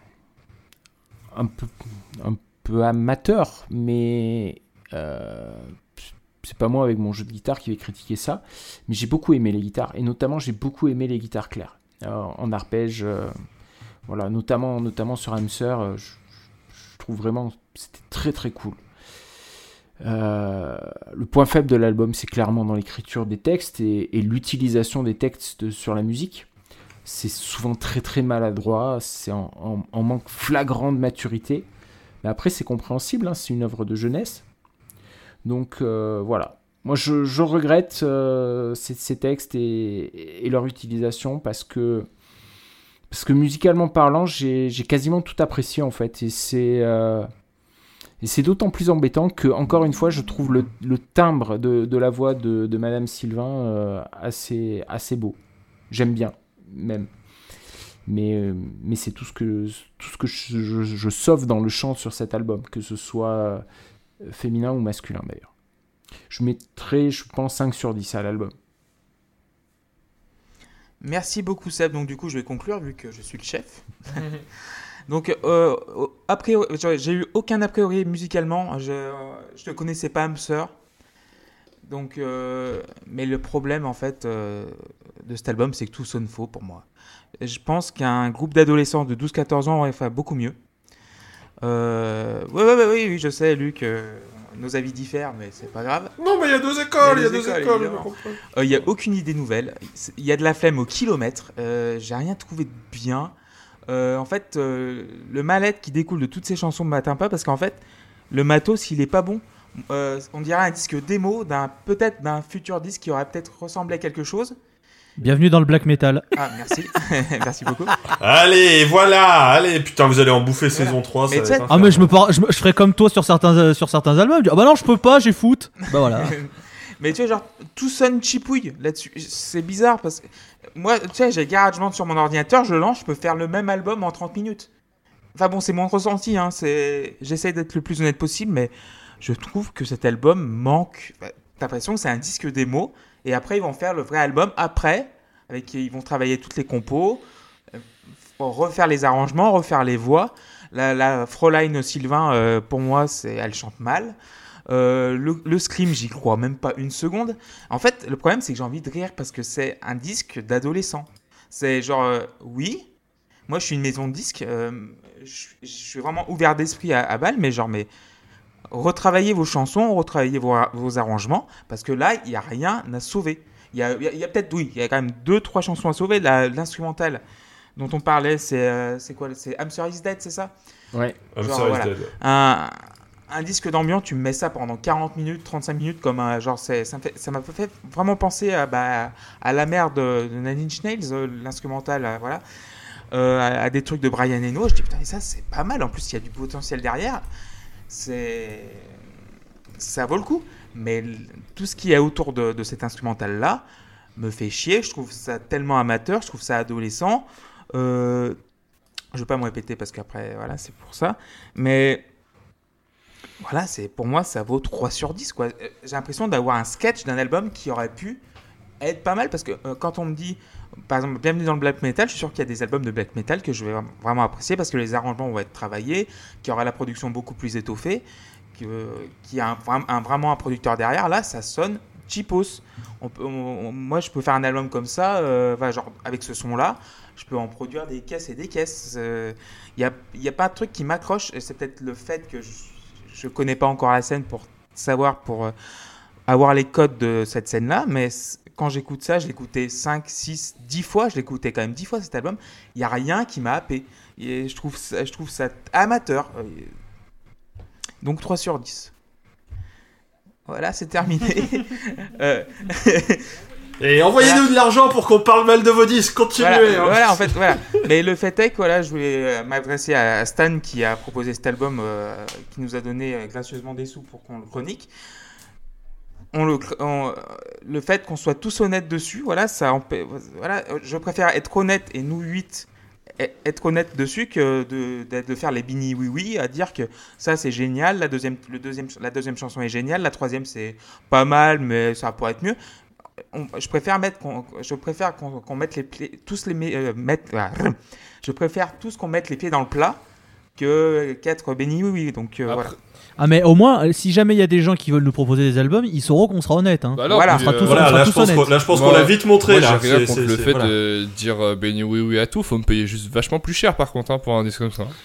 Speaker 6: un peu, un peu amateurs, mais euh, c'est pas moi avec mon jeu de guitare qui vais critiquer ça, mais j'ai beaucoup aimé les guitares, et notamment j'ai beaucoup aimé les guitares claires, alors, en arpège, euh, voilà, notamment, notamment sur Hamster, euh, je, je trouve vraiment que c'était très très cool. Euh, le point faible de l'album, c'est clairement dans l'écriture des textes et, et l'utilisation des textes sur la musique. C'est souvent très très maladroit, c'est en, en, en manque flagrant de maturité, mais après c'est compréhensible, hein, c'est une œuvre de jeunesse. Donc euh, voilà, moi je, je regrette euh, ces, ces textes et, et leur utilisation parce que, parce que musicalement parlant, j'ai, j'ai quasiment tout apprécié en fait. Et c'est, euh, et c'est d'autant plus embêtant que, encore une fois, je trouve le, le timbre de, de la voix de, de Madame Sylvain euh, assez, assez beau. J'aime bien, même. Mais, euh, mais c'est tout ce que, tout ce que je, je, je sauve dans le chant sur cet album, que ce soit féminin ou masculin d'ailleurs. Je mettrai, je pense, cinq sur dix à l'album.
Speaker 1: Merci beaucoup Seb, donc du coup je vais conclure vu que je suis le chef. Donc euh, a priori, j'ai eu aucun a priori musicalement, je je ne connaissais pas Hamster. Donc euh, mais le problème en fait euh, de cet album, c'est que tout sonne faux pour moi. Je pense qu'un groupe d'adolescents de douze à quatorze ans aurait fait beaucoup mieux. Euh, ouais, ouais, ouais, oui, oui, je sais, Luc, euh, nos avis diffèrent, mais c'est pas grave.
Speaker 4: Non, mais il y a deux écoles, il y a deux écoles.
Speaker 1: Il euh, n'y a aucune idée nouvelle. Il y a de la flemme au kilomètre. Euh, j'ai rien trouvé de bien. Euh, en fait, euh, le mal-être qui découle de toutes ces chansons ne m'atteint pas parce qu'en fait, le matos, il est pas bon. Euh, on dirait un disque démo d'un peut-être d'un futur disque qui aurait peut-être ressemblé à quelque chose.
Speaker 3: Bienvenue dans le black metal.
Speaker 1: Ah, merci. Merci beaucoup.
Speaker 4: Allez, voilà. Allez, putain, vous allez en bouffer voilà. Saison trois.
Speaker 1: Mais
Speaker 4: ça va
Speaker 3: ah, mais je, me par... je, me... je ferais comme toi sur certains, euh, sur certains albums. Ah bah non, je peux pas, j'ai foot. Bah voilà.
Speaker 1: Mais tu vois, genre, tout sonne chipouille là-dessus. C'est bizarre parce que moi, tu sais, j'ai GarageBand sur mon ordinateur, je lance, je peux faire le même album en trente minutes. Enfin bon, c'est mon ressenti, hein. C'est... J'essaie d'être le plus honnête possible, mais je trouve que cet album manque. T'as l'impression que c'est un disque démo. Et après, ils vont faire le vrai album. Après, avec, ils vont travailler toutes les compos, euh, refaire les arrangements, refaire les voix. La, la Fräulein Sylvain, euh, pour moi, c'est, elle chante mal. Euh, le, le scream, j'y crois même pas une seconde. En fait, le problème, c'est que j'ai envie de rire parce que c'est un disque d'adolescent. C'est genre, euh, oui, moi, je suis une maison de disques. Euh, je, je suis vraiment ouvert d'esprit à, à balle, mais genre, mais... retravaillez vos chansons, retravaillez vos, vos arrangements, parce que là, il n'y a rien à sauver. Il y a, il y a peut-être, oui, il y a quand même deux, trois chansons à sauver. La, l'instrumentale dont on parlait, c'est, euh, c'est quoi? C'est Hamster is Dead, c'est ça?
Speaker 6: Ouais.
Speaker 4: Hamster
Speaker 1: genre,
Speaker 4: is
Speaker 1: voilà.
Speaker 4: Dead.
Speaker 1: Un, un disque d'ambiance, tu me mets ça pendant quarante minutes, trente-cinq minutes, comme un, genre, c'est, ça, me fait, ça m'a fait vraiment penser à, bah, à la mère de, de Nine Inch Nails, euh, l'instrumental, euh, voilà. Euh, à, à des trucs de Brian Eno. Je dis, putain, ça, c'est pas mal. En plus, il y a du potentiel derrière. C'est... ça vaut le coup, mais tout ce qu'il y a autour de, de cet instrumental là me fait chier. Je trouve ça tellement amateur, je trouve ça adolescent. Euh, je vais pas me répéter parce qu'après voilà, c'est pour ça, mais voilà, c'est pour moi ça vaut trois sur dix quoi. J'ai l'impression d'avoir un sketch d'un album qui aurait pu être pas mal parce que euh, quand on me dit par exemple bienvenue dans le black metal, je suis sûr qu'il y a des albums de black metal que je vais vraiment apprécier parce que les arrangements vont être travaillés, qu'il y aura la production beaucoup plus étoffée, que, qui a un, un, vraiment un producteur derrière, là, ça sonne cheapos. On peut, on, on, moi, je peux faire un album comme ça, euh, bah, genre avec ce son-là, je peux en produire des caisses et des caisses. Il euh, n'y a, y a pas de truc qui m'accroche, et c'est peut-être le fait que je ne connais pas encore la scène pour savoir, pour euh, avoir les codes de cette scène-là, mais quand j'écoute ça, je l'écoutais cinq, six, dix fois, je l'écoutais quand même dix fois cet album, il n'y a rien qui m'a happé. Et je trouve ça, je trouve ça amateur. Donc trois sur dix. Voilà, c'est terminé. euh...
Speaker 4: Et envoyez-nous voilà. de l'argent pour qu'on parle mal de vos disques, continuez.
Speaker 1: Voilà,
Speaker 4: hein.
Speaker 1: voilà en fait, voilà. Mais le fait est que voilà, je voulais m'adresser à Stan qui a proposé cet album, euh, qui nous a donné euh, gracieusement des sous pour qu'on le chronique. On le, on, le fait qu'on soit tous honnêtes dessus, voilà, ça, voilà, je préfère être honnête et nous huit être honnête dessus que de, de, de faire les bini oui oui à dire que ça c'est génial, la deuxième, le deuxième, la deuxième chanson est géniale, la troisième c'est pas mal mais ça pourrait être mieux. On, je préfère mettre qu'on, je préfère qu'on, qu'on mette les pieds, tous les euh, mettre, euh, je préfère tous qu'on mette les pieds dans le plat que qu'être béni oui oui donc euh, voilà.
Speaker 3: Ah mais au moins si jamais il y a des gens qui veulent nous proposer des albums, ils sauront qu'on sera honnête hein.
Speaker 2: Bah alors,
Speaker 1: voilà,
Speaker 3: on sera
Speaker 2: euh,
Speaker 3: tous,
Speaker 4: voilà
Speaker 3: on sera
Speaker 4: là,
Speaker 3: tous
Speaker 4: je pense
Speaker 3: honnêtes.
Speaker 4: qu'on, là je pense
Speaker 2: moi,
Speaker 4: qu'on l'a vite montré
Speaker 2: moi,
Speaker 4: là.
Speaker 2: J'ai rien
Speaker 4: c'est,
Speaker 2: contre
Speaker 4: c'est,
Speaker 2: le
Speaker 4: c'est,
Speaker 2: fait
Speaker 4: voilà.
Speaker 2: de dire euh, béni oui oui à tout, faut me payer juste vachement plus cher par contre hein, pour un disque comme ça.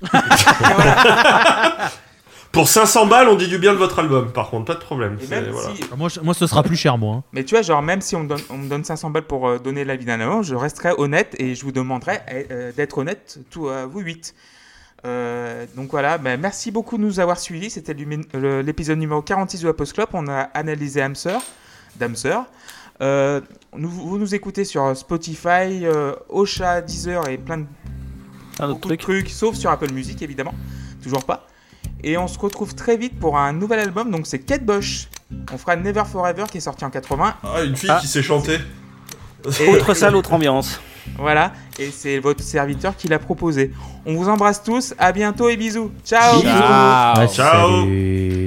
Speaker 4: Pour cinq cents balles, on dit du bien de votre album, par contre, pas de problème.
Speaker 1: Et
Speaker 4: C'est,
Speaker 1: même
Speaker 4: voilà.
Speaker 1: si,
Speaker 3: Moi, je- moi ce sera plus cher moi hein.
Speaker 1: mais tu vois, genre même si on me donne, on me donne cinq cents balles pour euh, donner l'avis d'un album, je resterai honnête et je vous demanderai euh, d'être honnête, tout à vous huit. Euh, donc voilà, bah, merci beaucoup de nous avoir suivis. C'était l'épisode numéro quarante-six de la Post Club. On a analysé Hamster, Damser. Euh, nous, vous nous écoutez sur Spotify, euh, Ocha, Deezer et plein de,
Speaker 5: Un autre
Speaker 1: beaucoup de
Speaker 5: truc.
Speaker 1: trucs, sauf sur Apple Music évidemment. Toujours pas. Et on se retrouve très vite pour un nouvel album. Donc c'est Kate Bush. On fera Never Forever qui est sorti en quatre-vingts.
Speaker 4: Ah, une fille
Speaker 5: Ah.
Speaker 4: qui sait chanter.
Speaker 1: Et-
Speaker 5: Autre salle, autre ambiance.
Speaker 1: Voilà, et c'est votre serviteur qui l'a proposé. On vous embrasse tous, à bientôt et bisous. Ciao.
Speaker 2: Ciao.
Speaker 3: Ah,
Speaker 4: Ciao.
Speaker 3: salut.